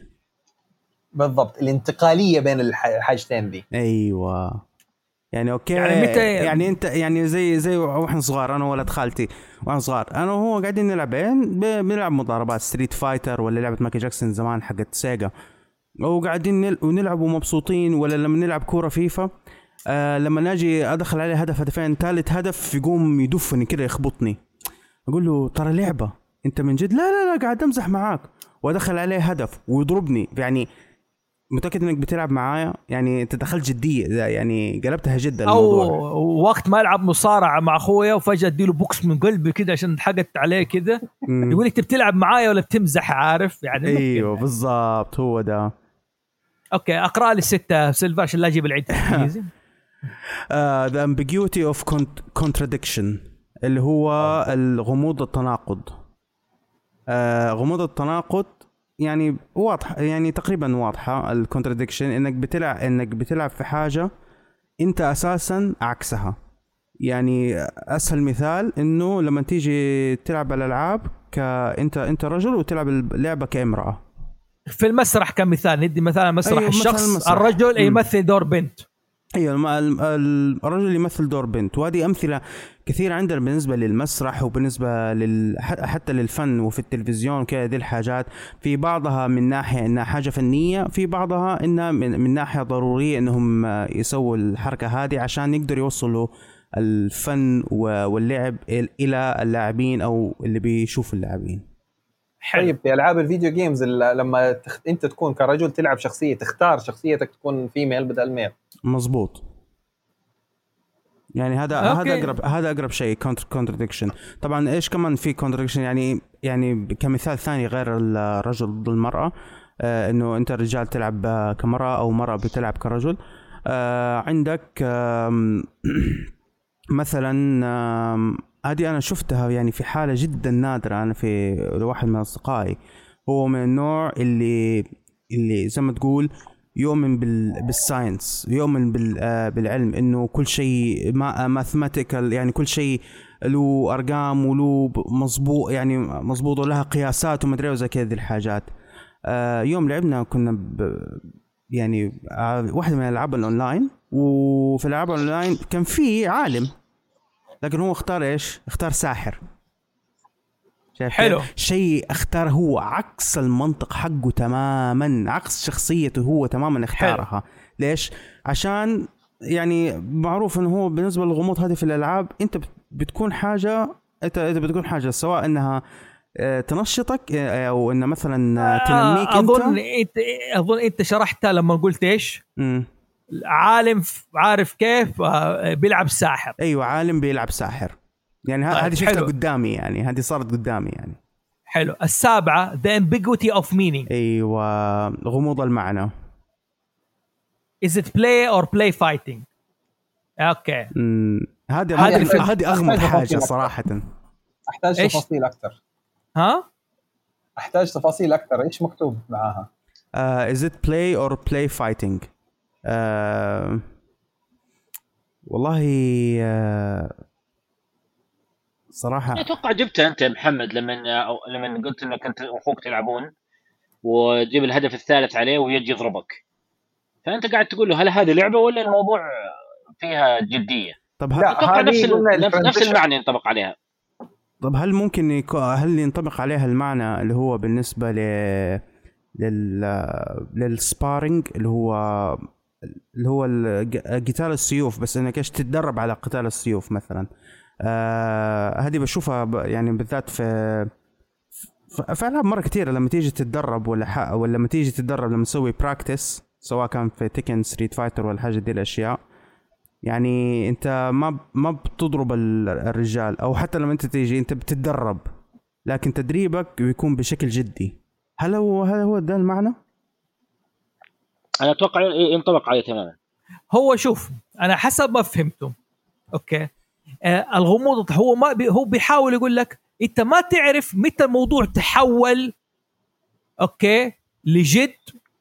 Speaker 3: بالضبط، الانتقاليه بين الح- الحاجتين دي.
Speaker 2: ايوه يعني اوكي
Speaker 1: يعني متى-
Speaker 2: يعني انت يعني زي زي واحنا صغار، انا وولد خالتي واحنا صغار انا وهو قاعدين نلعب ب- بنلعب مضاربات ستريت فايتر ولا لعبه مايكل جاكسون زمان حقت سيجا، وقاعدين نل... ونلعب ومبسوطين. ولا لما نلعب كوره فيفا آه لما ناجي ادخل عليه هدف هدفين ثالث هدف يقوم يدفني كده يخبطني، اقول له ترى لعبه انت من جد؟ لا لا لا قاعد امزح معاك، وادخل عليه هدف ويضربني. يعني متأكد انك بتلعب معايا؟ يعني انت دخلت جدية، يعني قلبتها جدا الموضوع.
Speaker 1: او وقت ما العب مصارعه مع اخويا وفجاه اديله بوكس من قلبي كده عشان حقت عليه كده، يقول لي انت بتلعب معايا ولا بتمزح؟ عارف يعني.
Speaker 2: ايوه بالضبط هو ده.
Speaker 1: اوكي اقرا لي الستة سيلفر عشان لا اجيب العيد في الانجليزي.
Speaker 2: uh, the ambiguity of con- contradiction اللي هو الغموض التناقض. uh, غموض التناقض يعني واضح، يعني تقريبا واضحة. الكونتراديكشن انك بتلعب انك بتلعب في حاجة انت اساسا عكسها. يعني اسهل مثال انه لما تيجي تلعب الالعاب كانت انت رجل وتلعب اللعبة كامرأة.
Speaker 1: في المسرح كمثال ندي مثلا مسرح
Speaker 2: أيوة،
Speaker 1: الشخص
Speaker 2: مثلا المسرح.
Speaker 1: الرجل
Speaker 2: مم.
Speaker 1: يمثل دور بنت.
Speaker 2: ايوه الم- الم- ال- الرجل يمثل دور بنت، وهذه امثله كثيره عندنا بالنسبه للمسرح وبالنسبه لل ح- حتى للفن وفي التلفزيون كذا. دي الحاجات في بعضها من ناحيه انها حاجه فنيه، في بعضها انها من, من ناحيه ضروريه انهم يسووا الحركه هذه عشان يقدروا يوصلوا الفن و- واللعب ال- الى اللاعبين او اللي بيشوفوا اللاعبين.
Speaker 3: طيب في العاب الفيديو جيمز ال- لما تخ... انت تكون كرجل تلعب شخصيه، تختار شخصيتك تكون فيميل بدل ميل.
Speaker 2: مظبوط. يعني هذا
Speaker 1: أوكي.
Speaker 2: هذا اقرب هذا اقرب شيء كونتراديكشن. طبعا ايش كمان في كونتراديكشن؟ يعني يعني كمثال ثاني غير الرجل ضد المراه، آه انه انت رجال تلعب آه كمراه او مراه بتلعب كرجل. آه عندك آه مثلا آه هذه انا شفتها يعني في حاله جدا نادره. انا في واحد من اصدقائي هو من النوع اللي اللي زي ما تقول يؤمن بال بالساينس، يؤمن بال آه بالعلم، انه كل شيء ما ماثماتيكال، يعني كل شيء له ارقام وله مظبوط، يعني مظبوط ولها قياسات وما ادري وزي كذا الحاجات. آه يوم لعبنا كنا ب يعني آه واحده من الالعاب الاونلاين، وفي الالعاب الاونلاين كان في عالم لكن هو اختار ايش؟ اختار ساحر.
Speaker 1: حلو.
Speaker 2: شيء اختار هو عكس المنطق حقه تماما، عكس شخصيته هو تماما اختارها. حلو. ليش؟ عشان يعني معروف انه هو بالنسبه للغموض هذه في الالعاب انت بتكون حاجه، انت بتكون حاجه سواء انها تنشطك او انها مثلا تنميك.
Speaker 1: اظن
Speaker 2: انت
Speaker 1: اظن انت شرحتها لما قلت ايش؟
Speaker 2: م.
Speaker 1: عالم عارف كيف بيلعب ساحر.
Speaker 2: ايوه عالم بيلعب ساحر، يعني هذه طيب شفتها قدامي، يعني هذه صارت قدامي يعني.
Speaker 1: حلو. السابعة the ambiguity of meaning.
Speaker 2: ايوه غموض المعنى.
Speaker 1: is it play or play fighting؟ اوكي
Speaker 2: هذه هذه هذه اغمض حاجة صراحة.
Speaker 3: احتاج تفاصيل اكثر.
Speaker 1: ها
Speaker 3: احتاج تفاصيل اكثر. ايش مكتوب معاها؟
Speaker 2: uh, is it play or play fighting؟ uh, والله uh, صراحة
Speaker 4: اتوقع جبتها انت يا محمد لما لما قلت انك انت واخوك تلعبون وتجيب الهدف الثالث عليه ويجي يضربك، فانت قاعد تقول له هل هذه لعبة ولا الموضوع فيها جدية؟
Speaker 2: طب
Speaker 4: اتوقع نفس نفس المعنى ينطبق عليها.
Speaker 2: طب هل ممكن يكون هل ينطبق عليها المعنى اللي هو بالنسبة ل لل للسبارينج اللي هو اللي هو قتال السيوف، بس انك ايش تتدرب على قتال السيوف مثلا؟ آه هذه بشوفها يعني بالذات في في ألعاب مرة كتير لما تيجي تتدرب ولا حق ولا لما تيجي تتدرب لما تسوي براكتس سواء كان في تيكن ستريت فايتر ولا حاجة دي الأشياء، يعني أنت ما ما بتضرب الرجال أو حتى لما أنت تيجي أنت بتتدرب لكن تدريبك بيكون بشكل جدي. هل هو هل هو ده المعنى؟
Speaker 4: أنا أتوقع ينطبق عليه تماما.
Speaker 1: هو شوف أنا حسب ما فهمته أوكي آه الغموض هو ما بي هو بيحاول يقول لك انت ما تعرف متى الموضوع تحول اوكي لجد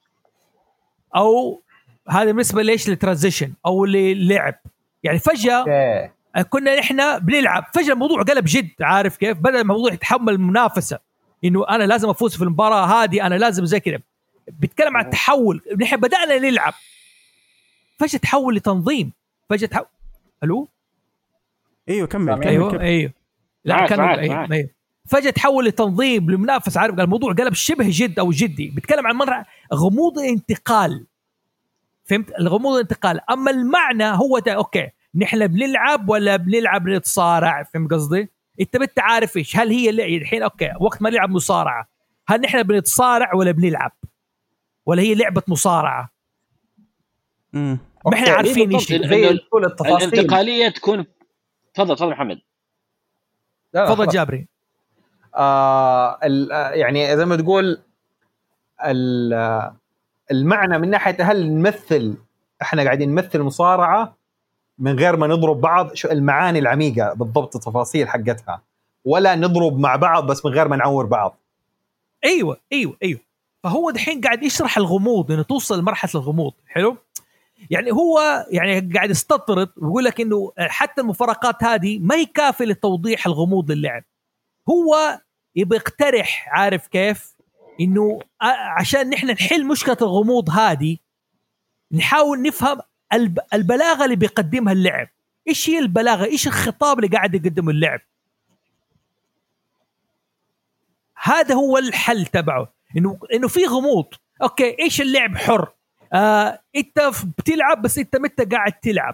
Speaker 1: او هذا بالنسبه ليش للترانزيشن او للعب، يعني فجاه okay. كنا احنا بنلعب فجاه الموضوع قلب جد، عارف كيف؟ بدل الموضوع يتحمل المنافسه انه انا لازم افوز في المباراه هذه انا لازم زي كده، بيتكلم عن التحول. نحن بدانا نلعب فجاه تحول لتنظيم، فجاه تحول. الو
Speaker 2: ايوه كمل كمل
Speaker 1: ايوه
Speaker 2: كمل.
Speaker 1: ايوه لا كان أيوه. أيوه. فجاه تحول لتنظيم لمنافسه، عارف الموضوع قلب شبه جد او جدي. بيتكلم عن مره غموض انتقال، فهمت؟ الغموض انتقال. اما المعنى هو ده اوكي نحن بنلعب ولا بنلعب نتصارع، فهمت قصدي؟ انت بت عارف ايش هل هي اللي الحين اوكي وقت ما نلعب مصارعه هل نحن بنتصارع ولا بنلعب ولا هي لعبه مصارعه؟
Speaker 2: امم
Speaker 1: ما احنا عارفين ايش
Speaker 4: زي كل التفاصيل. الانتقاليه تكون تفضل تفضل محمد.
Speaker 1: تفضل جابري.
Speaker 3: آه يعني زي ما تقول المعنى من ناحيه هل نمثل احنا قاعدين نمثل مصارعه من غير ما نضرب بعض، شو المعاني العميقه بالضبط التفاصيل حقتها، ولا نضرب مع بعض بس من غير ما نعور بعض.
Speaker 1: ايوه ايوه ايوه فهو دحين قاعد يشرح الغموض انه توصل لمرحله الغموض. حلو، يعني هو يعني قاعد يستطرد ويقول لك انه حتى المفارقات هذه ما هي كافيه لتوضيح الغموض للعب. هو يبي يقترح، عارف كيف، انه عشان نحن نحل مشكله الغموض هذه نحاول نفهم البلاغه اللي بيقدمها اللعب. ايش هي البلاغه؟ ايش الخطاب اللي قاعد يقدمه اللعب؟ هذا هو الحل تبعه، انه انه في غموض. اوكي ايش اللعب حر، آه، انت بتلعب بس انت متى قاعد تلعب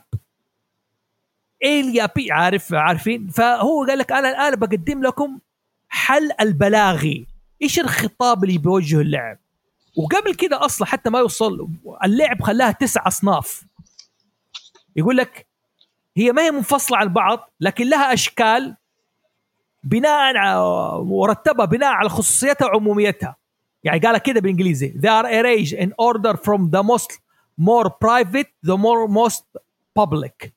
Speaker 1: ايه بي عارف عارفين. فهو قال لك انا الان بقدم لكم حل البلاغي، ايش الخطاب اللي بيوجهه اللعب. وقبل كده اصلا حتى ما يوصل اللعب خلاها تسع اصناف. يقول لك هي ما هي منفصله عن بعض لكن لها اشكال بناء مرتبه بناء على خصوصيتها وعموميتها. يعني قالها كده بالانجليزي they are arranged in order from the most more private the more most public.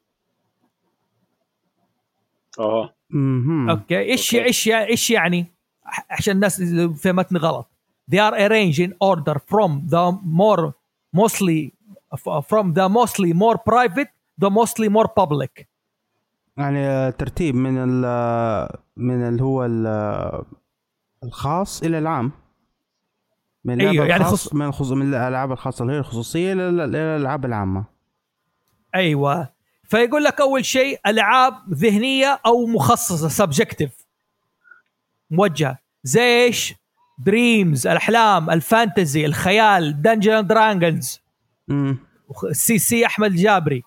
Speaker 4: اه
Speaker 1: اوكي ايش ايش ايش يعني عشان الناس فهمتني غلط. they are arranged in order from the more mostly from the mostly more private the mostly more public.
Speaker 2: يعني ترتيب من ال من اللي هو الخاص الى العام، من
Speaker 1: أيوة يعني
Speaker 2: خص... من خص... من الالعاب الخاصه اللي هي الخصوصيه الى الالعاب العامه.
Speaker 1: ايوه، فيقول لك اول شيء العاب ذهنيه او مخصصه سبجكتيف موجهه، زي ايش؟ دريمز، الاحلام، الفانتزي، الخيال، دنجن اند دراجونز. امم سي سي احمد الجابري.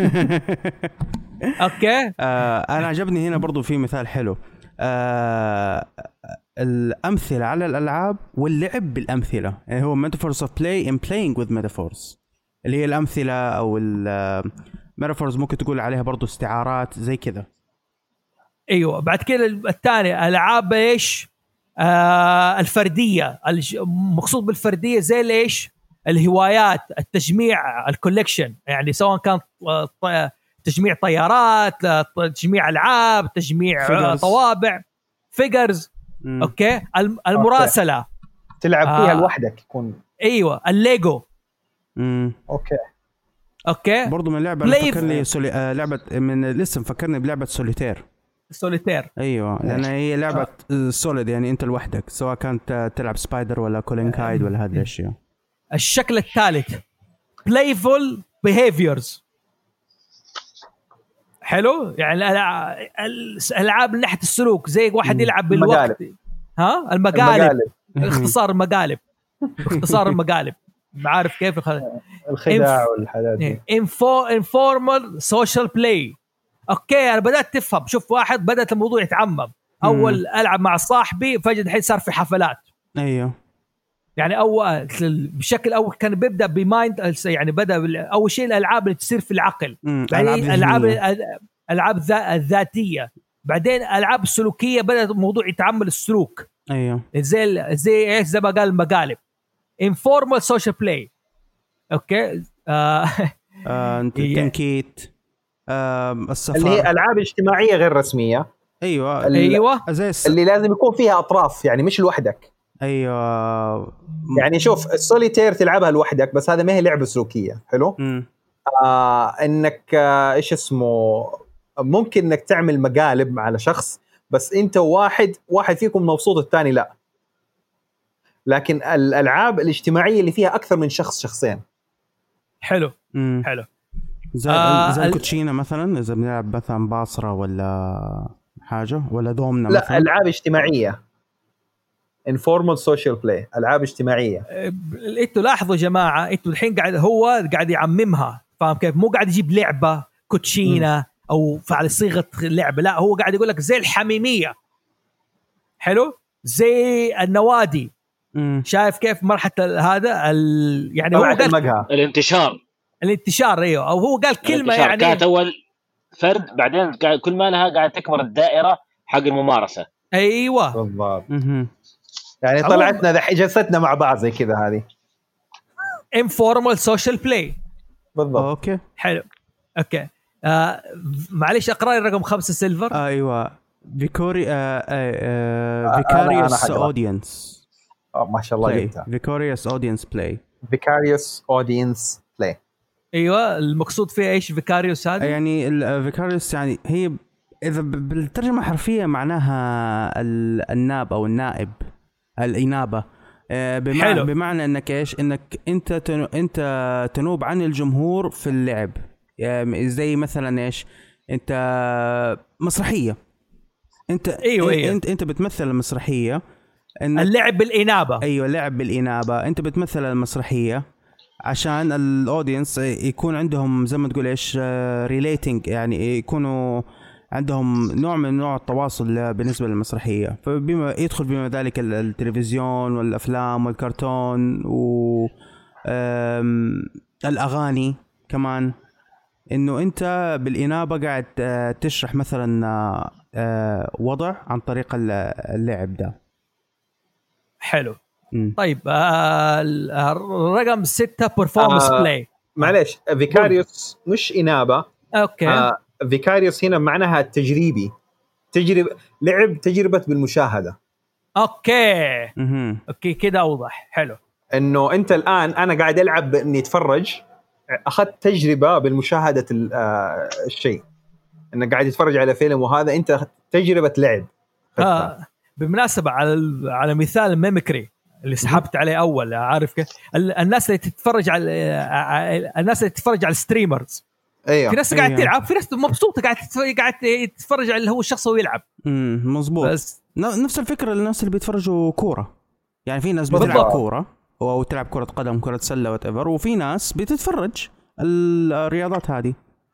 Speaker 1: اوكي.
Speaker 2: آه انا عجبني هنا برضو في مثال حلو، آه الامثله على الالعاب واللعب بالامثله، يعني هو metaphors of play and playing with metaphors، اللي هي الامثله او الميتافورز ممكن تقول عليها برضو استعارات زي كذا.
Speaker 1: ايوه. بعد كده الثاني العاب ايش؟ آه الفرديه، المقصود بالفرديه زي ليش؟ الهوايات، التجميع، الكولكشن، يعني سواء كان تجميع طيارات، تجميع العاب، تجميع فيجرز. طوابع، فيجرز. اوكي. المراسله
Speaker 3: أوكي. تلعب فيها آه. لوحدك يكون.
Speaker 1: ايوه. الليجو.
Speaker 2: امم
Speaker 3: اوكي
Speaker 1: اوكي.
Speaker 2: برضو من لعبه فكرني سولي... آه لعبه من لسه مفكرني بلعبه سوليتير.
Speaker 1: سوليتير
Speaker 2: ايوه، لان هي لعبه آه. سوليد، يعني انت لوحدك، سواء كانت تلعب سبايدر ولا كولينكايد ولا هذه الاشياء.
Speaker 1: الشكل الثالث playful behaviors. حلو، يعني الالعاب من ناحيه السلوك، زي واحد يلعب بالوقت. ها المقالب، اختصار المقالب، اختصار المقالب، عارف كيف
Speaker 3: الخداع والحاجات دي.
Speaker 1: انفو انفورمال سوشيال بلاي. اوكي انا بدات تفهم. شوف، واحد بدات الموضوع يتعمم. اول العب مع صاحبي، فجاه الحين صار في حفلات.
Speaker 2: ايوه،
Speaker 1: يعني اول بشكل اول كان بيبدا بمايند، يعني بدا اول شيء الالعاب اللي تصير في العقل، بعدين العاب الالعاب الذاتيه، بعدين الالعاب السلوكيه، بدا الموضوع يتعمل السلوك.
Speaker 2: ايوه،
Speaker 1: زي زي ايش زي ما قال المقالب. informal social play. اوكي. آه
Speaker 2: انت تنكيت، آه السفر،
Speaker 3: اللي هي العاب اجتماعيه غير رسميه.
Speaker 2: ايوه
Speaker 1: ايوه
Speaker 2: الس...
Speaker 3: اللي لازم يكون فيها اطراف، يعني مش لوحدك.
Speaker 2: ايوه،
Speaker 3: يعني شوف السوليتير تلعبها لوحدك، بس هذا ما هي لعبه سلوكيه. حلو. آه انك آه ايش اسمه ممكن انك تعمل مقالب على شخص، بس انت واحد واحد فيكم مبسوط الثاني لا. لكن الالعاب الاجتماعيه اللي فيها اكثر من شخص، شخصين.
Speaker 1: حلو.
Speaker 2: مم.
Speaker 1: حلو.
Speaker 2: زي آه زي الكوتشينه مثلا، اذا بنلعب مثلا باصره ولا حاجه، ولا دومنا
Speaker 3: لا
Speaker 2: مثلا.
Speaker 3: العاب اجتماعيه، informal social play، العاب اجتماعيه.
Speaker 1: انتوا لاحظوا يا جماعه، انتوا الحين قاعد هو قاعد يعممها، فاهم كيف؟ مو قاعد يجيب لعبه كوتشينه م. او على صيغه لعبه، لا هو قاعد يقول لك زي الحميميه. حلو. زي النوادي. م. شايف كيف مرحله هذا ال... يعني هو قال
Speaker 4: الانتشار
Speaker 1: الانتشار. ايوه، او هو قال كلمه يعني
Speaker 4: كانت اول فرد، بعدين كل ما لها قاعد تكبر الدائره حق الممارسه.
Speaker 1: ايوه
Speaker 3: بالضبط. يعني طلعتنا ذحين جلستنا مع بعض زي كذا، هذه
Speaker 1: informal social play.
Speaker 3: بالضبط.
Speaker 2: اوكي
Speaker 1: حلو. اوكي. آه معليش اقرا لي رقم خمسة سيلفر.
Speaker 2: ايوه فيكوري آه آه فيكاريوس اودينس.
Speaker 3: ما شاء الله جبتها.
Speaker 2: فيكاريوس اودينس بلاي.
Speaker 3: فيكاريوس اودينس بلاي.
Speaker 1: ايوه، المقصود فيها ايش فيكاريوس هذه؟
Speaker 2: يعني الفيكاريوس يعني هي اذا بالترجمه حرفيه معناها الناب او النائب، الإنابة. بمعنى, بمعنى انك ايش، انك انت تنو انت تنوب عن الجمهور في اللعب. يعني زي مثلا ايش، انت مسرحية، انت
Speaker 1: أيوة أيوة.
Speaker 2: انت انت بتمثل المسرحية،
Speaker 1: اللعب بالإنابة.
Speaker 2: ايوه اللعب بالإنابة، انت بتمثل المسرحية عشان الاودينس يكون عندهم زي ما تقول ايش ريليتنج، يعني يكونوا عندهم نوع من نوع التواصل بالنسبة للمسرحية. فبما يدخل بما ذلك التلفزيون والأفلام والكرتون والأغاني كمان، إنه أنت بالإنابة قاعد تشرح مثلا وضع عن طريق اللعب ده.
Speaker 1: حلو. م. طيب آه رقم ستة performance
Speaker 3: آه
Speaker 1: play.
Speaker 3: معلش فيكاريوس مش إنابة.
Speaker 1: أوكي.
Speaker 3: آه فيكاريوس هنا معناها التجريبي، تجربة لعب تجربة بالمشاهدة.
Speaker 1: اوكي
Speaker 2: مهم.
Speaker 1: اوكي كده اوضح. حلو.
Speaker 3: انه انت الان انا قاعد العب اني اتفرج، اخذت تجربه بالمشاهده الشيء، انك قاعد تتفرج على فيلم، وهذا انت أخذت تجربه لعب.
Speaker 1: آه بالمناسبه على على مثال الميمكري اللي سحبت عليه اول، عارف كيف الناس اللي تتفرج على الناس اللي تتفرج على الستريمرز،
Speaker 3: ايوه
Speaker 1: في ناس قاعد
Speaker 2: أيوه.
Speaker 1: تلعب، في ناس مبسوطه قاعد قاعد تتفرج على اللي هو الشخص وهو يلعب.
Speaker 2: امم مظبوط.
Speaker 1: بس
Speaker 2: نفس الفكره للناس اللي بيتفرجوا كوره، يعني في ناس
Speaker 3: بالضبط.
Speaker 2: بتلعب كوره او تلعب كره قدم، كره سله، وات ايفر، وفي ناس بتتفرج الرياضات هذه.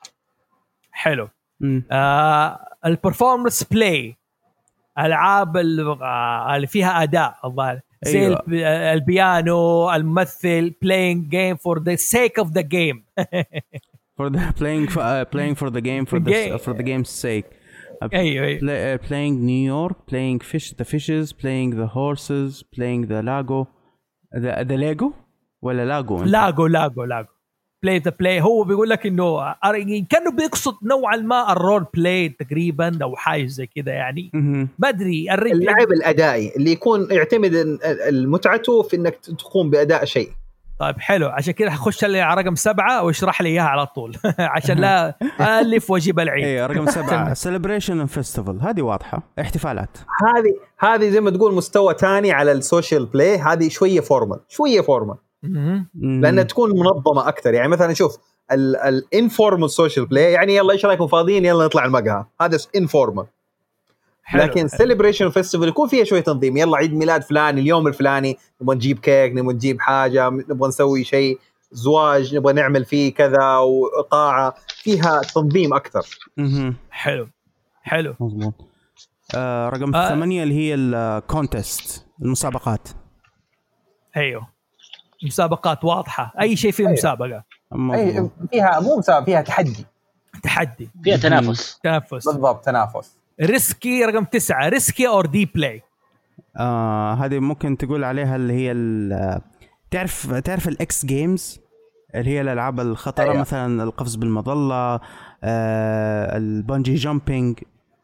Speaker 1: حلو.
Speaker 2: امم
Speaker 1: آه البرفورمانس بلاي، العاب اللي فيها اداء الظاهر زي
Speaker 2: أيوة.
Speaker 1: البيانو، الممثل playing game for the sake of the game
Speaker 2: for the playing for, uh, playing for the game for the for the game's sake.
Speaker 1: ايوه ايوه
Speaker 2: Play, uh, playing New York, playing fish the fishes, playing the horses, playing the Lego, the the Lego ولا لاجو؟
Speaker 1: لاجو لاجو لاجو بلاي ذا بلاي. هو بيقول لك انه كانوا بيقصد نوعا ما الرول بلاي تقريبا او حاجه زي كذا يعني. ما ادري
Speaker 3: اللعب الادائي اللي يكون يعتمد المتعته في انك تقوم باداء شيء.
Speaker 1: طيب حلو، عشان كده هخش لي على رقم سبعة واشرح لي اياها على طول عشان لا الف واجيب العيد.
Speaker 2: اي رقم سبعة سيلبريشن اند فيستيفال، هذه واضحه، احتفالات.
Speaker 3: هذه هذه زي ما تقول مستوى تاني على السوشيال بلاي، هذه شويه فورمال شويه فورمال لانها تكون منظمه اكثر. يعني مثلا شوف الانفورمال سوشيال بلاي، يعني يلا ايش رايكم فاضيين يلا نطلع المقهى، هذا انفورمال. لكن سيلبريشن فيستيفال يكون فيها شويه تنظيم، يلا عيد ميلاد فلان اليوم الفلاني نبغى نجيب كيك، نبغى نجيب حاجه، نبغى نسوي شيء زواج نبغى نعمل فيه كذا، وقاعه فيها تنظيم اكثر.
Speaker 1: حلو حلو
Speaker 2: مظبوط. آه رقم آه. ثمانية اللي هي الكونتست، المسابقات.
Speaker 1: ايوه مسابقات واضحه، اي شيء فيه مسابقه.
Speaker 3: أي فيها مو مسابقه، فيها تحدي
Speaker 1: تحدي
Speaker 4: فيها تنافس
Speaker 1: تنافس
Speaker 3: بالضبط تنافس.
Speaker 1: ريسكي رقم تسعة، ريسكي اور دي بلاي.
Speaker 2: آه هذه ممكن تقول عليها اللي هي تعرف تعرف الاكس جيمز اللي هي الالعاب الخطره. أيوة. مثلا القفز بالمظله، آه البنجي جامبينج،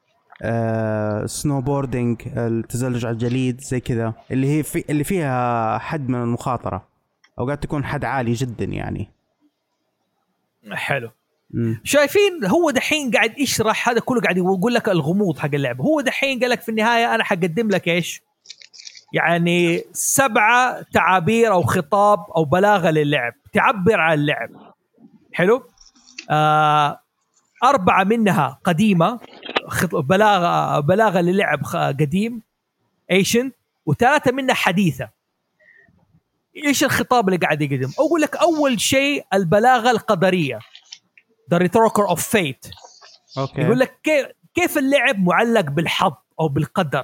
Speaker 2: آه سنو بوردينج، التزلج على الجليد، زي كذا، اللي هي في اللي فيها حد من المخاطره، اوقات تكون حد عالي جدا يعني.
Speaker 1: حلو. مم. شايفين هو دحين قاعد يشرح هذا كله، قاعد يقول لك الغموض حق اللعبه. هو دحين قال لك في النهايه انا حقدم لك ايش يعني سبعه تعابير او خطاب او بلاغه للعب تعبر عن اللعب. حلو. آه اربعه منها قديمه، بلاغه بلاغه للعب قديم ايشن، وثلاثه منها حديثه. ايش الخطاب اللي قاعد يقدم؟ اقول لك اول شيء البلاغه القدريه، The Rhetorical of Fate.
Speaker 2: أوكي.
Speaker 1: يقول لك كيف كيف اللعب معلق بالحظ أو بالقدر.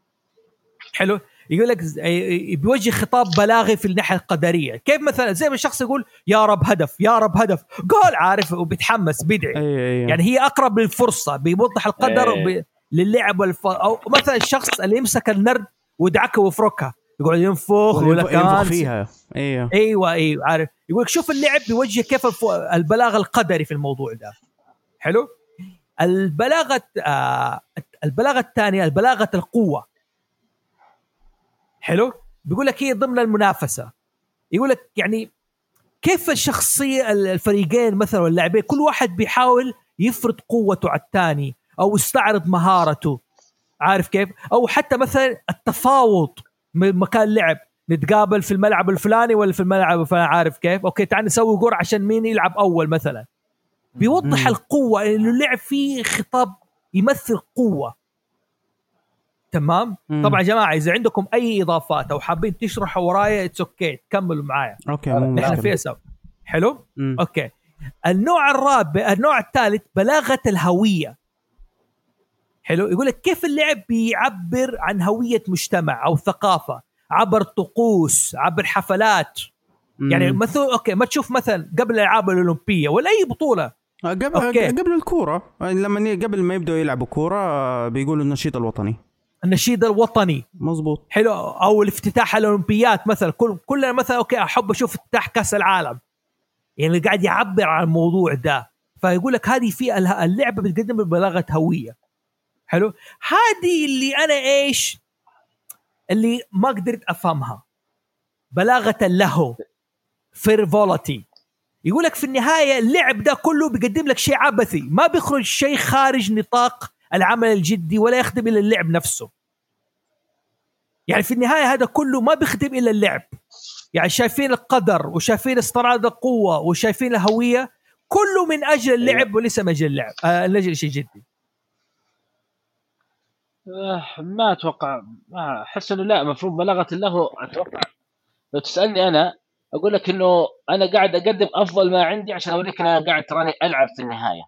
Speaker 1: حلو. يقول لك بيوجه خطاب بلاغي في الناحية القدرية. كيف مثلا زي ما الشخص يقول يا رب هدف، يا رب هدف، قال عارف وبيتحمس بيدعي.
Speaker 2: أي أي.
Speaker 1: يعني هي أقرب للفرصة، بيوضح القدر ب... للعب والف... أو مثلا الشخص اللي يمسك النرد ودعكه ويفركها يقعد ينفخ ولا كمان
Speaker 2: فيها. ايوه
Speaker 1: ايوه ايوه عارف. يقول لك شوف اللعب بيوجه كيف الف... البلاغه القدري في الموضوع ده. حلو. البلاغه آه البلاغه الثانيه البلاغه القوه. حلو. بيقول لك هي ضمن المنافسه. يقول لك يعني كيف الشخصيه الفريقين مثلا واللاعبين كل واحد بيحاول يفرض قوته على الثاني او يستعرض مهارته، عارف كيف؟ او حتى مثلا التفاوض من مكان لعب، نتقابل في الملعب الفلاني ولا في الملعب الفلاني، عارف كيف؟ اوكي تعال نسوي قرعه عشان مين يلعب اول مثلا. بيوضح مم. القوه انه اللعب فيه خطاب يمثل قوه. تمام. مم. طبعا يا جماعه اذا عندكم اي اضافات او حابين تشرحوا ورايا اتس اوكي تكملوا معايا.
Speaker 2: اوكي
Speaker 1: نحن فيها سوا. حلو. مم. اوكي. النوع الرابع النوع الثالث بلاغه الهويه. حلو. يقول لك كيف اللعب بيعبر عن هويه مجتمع او ثقافه عبر طقوس، عبر حفلات. مم. يعني مثلا اوكي ما تشوف مثلا قبل الالعاب الاولمبيه ولا اي بطوله
Speaker 2: قبل أوكي. قبل الكوره لما قبل ما يبداوا يلعبوا كوره بيقولوا النشيد الوطني
Speaker 1: النشيد الوطني.
Speaker 2: مزبوط.
Speaker 1: حلو. او الافتتاح الاولمبيات مثلا كل كلنا مثلا اوكي احب اشوف افتتاح كاس العالم، يعني قاعد يعبر عن الموضوع ده. فيقول لك هذه في اللعبه بتقدم ببلاغه هويه. حلو. هذه اللي انا ايش اللي ما قدرت افهمها، بلاغه اللهو، فيرفولتي. يقول لك في النهايه اللعب ده كله بيقدم لك شيء عبثي، ما بيخرج شيء خارج نطاق العمل الجدي ولا يخدم الا اللعب نفسه. يعني في النهايه هذا كله ما بيخدم الا اللعب. يعني شايفين القدر وشايفين استعراض القوه وشايفين الهويه، كله من اجل اللعب وليس من اجل اللعب، آه من اجل شيء جدي.
Speaker 4: ما اتوقع، ما احس انه لا، مفروض بلاغه اللهو. اتوقع لو تسالني انا اقول لك انه انا قاعد اقدم افضل ما عندي عشان اوريك ان انا قاعد تراني العب في النهايه.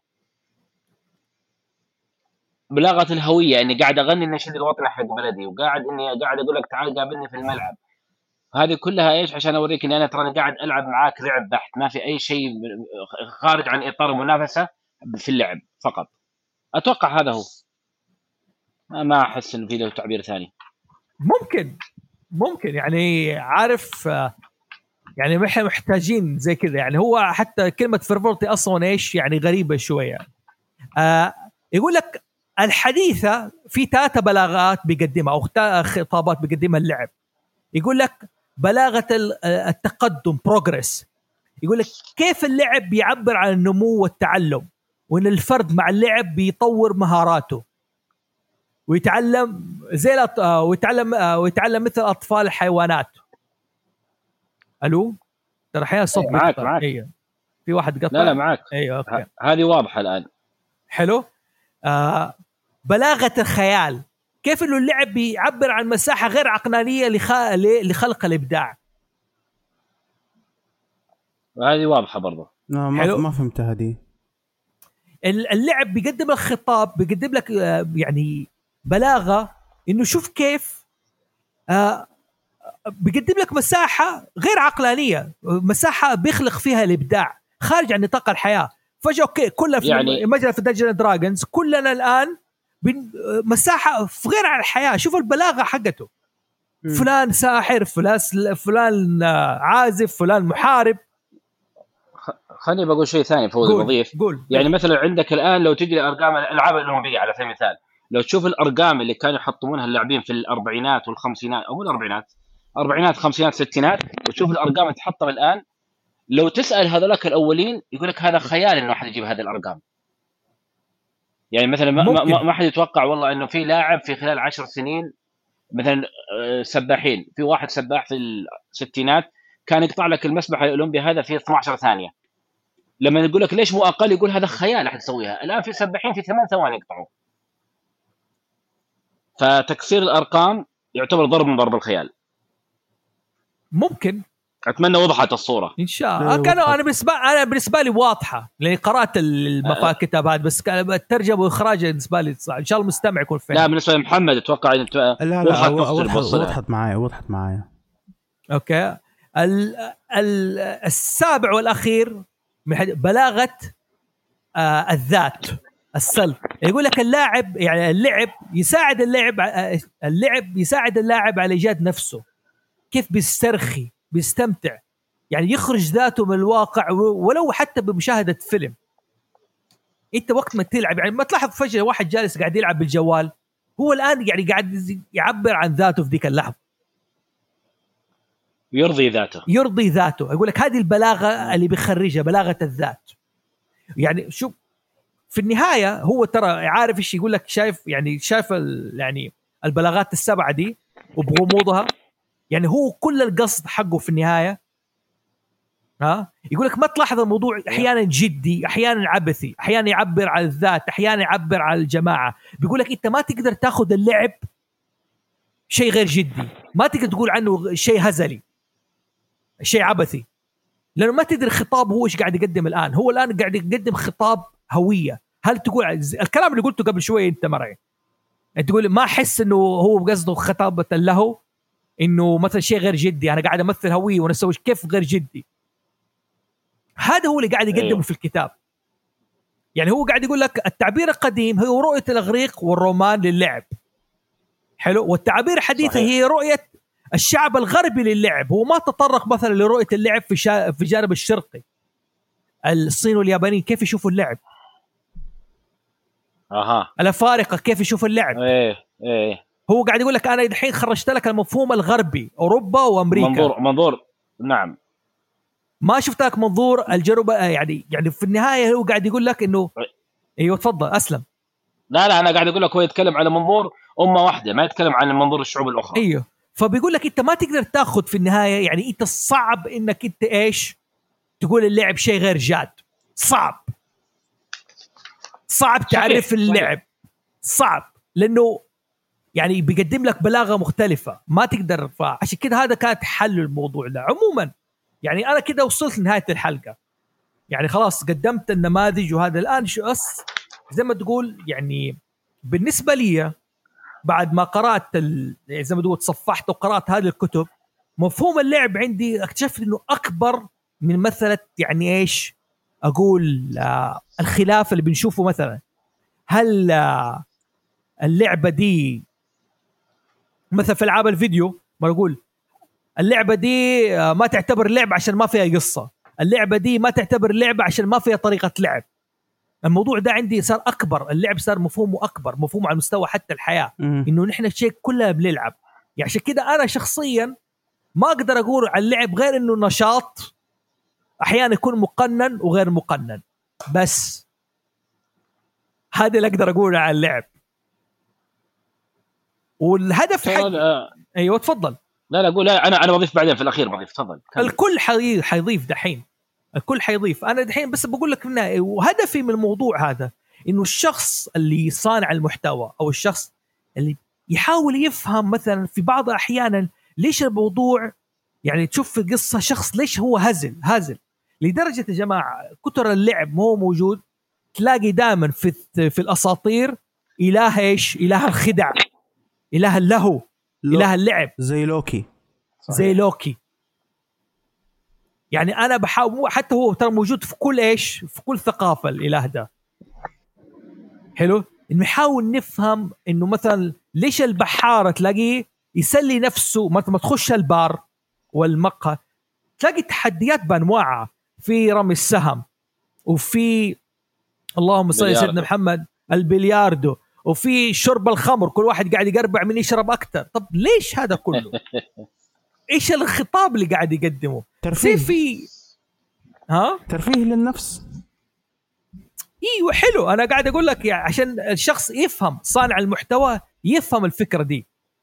Speaker 4: بلاغه الهويه اني قاعد اغني النشيد الوطني حق بلدي، وقاعد اني قاعد اقول لك تعال قابلني في الملعب. هذه كلها ايش؟ عشان اوريك ان انا تراني قاعد العب معاك لعب بحت، ما في اي شيء خارج عن اطار المنافسه في اللعب فقط. اتوقع هذا هو. ما احس انه في له تعبير ثاني.
Speaker 1: ممكن ممكن يعني عارف، يعني احنا محتاجين زي كذا. يعني هو حتى كلمه فيرفولتي اصلا ايش يعني غريبه شويه. آه يقول لك الحديثه في ثلاثه بلاغات بيقدمها او خطابات بيقدمها اللعب. يقول لك بلاغه التقدم، بروجريس. يقول لك كيف اللعب بيعبر عن النمو والتعلم، وان الفرد مع اللعب بيطور مهاراته ويتعلم زي الأط... ويتعلم ويتعلم مثل اطفال الحيوانات. الو ترى احيانا الصوت
Speaker 4: أيه معاك معاك.
Speaker 1: أيه. في واحد قطع.
Speaker 4: لا لا معاك.
Speaker 1: ايوه اوكي
Speaker 4: هذه واضحه الان.
Speaker 1: حلو. آه بلاغه الخيال، كيف انه اللعب بيعبر عن مساحه غير عقلانيه لخ... لخلق الابداع.
Speaker 4: هذه واضحه برضه.
Speaker 2: لا ما ما فهمت هذه.
Speaker 1: اللعب بيقدم لك خطاب، بيقدم لك يعني بلاغه انه شوف كيف آه بيقدم لك مساحه غير عقلانيه، مساحه بيخلق فيها الابداع خارج عن نطاق الحياه. فجاه اوكي كلها في يعني مثلا في دنجن دراجونز كلنا الان مساحه في غير عن الحياه. شوف البلاغه حقته، م. فلان ساحر، فلان فلان عازف، فلان محارب.
Speaker 4: خليني بقول شيء ثاني فوز بضيف. يعني
Speaker 1: قول.
Speaker 4: مثلا عندك الان لو تجي الارقام الالعاب الاولمبيه على سبيل المثال، لو تشوف الارقام اللي كانوا يحطمونها اللاعبين في الاربعينات والخمسينات، او الاربعينات اربعينات خمسينات ستينات، وتشوف الارقام اللي تحطم الان، لو تسال هذولك الاولين يقول لك هذا خيال انه احد يجيب هذه الارقام. يعني مثلا ما, ما, ما حد يتوقع والله انه في لاعب في خلال عشر سنين مثلا سباحين، في واحد سباح في الستينات كان يقطع لك المسبح الاولمبي هذا في اثنتي عشرة ثانيه. لما يقول لك ليش مو اقل، يقول هذا خيال احد يسويها. الان في سباحين في ثمان ثواني يقطعوا. فتكسير الارقام يعتبر ضرب من ضرب الخيال.
Speaker 1: ممكن.
Speaker 4: اتمنى وضحت الصوره
Speaker 1: ان شاء الله. كانوا انا بالنسبه انا بالنسبه لي واضحه لاني قرات المقال كتاب هذا، بس الترجمه واخراجه بالنسبه لي ان شاء الله المستمع يكون فاهم.
Speaker 4: لا بالنسبه لمحمد اتوقع ان
Speaker 2: لا لا وضحت, وضحت معايا وضحت معايا
Speaker 1: اوكي. ال ال السابع والاخير بلاغه آه الذات، السلف. يقول لك اللاعب يعني اللعب يساعد اللاعب اللعب يساعد اللاعب على ايجاد نفسه، كيف بيسترخي بيستمتع، يعني يخرج ذاته من الواقع ولو حتى بمشاهدة فيلم. انت وقت ما تلعب يعني ما تلاحظ فجأة واحد جالس قاعد يلعب بالجوال، هو الآن يعني قاعد يعبر عن ذاته في ذيك اللحظة،
Speaker 4: يرضي ذاته
Speaker 1: يرضي ذاته. أقول لك هذه البلاغة اللي بيخرجها، بلاغة الذات. يعني شوف في النهاية هو ترى عارف إيش يقول لك، شايف يعني شايف يعني البلاغات السبعة دي وبغموضها، يعني هو كل القصد حقه في النهاية ها يقول لك ما تلاحظ الموضوع أحيانا جدي، أحيانا عبثي، أحيانا يعبر عن الذات، أحيانا يعبر عن الجماعة. بيقول لك أنت ما تقدر تأخذ اللعب شيء غير جدي، ما تقدر تقول عنه شيء هزلي، شيء عبثي، لأنه ما تدري خطاب هو إيش قاعد يقدم الآن. هو الآن قاعد يقدم خطاب هوية. هل تقول الكلام اللي قلته قبل شوية أنت مرعي، أنت تقول ما أحس إنه هو قصده خطابة له إنه مثلا شيء غير جدي، أنا قاعد أمثل هوية وأنا أسوي كيف غير جدي. هذا هو اللي قاعد يقدمه أيوه. في الكتاب يعني هو قاعد يقول لك التعبير القديم هو رؤية الإغريق والرومان للعب، حلو، والتعبير الحديثة هي رؤية الشعب الغربي للعب. هو ما تطرق مثلا لرؤية اللعب في شا... في جانب الشرقي، الصين واليابانيين كيف يشوفوا اللعب،
Speaker 4: اها
Speaker 1: الافارقه كيف يشوفوا اللعب.
Speaker 4: ايه ايه
Speaker 1: هو قاعد يقول لك انا الحين خرجت لك المفهوم الغربي اوروبا وامريكا
Speaker 4: منظور منظور نعم
Speaker 1: ما شفت لك منظور الجنوب يعني يعني في النهايه هو قاعد يقول لك انه ايوه تفضل اسلم.
Speaker 4: لا لا انا قاعد اقول لك هو يتكلم على منظور امه واحده ما يتكلم عن منظور الشعوب الاخرى.
Speaker 1: ايوه فبيقول لك انت ما تقدر تاخذ في النهايه يعني انت صعب انك انت ايش تقول اللعب شيء غير جاد صعب صعب تعرف
Speaker 4: صحيح.
Speaker 1: اللعب صعب لانه يعني بيقدم لك بلاغه مختلفه ما تقدر فعشان كده هذا كانت حل الموضوع ده. عموما يعني انا كده وصلت لنهايه الحلقه يعني خلاص قدمت النماذج وهذا الان شو أس زي ما تقول يعني بالنسبه لي بعد ما قرات ال... زي ما تقول تصفحت وقرات هذه الكتب مفهوم اللعب عندي اكتشفت انه اكبر من مساله يعني ايش اقول آه الخلاف اللي بنشوفه مثلا هل آه اللعبه دي مثلا في العاب الفيديو ما اقول اللعبه دي آه ما تعتبر لعبه عشان ما فيها قصه اللعبه دي ما تعتبر لعبه عشان ما فيها طريقه لعب. الموضوع ده عندي صار اكبر اللعب صار مفهومه اكبر مفهومه على مستوى حتى الحياه انه نحن شيء كلها بنلعب يعني عشان كده انا شخصيا ما اقدر اقول على اللعب غير انه نشاط احيانا يكون مقنن وغير مقنن بس هذا اللي اقدر اقول على اللعب والهدف حق ايوه تفضل.
Speaker 4: لا لا اقول لا انا انا بضيف بعدين في الاخير بضيف تفضل.
Speaker 1: الكل حي... حيضيف دحين الكل حيضيف انا دحين بس بقول لك انه وهدفي من الموضوع هذا انه الشخص اللي صانع المحتوى او الشخص اللي يحاول يفهم مثلا في بعض احيانا ليش الموضوع يعني تشوف في قصه شخص ليش هو هزل هزل لدرجه يا جماعه كتر اللعب مو موجود تلاقي دائما في في الاساطير اله ايش اله الخدع اله اللهو اله اللعب
Speaker 2: زي لوكي
Speaker 1: زي لوكي يعني انا بحاول حتى هو ترى موجود في كل ايش في كل ثقافه الاله ده حلو انه يحاول نفهم انه مثلا ليش البحاره تلاقيه يسلي نفسه ما تخش البار والمقهى تلاقي تحديات بانواعها في رمي السهم وفي اللهم صل على سيدنا محمد البلياردو وفي شرب الخمر كل واحد قاعد يقربع من يشرب اكثر. طب ليش هذا كله ايش الخطاب اللي قاعد يقدمه
Speaker 2: ترفيه
Speaker 1: في ها
Speaker 2: ترفيه للنفس
Speaker 1: ايوه حلو انا قاعد اقول لك يعني عشان الشخص يفهم صانع المحتوى يفهم الفكره دي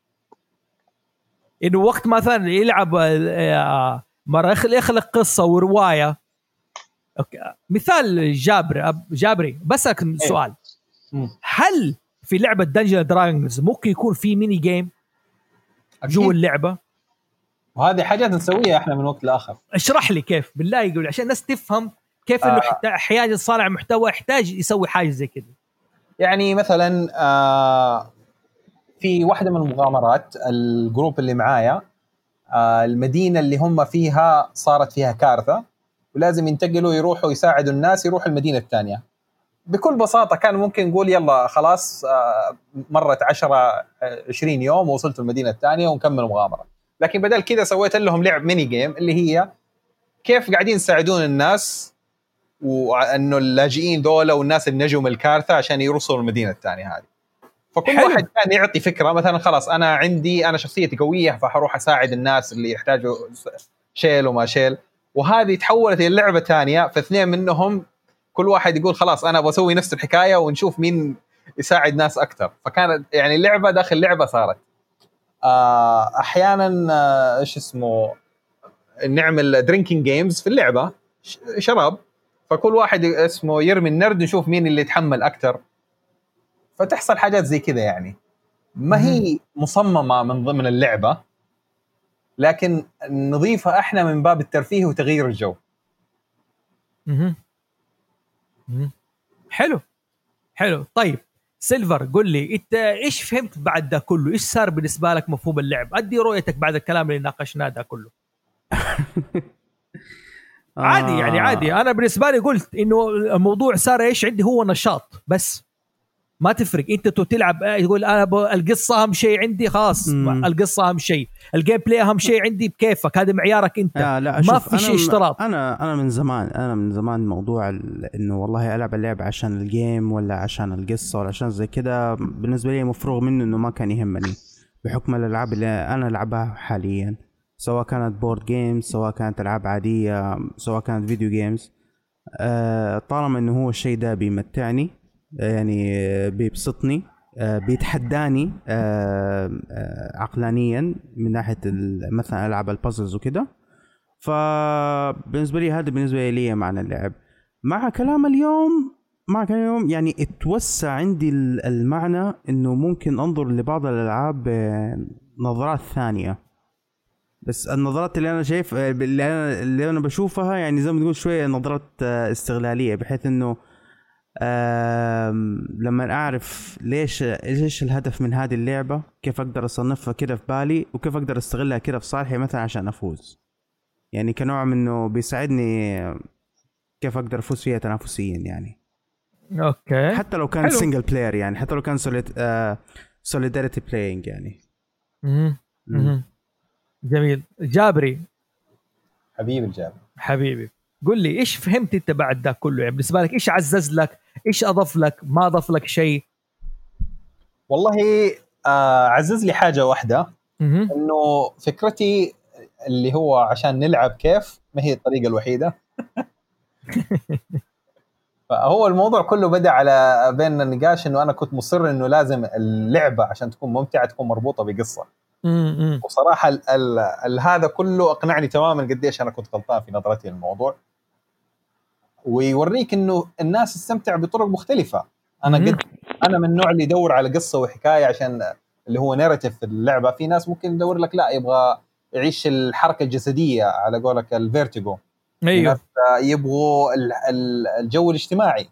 Speaker 1: انه وقت مثلا يلعب مره يخلق قصه وروايه أوكي. مثال جابري جابري بسألك سؤال هل في لعبه دنجن دراجونز ممكن يكون في ميني جيم جوا اللعبه
Speaker 3: وهذه حاجات نسويها احنا من وقت لاخر؟
Speaker 1: اشرح لي كيف بالله يقول عشان الناس تفهم كيف انه
Speaker 3: آه.
Speaker 1: احيانا صانع محتوى يحتاج يسوي حاجه زي كده.
Speaker 3: يعني مثلا آه في واحده من المغامرات الجروب اللي معايا آه المدينه اللي هم فيها صارت فيها كارثه ولازم ينتقلوا يروحوا يساعدوا الناس يروحوا المدينه الثانيه. بكل بساطه كان ممكن نقول يلا خلاص آه مرت عشرة عشرين يوم ووصلت المدينه الثانيه ونكمل المغامره، لكن بدل كذا سويت لهم لعب ميني جيم اللي هي كيف قاعدين يساعدون الناس وانه اللاجئين دول والناس النجوم الكارثه عشان يوصلوا المدينه الثانيه هذه. فكل حلو. واحد كان يعطي فكره مثلا خلاص انا عندي انا شخصيتي قويه فحروح اساعد الناس اللي يحتاجوا شيل وما شيل، وهذه تحولت الى لعبه ثانيه فاثنين منهم كل واحد يقول خلاص انا بسوي نفس الحكايه ونشوف مين يساعد ناس اكثر. فكانت يعني لعبه داخل لعبه صارت احيانا ايش اسمه نعمل درينكينج جيمز في اللعبه شراب، فكل واحد اسمه يرمي النرد نشوف مين اللي يتحمل اكثر، فتحصل حاجات زي كذا. يعني ما هي مصممه من ضمن اللعبه لكن نضيفها احنا من باب الترفيه وتغيير الجو.
Speaker 1: اها حلو حلو. طيب سيلفر قل لي انت ايش فهمت بعد ده كله؟ ايش صار بالنسبه لك مفهوم اللعب؟ ادي رؤيتك بعد الكلام اللي ناقشناه ده كله. عادي يعني عادي. انا بالنسبه لي قلت انه الموضوع صار ايش عندي هو نشاط بس ما تفرق. انت تلعب يقول انا القصه اهم شيء عندي خلاص القصه اهم شيء، الجيم بلاي اهم شيء عندي بكيفك هذا معيارك انت.
Speaker 2: آه لا
Speaker 1: ما في شيء اشتراط.
Speaker 2: انا انا من زمان انا من زمان موضوع انه والله العب اللعب عشان الجيم ولا عشان القصه ولا عشان زي كده بالنسبه لي مفروغ منه انه ما كان يهمني. بحكم الألعاب اللي أنا ألعبها حاليا، سواء كانت بورد جيمز، سواء كانت ألعاب عادية، سواء كانت فيديو جيمز. أه طالما إنه هو الشيء ده بيمتعني، يعني بيبسطني، أه بيتحداني أه أه عقلانيا من ناحية مثلا ألعاب البازلز وكده، فبالنسبة لي هذا بالنسبة لي معنى اللعب. مع كلام اليوم مع كلام اليوم يعني اتوسع عندي المعنى إنه ممكن أنظر لبعض الألعاب بنظرات ثانية. بس النظرات اللي أنا شايف اللي أنا, اللي أنا بشوفها يعني زي ما تقول شوية نظرات استغلالية، بحيث إنه لما أعرف ليش إيش الهدف من هذه اللعبة، كيف أقدر أصنفها كده في بالي، وكيف أقدر أستغلها كده في صالحي مثلا عشان أفوز. يعني كنوع منه بيساعدني كيف أقدر أفوز فيها تنافسيا يعني.
Speaker 1: اوكي
Speaker 2: حتى لو كان سنجل بلاير، يعني حتى لو كان سوليد آه سوليداريتي بلاينج يعني.
Speaker 1: امم امم جميل. جابري
Speaker 3: حبيبي الجابري
Speaker 1: حبيبي، قل لي ايش فهمت انت بعد ده كله؟ يعني بالنسبه لك ايش عزز لك، ايش اضاف لك، ما اضاف لك شيء؟
Speaker 3: والله آه عزز لي حاجه واحده،
Speaker 1: مم.
Speaker 3: انه فكرتي اللي هو عشان نلعب كيف ما هي الطريقه الوحيده. فهو الموضوع كله بدأ على بيننا النقاش انه انا كنت مصر انه لازم اللعبه عشان تكون ممتعه تكون مربوطه بقصه.
Speaker 1: امم
Speaker 3: وصراحه ال ال ال هذا كله اقنعني تماما قديش انا كنت غلطان في نظرتي للموضوع، ويوريك انه الناس تستمتع بطرق مختلفه. انا قد انا من النوع اللي يدور على قصه وحكايه عشان اللي هو ناريتيف في اللعبه. في ناس ممكن يدور لك لا يبغى يعيش الحركه الجسديه على قولك الفيرتيجو.
Speaker 1: ايوه
Speaker 3: يبغوا الجو الاجتماعي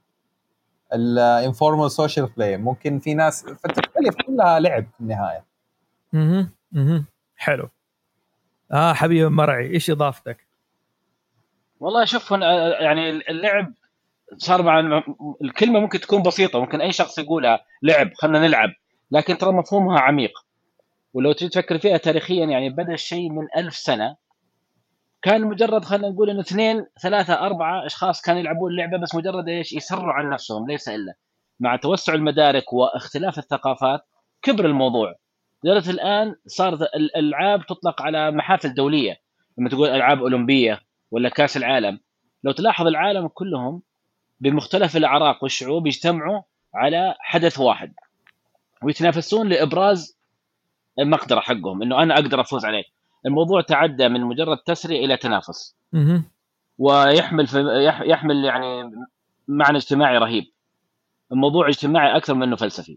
Speaker 3: الانفورمال سوشيال بلاي. ممكن في ناس فتختلف، كلها لعب في النهايه.
Speaker 1: اها اها حلو. اه حبيبي مرعي، ايش اضافتك؟
Speaker 4: والله شوف يعني اللعب صار مع الكلمه ممكن تكون بسيطه، ممكن اي شخص يقولها لعب خلنا نلعب، لكن ترى مفهومها عميق. ولو تيجي تفكر فيها تاريخيا يعني بدا الشيء من ألف سنه، كان مجرد خلينا نقول انه اثنين ثلاثة أربعة اشخاص كانوا يلعبون اللعبه بس مجرد ايش يسروا عن نفسهم، ليس الا مع توسع المدارك واختلاف الثقافات كبر الموضوع. لدرجه الان صارت الالعاب تطلق على محافل دوليه، لما تقول العاب اولمبيه ولا كاس العالم، لو تلاحظ العالم كلهم بمختلف الاعراق والشعوب يجتمعوا على حدث واحد ويتنافسون لابراز المقدره حقهم انه انا اقدر افوز عليه. الموضوع تعدى من مجرد تسريع الى تنافس،
Speaker 1: اها
Speaker 4: ويحمل في يحمل يعني معنى اجتماعي رهيب. الموضوع اجتماعي اكثر منه فلسفي.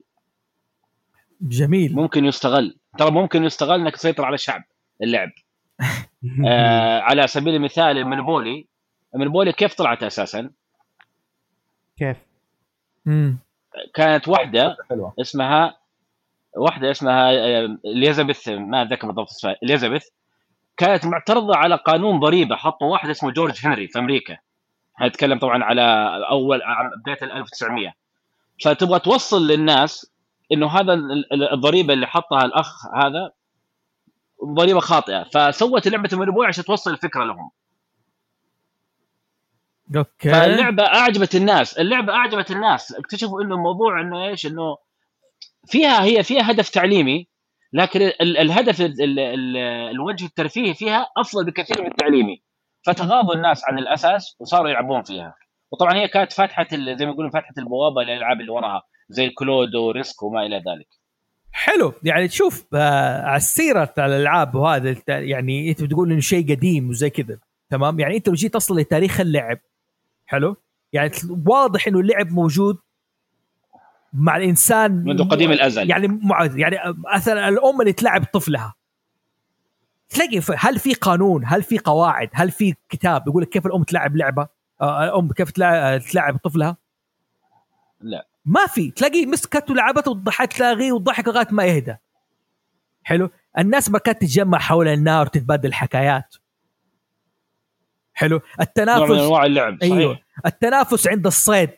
Speaker 1: جميل.
Speaker 4: ممكن يستغل، ترى ممكن يستغل انك تسيطر على الشعب اللعب. آه على سبيل المثال المونوبولي، المونوبولي كيف طلعت اساسا؟
Speaker 2: كيف؟
Speaker 1: امم
Speaker 4: كانت واحده
Speaker 3: حلوة.
Speaker 4: اسمها واحده اسمها اليزابيث، ما اتذكر بالضبط اسمها، اليزابيث كانت معترضه على قانون ضريبه حطوا واحد اسمه جورج هنري في امريكا. هنتكلم طبعا على اول بدايه ألف وتسعمية. فتبغى توصل للناس انه هذا الضريبه اللي حطها الاخ هذا ضريبه خاطئه، فسوت لعبه المونوبولي عشان توصل الفكره لهم.
Speaker 1: اوكي.
Speaker 4: فاللعبه اعجبت الناس، اللعبه اعجبت الناس، اكتشفوا انه الموضوع انه ايش، انه فيها هي فيها هدف تعليمي، لكن ال الهدف ال ال ال الوجه الترفيهي فيها افضل بكثير من التعليمي. فتغاضوا الناس عن الاساس وصاروا يلعبون فيها. وطبعا هي كانت فاتحه زي ما يقولون فاتحه البوابه للالعاب اللي وراها زي الكلودو وريسك وما الى ذلك.
Speaker 1: حلو. يعني تشوف آه على السيره الالعاب وهذا يعني انت بتقول انه شيء قديم وزي كذا، تمام؟ يعني انت لو جيت تصل لتاريخ اللعب، حلو، يعني واضح انه اللعب موجود مع الانسان
Speaker 4: منذ قديم الازل.
Speaker 1: يعني معد يعني مثلا الام اللي تلعب طفلها، تلاقي هل في قانون، هل في قواعد، هل في كتاب يقول لك كيف الام تلعب لعبه، آه الام كيف تلعب طفلها؟
Speaker 4: لا
Speaker 1: ما في. تلاقي مسكت ولعبته وضحكت تلاقيه وضحك لغايه ما يهدى. حلو. الناس ما كانت تتجمع حول النار وتتبادل حكايات. حلو. التنافس
Speaker 4: نوع من انواع اللعب. صحيح.
Speaker 1: ايوه التنافس عند الصيد.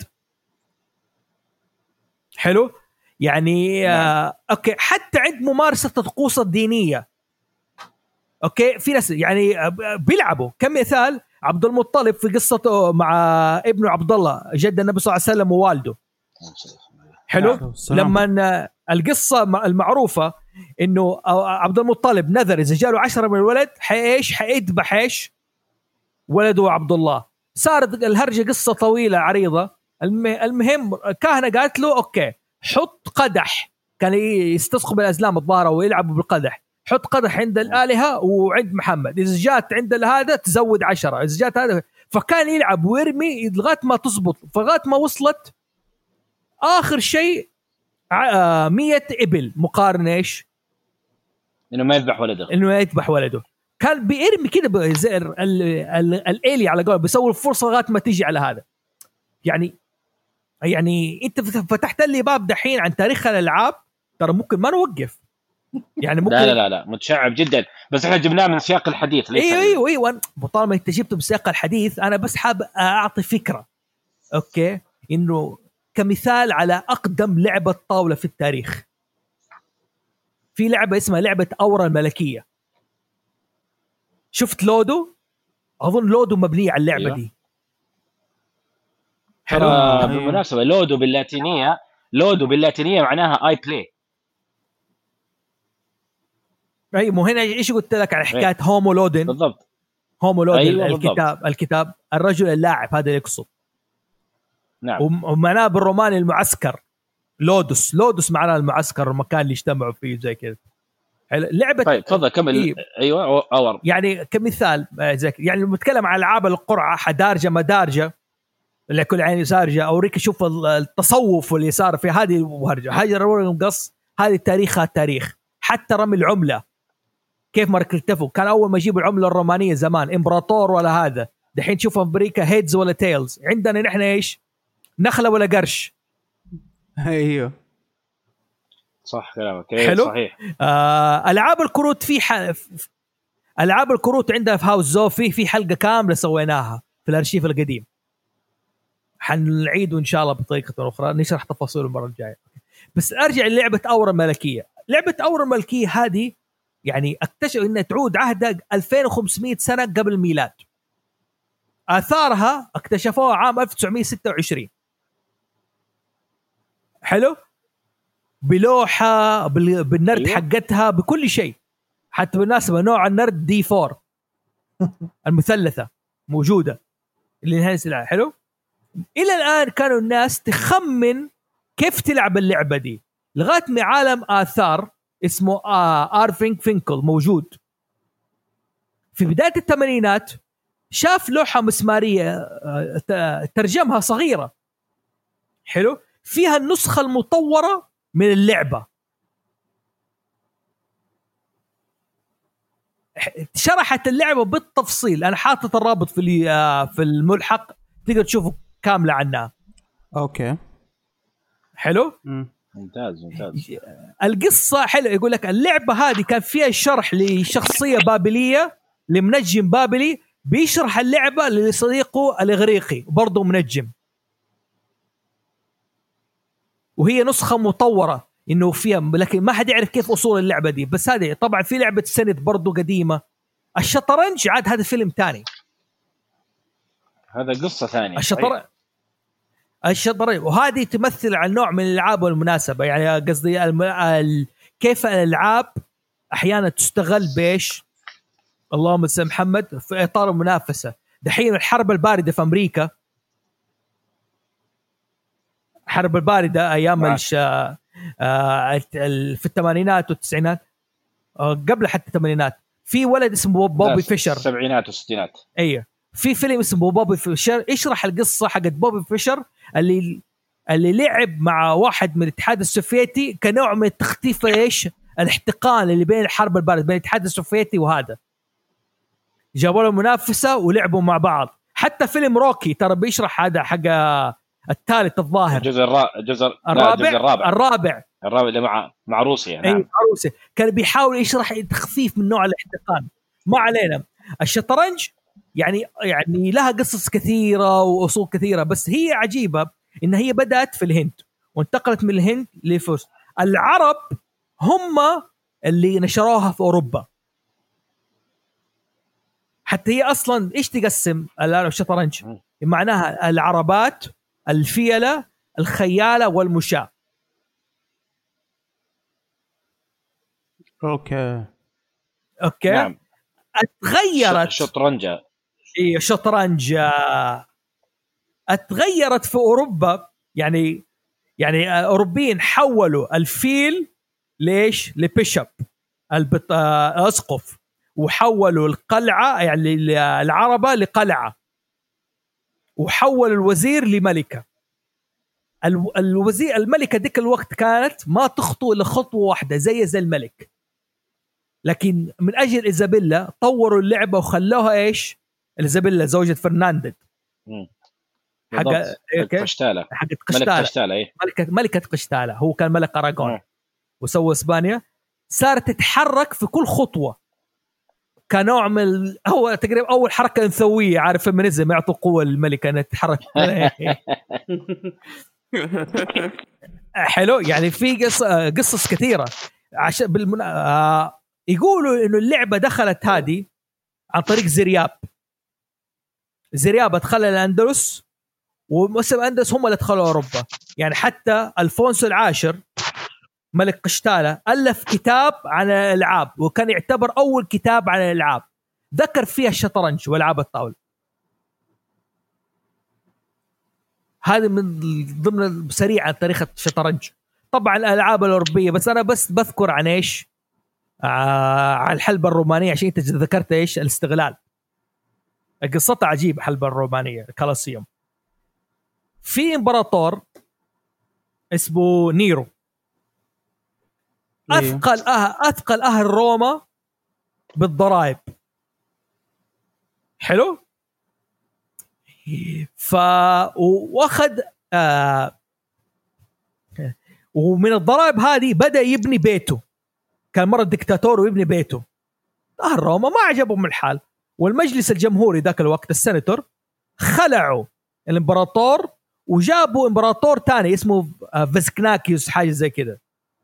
Speaker 1: حلو. يعني نعم. آه، اوكي حتى عند ممارسه الطقوس الدينيه، اوكي في ناس يعني بيلعبوا. كمثال عبد المطلب في قصته مع ابنه عبد الله جد النبي صلى الله عليه وسلم ووالده. حلو. لما القصه المعروفه انه عبد المطلب نذر اذا جاله عشرة من الولد حيش حيذبح ايش ولده عبد الله. صارت الهرجه قصه طويله عريضه. المهم كاهنه قالت له اوكي حط قدح، كان يستسقوا بالازلام الظاهره ويلعبوا بالقدح، حط قدح عند الالهه وعند محمد، اذا جات عند هذا تزود عشرة، اذا جات هذا. فكان يلعب ويرمي لغايه ما تزبط، فغايه ما وصلت اخر شيء مية ابل مقارنه ايش
Speaker 4: انه ما يذبح ولده،
Speaker 1: انه يذبح ولده. كان بيرمي كده زر الالي على قول بيسوي الفرصه لغايه ما تيجي على هذا. يعني يعني انت فتحت لي باب دحين عن تاريخ الالعاب، ترى ممكن ما نوقف. يعني ممكن
Speaker 4: لا لا لا متشعب جدا، بس احنا جبناه من سياق الحديث. ليس
Speaker 1: ايوه ايوه ايوه طالما انت جبته بسياق الحديث انا بس حاب اعطي فكره اوكي انه كمثال على اقدم لعبه طاوله في التاريخ. في لعبه اسمها لعبه اورا الملكيه. شفت لودو؟ اظن لودو مبنيه على اللعبه
Speaker 4: أيوة.
Speaker 1: دي.
Speaker 4: حلو. بالمناسبه لودو باللاتينيه، لودو باللاتينيه معناها اي بلاي.
Speaker 1: اي مو هنا ايش قلت لك على حكايه هومو لودن؟
Speaker 4: بالضبط
Speaker 1: هومو لودن.
Speaker 4: أيوة
Speaker 1: الكتاب
Speaker 4: بالضبط.
Speaker 1: الكتاب الرجل اللاعب هذا يقصد.
Speaker 4: نعم.
Speaker 1: ومعناه بالروماني المعسكر لودوس. لودوس معناه المعسكر، المكان اللي يجتمعوا فيه زي كذا. لعبه.
Speaker 4: طيب تفضل كمل. إيه؟ ايوه اور.
Speaker 1: يعني كمثال زي يعني بنتكلم عن العاب القرعه حدارجه مدارجه لكل عين سارجه، اوريك شوف التصوف اللي صار في هذه وهرجه هاجر القص. هذه تاريخها تاريخ. حتى رمي العمله كيف ما ركلتفوا، كان اول ما يجيبوا العمله الرومانيه زمان امبراطور ولا هذا، دحين شوف امريكا هيدز ولا تيلز، عندنا نحن ايش نخله ولا قرش.
Speaker 2: ايوه
Speaker 4: صح كلامك.
Speaker 1: حلو.
Speaker 4: صحيح.
Speaker 1: آه العاب الكروت في ح... العاب الكروت عندنا في هاوس زوفي في حلقه كامله سويناها في الارشيف القديم، حنعيده ان شاء الله بطريقه اخرى نشرح تفاصيل المره الجايه. بس ارجع للعبه اورا الملكيه. لعبه اورا الملكيه هذه يعني اكتشف انها تعود عهد ألفين وخمسمية سنه قبل الميلاد. اثارها اكتشفوها عام ألف وتسعمية وستة وعشرين. حلو. بلوحه بالنرد
Speaker 4: أيوة.
Speaker 1: حقتها بكل شيء. حتى بالنسبه نوع النرد دي فور المثلثه موجوده اللي نهز. حلو. الى الان كانوا الناس تخمن كيف تلعب اللعبه دي لغايه ما عالم آثار اسمه آه آرفينج فينكل موجود في بدايه الثمانينات. شاف لوحه مسماريه آه ترجمها صغيره حلو فيها النسخه المطوره من اللعبه. شرحت اللعبه بالتفصيل. انا حاطط الرابط في في الملحق تقدر تشوفه كامله عنها.
Speaker 2: اوكي
Speaker 1: حلو.
Speaker 4: ممتاز ممتاز.
Speaker 1: القصه حلو. يقول لك اللعبه هذه كان فيها شرح لشخصيه بابليه لمنجم بابلي بيشرح اللعبه لصديقه الاغريقي برضه منجم، وهي نسخه مطوره انه فيها، لكن ما حد يعرف كيف اصول اللعبه دي. بس هذه طبعا في لعبه سند برضو قديمه. الشطرنج عاد هذا فيلم تاني،
Speaker 4: هذا قصه ثانيه.
Speaker 1: الشطرنج الشطرنج وهذه تمثل عن نوع من الالعاب والمناسبه. يعني قصدي الم... ال... كيف الالعاب احيانا تستغل بيش اللهم صل محمد في اطار المنافسه. دحين الحرب البارده في امريكا، الحرب البارده ايام الش... آه في الثمانينات والتسعينات آه قبل حتى الثمانينات، في ولد اسمه بوبي فيشر.
Speaker 4: السبعينات والستينات.
Speaker 1: ايوه في فيلم اسمه بوبي فيشر يشرح القصه حقت بوبي فيشر اللي اللي لعب مع واحد من الاتحاد السوفيتي كنوع من التخطيف ايش الاحتقان اللي بين الحرب البارده بين الاتحاد السوفيتي وهذا. جابوا له منافسه ولعبوا مع بعض. حتى فيلم روكي ترى بيشرح هذا حق الثالث الظاهر
Speaker 4: الجزء الرابع الجزء
Speaker 1: الرابع
Speaker 4: الرابع
Speaker 1: الرابع
Speaker 4: الرابع اللي مع مع روسيا. نعم.
Speaker 1: اي مع روسيا. كان بيحاول يشرح تخفيف من نوع الاحتقان. ما علينا. الشطرنج يعني يعني لها قصص كثيره واصول كثيره، بس هي عجيبه ان هي بدات في الهند وانتقلت من الهند لفرس. العرب هم اللي نشروها في اوروبا. حتى هي اصلا ايش تقسم الشطرنج؟ معناها العربات، الفيلة، الخيالة والمشاة.
Speaker 2: اوكي
Speaker 1: اوكي
Speaker 4: نعم.
Speaker 1: اتغيرت
Speaker 4: شطرنجة.
Speaker 1: اي شطرنجة اتغيرت في اوروبا. يعني يعني اوروبيين حولوا الفيل ليش لبيشب البط... اسقف، وحولوا القلعه يعني العربه لقلعه، وحول الوزير لملكه. الوزير الملكه ديك الوقت كانت ما تخطو الا خطوه واحده زي زي الملك، لكن من اجل إيزابيلا طوروا اللعبه وخلوها ايش؟ إيزابيلا زوجة فرنانديز حق
Speaker 4: قشتالة،
Speaker 1: حق قشتالة
Speaker 4: قشتالة إيه؟
Speaker 1: ملكة ملكة قشتالة. هو كان ملك أراغون وسوى إسبانيا. صارت تتحرك في كل خطوة كنوع من هو تقريبا أول حركة أنثوية، عارف فيمينيزم، يعطوا قوة للملكة أن تتحرك. حلو. يعني في قصة قصص كثيرة عشان بالمن... آه... يقولوا إنه اللعبة دخلت هذه عن طريق زرياب. زرياب دخل الأندلس، ومسلم أندلس هم اللي دخلوا أوروبا. يعني حتى ألفونسو العاشر ملك قشتالة ألف كتاب عن الألعاب، وكان يعتبر أول كتاب عن الألعاب ذكر فيها الشطرنج وألعاب الطاولة. هذا من ضمن سريعا تاريخ الشطرنج. طبعا الألعاب الأوروبية بس أنا بس بذكر عن إيش آه عن الحلبة الرومانية، عشان أنت ذكرت إيش الاستغلال. قصتها عجيبة الحلبة الرومانية الكولوسيوم. في إمبراطور اسمه نيرو، أثقل أهل أثقل أهل روما بالضرائب. حلو. ف واخذ آه ومن الضرائب هذه بدأ يبني بيته. كان مرة ديكتاتور ويبني بيته. أهل روما ما عجبهم الحال، والمجلس الجمهوري ذاك الوقت السناتور خلعوا الإمبراطور وجابوا إمبراطور تاني اسمه فيسكناكيوس حاجة زي كده.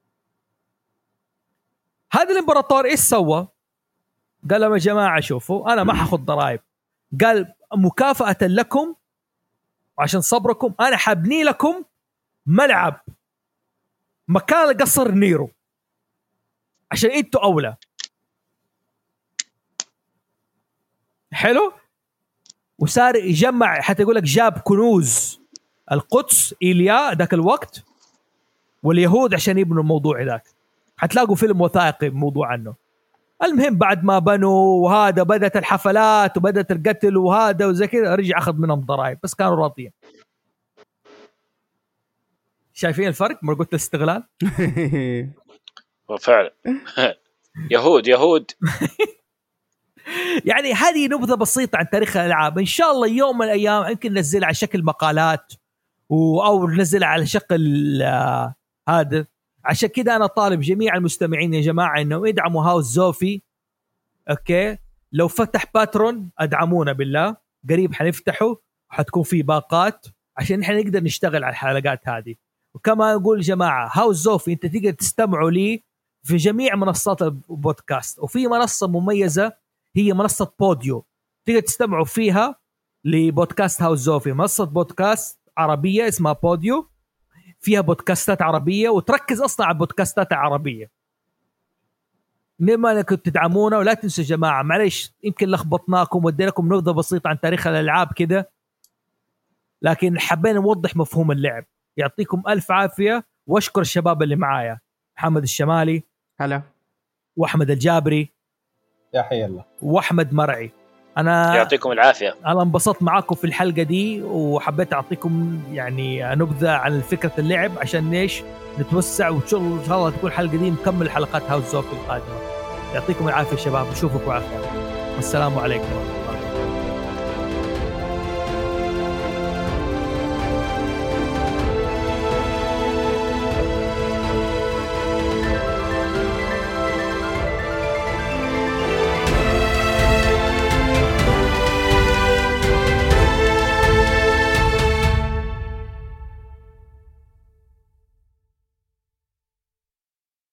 Speaker 1: هذا الإمبراطور إيش سوى؟ قال لهم يا جماعة شوفوا أنا ما حاخذ ضرائب. قال مكافأة لكم وعشان صبركم أنا حبني لكم ملعب مكان قصر نيرو عشان إنتوا أولى. حلو. وصار يجمع، حتى يقول لك جاب كنوز القدس إيليا ذاك الوقت واليهود عشان يبنوا الموضوع ذاك. حتلاقوا فيلم وثائقي موضوع عنه. المهم بعد ما بنوا وهذا بدأت الحفلات وبدأت القتل وهذا وزي كذا، رجع أخذ منهم ضرائب بس كانوا راضيين. شايفين الفرق؟ ما قلت الاستغلال.
Speaker 4: وفعلا يهود يهود.
Speaker 1: يعني هذه نبذة بسيطة عن تاريخ الألعاب. إن شاء الله يوم من الأيام يمكن ننزلها على شكل مقالات أو ننزلها على شكل آه هذا. عشان كده أنا طالب جميع المستمعين يا جماعة إنه ادعموا هاوس زوفي. أوكي، لو فتح باترون أدعمونا بالله، قريب حنفتحه وحتكون فيه باقات عشان نحن نقدر نشتغل على الحلقات هذه. وكما أقول يا جماعة هاوس زوفي أنت تقدر تستمعوا لي في جميع منصات البودكاست، وفي منصة مميزة هي منصة بوديو تقدر تستمعوا فيها لبودكاست هاوس زوفي. منصة بودكاست عربية اسمها بوديو، فيها بودكاستات عربية وتركز أصلا على البودكاستات العربية. لما أنكم تدعمونا، ولا تنسوا يا جماعة معليش يمكن لخبطناكم ودي لكم نبذة بسيطة عن تاريخ الألعاب كده، لكن حبينا نوضح مفهوم اللعب. يعطيكم ألف عافية، واشكر الشباب اللي معايا، محمد الشمالي هلا، وأحمد الجابري
Speaker 3: يا حي الله،
Speaker 1: وأحمد مرعي. أنا
Speaker 4: يعطيكم العافية.
Speaker 1: أنا انبسطت معاكم في الحلقة دي، وحبيت أعطيكم يعني نبذة عن فكرة اللعب عشان ليش نتوسع، وإن شاء الله تكون الحلقة دي مكمل حلقات هاوس زوفي القادمة. يعطيكم العافية شباب، نشوفكم على خير، والسلام عليكم.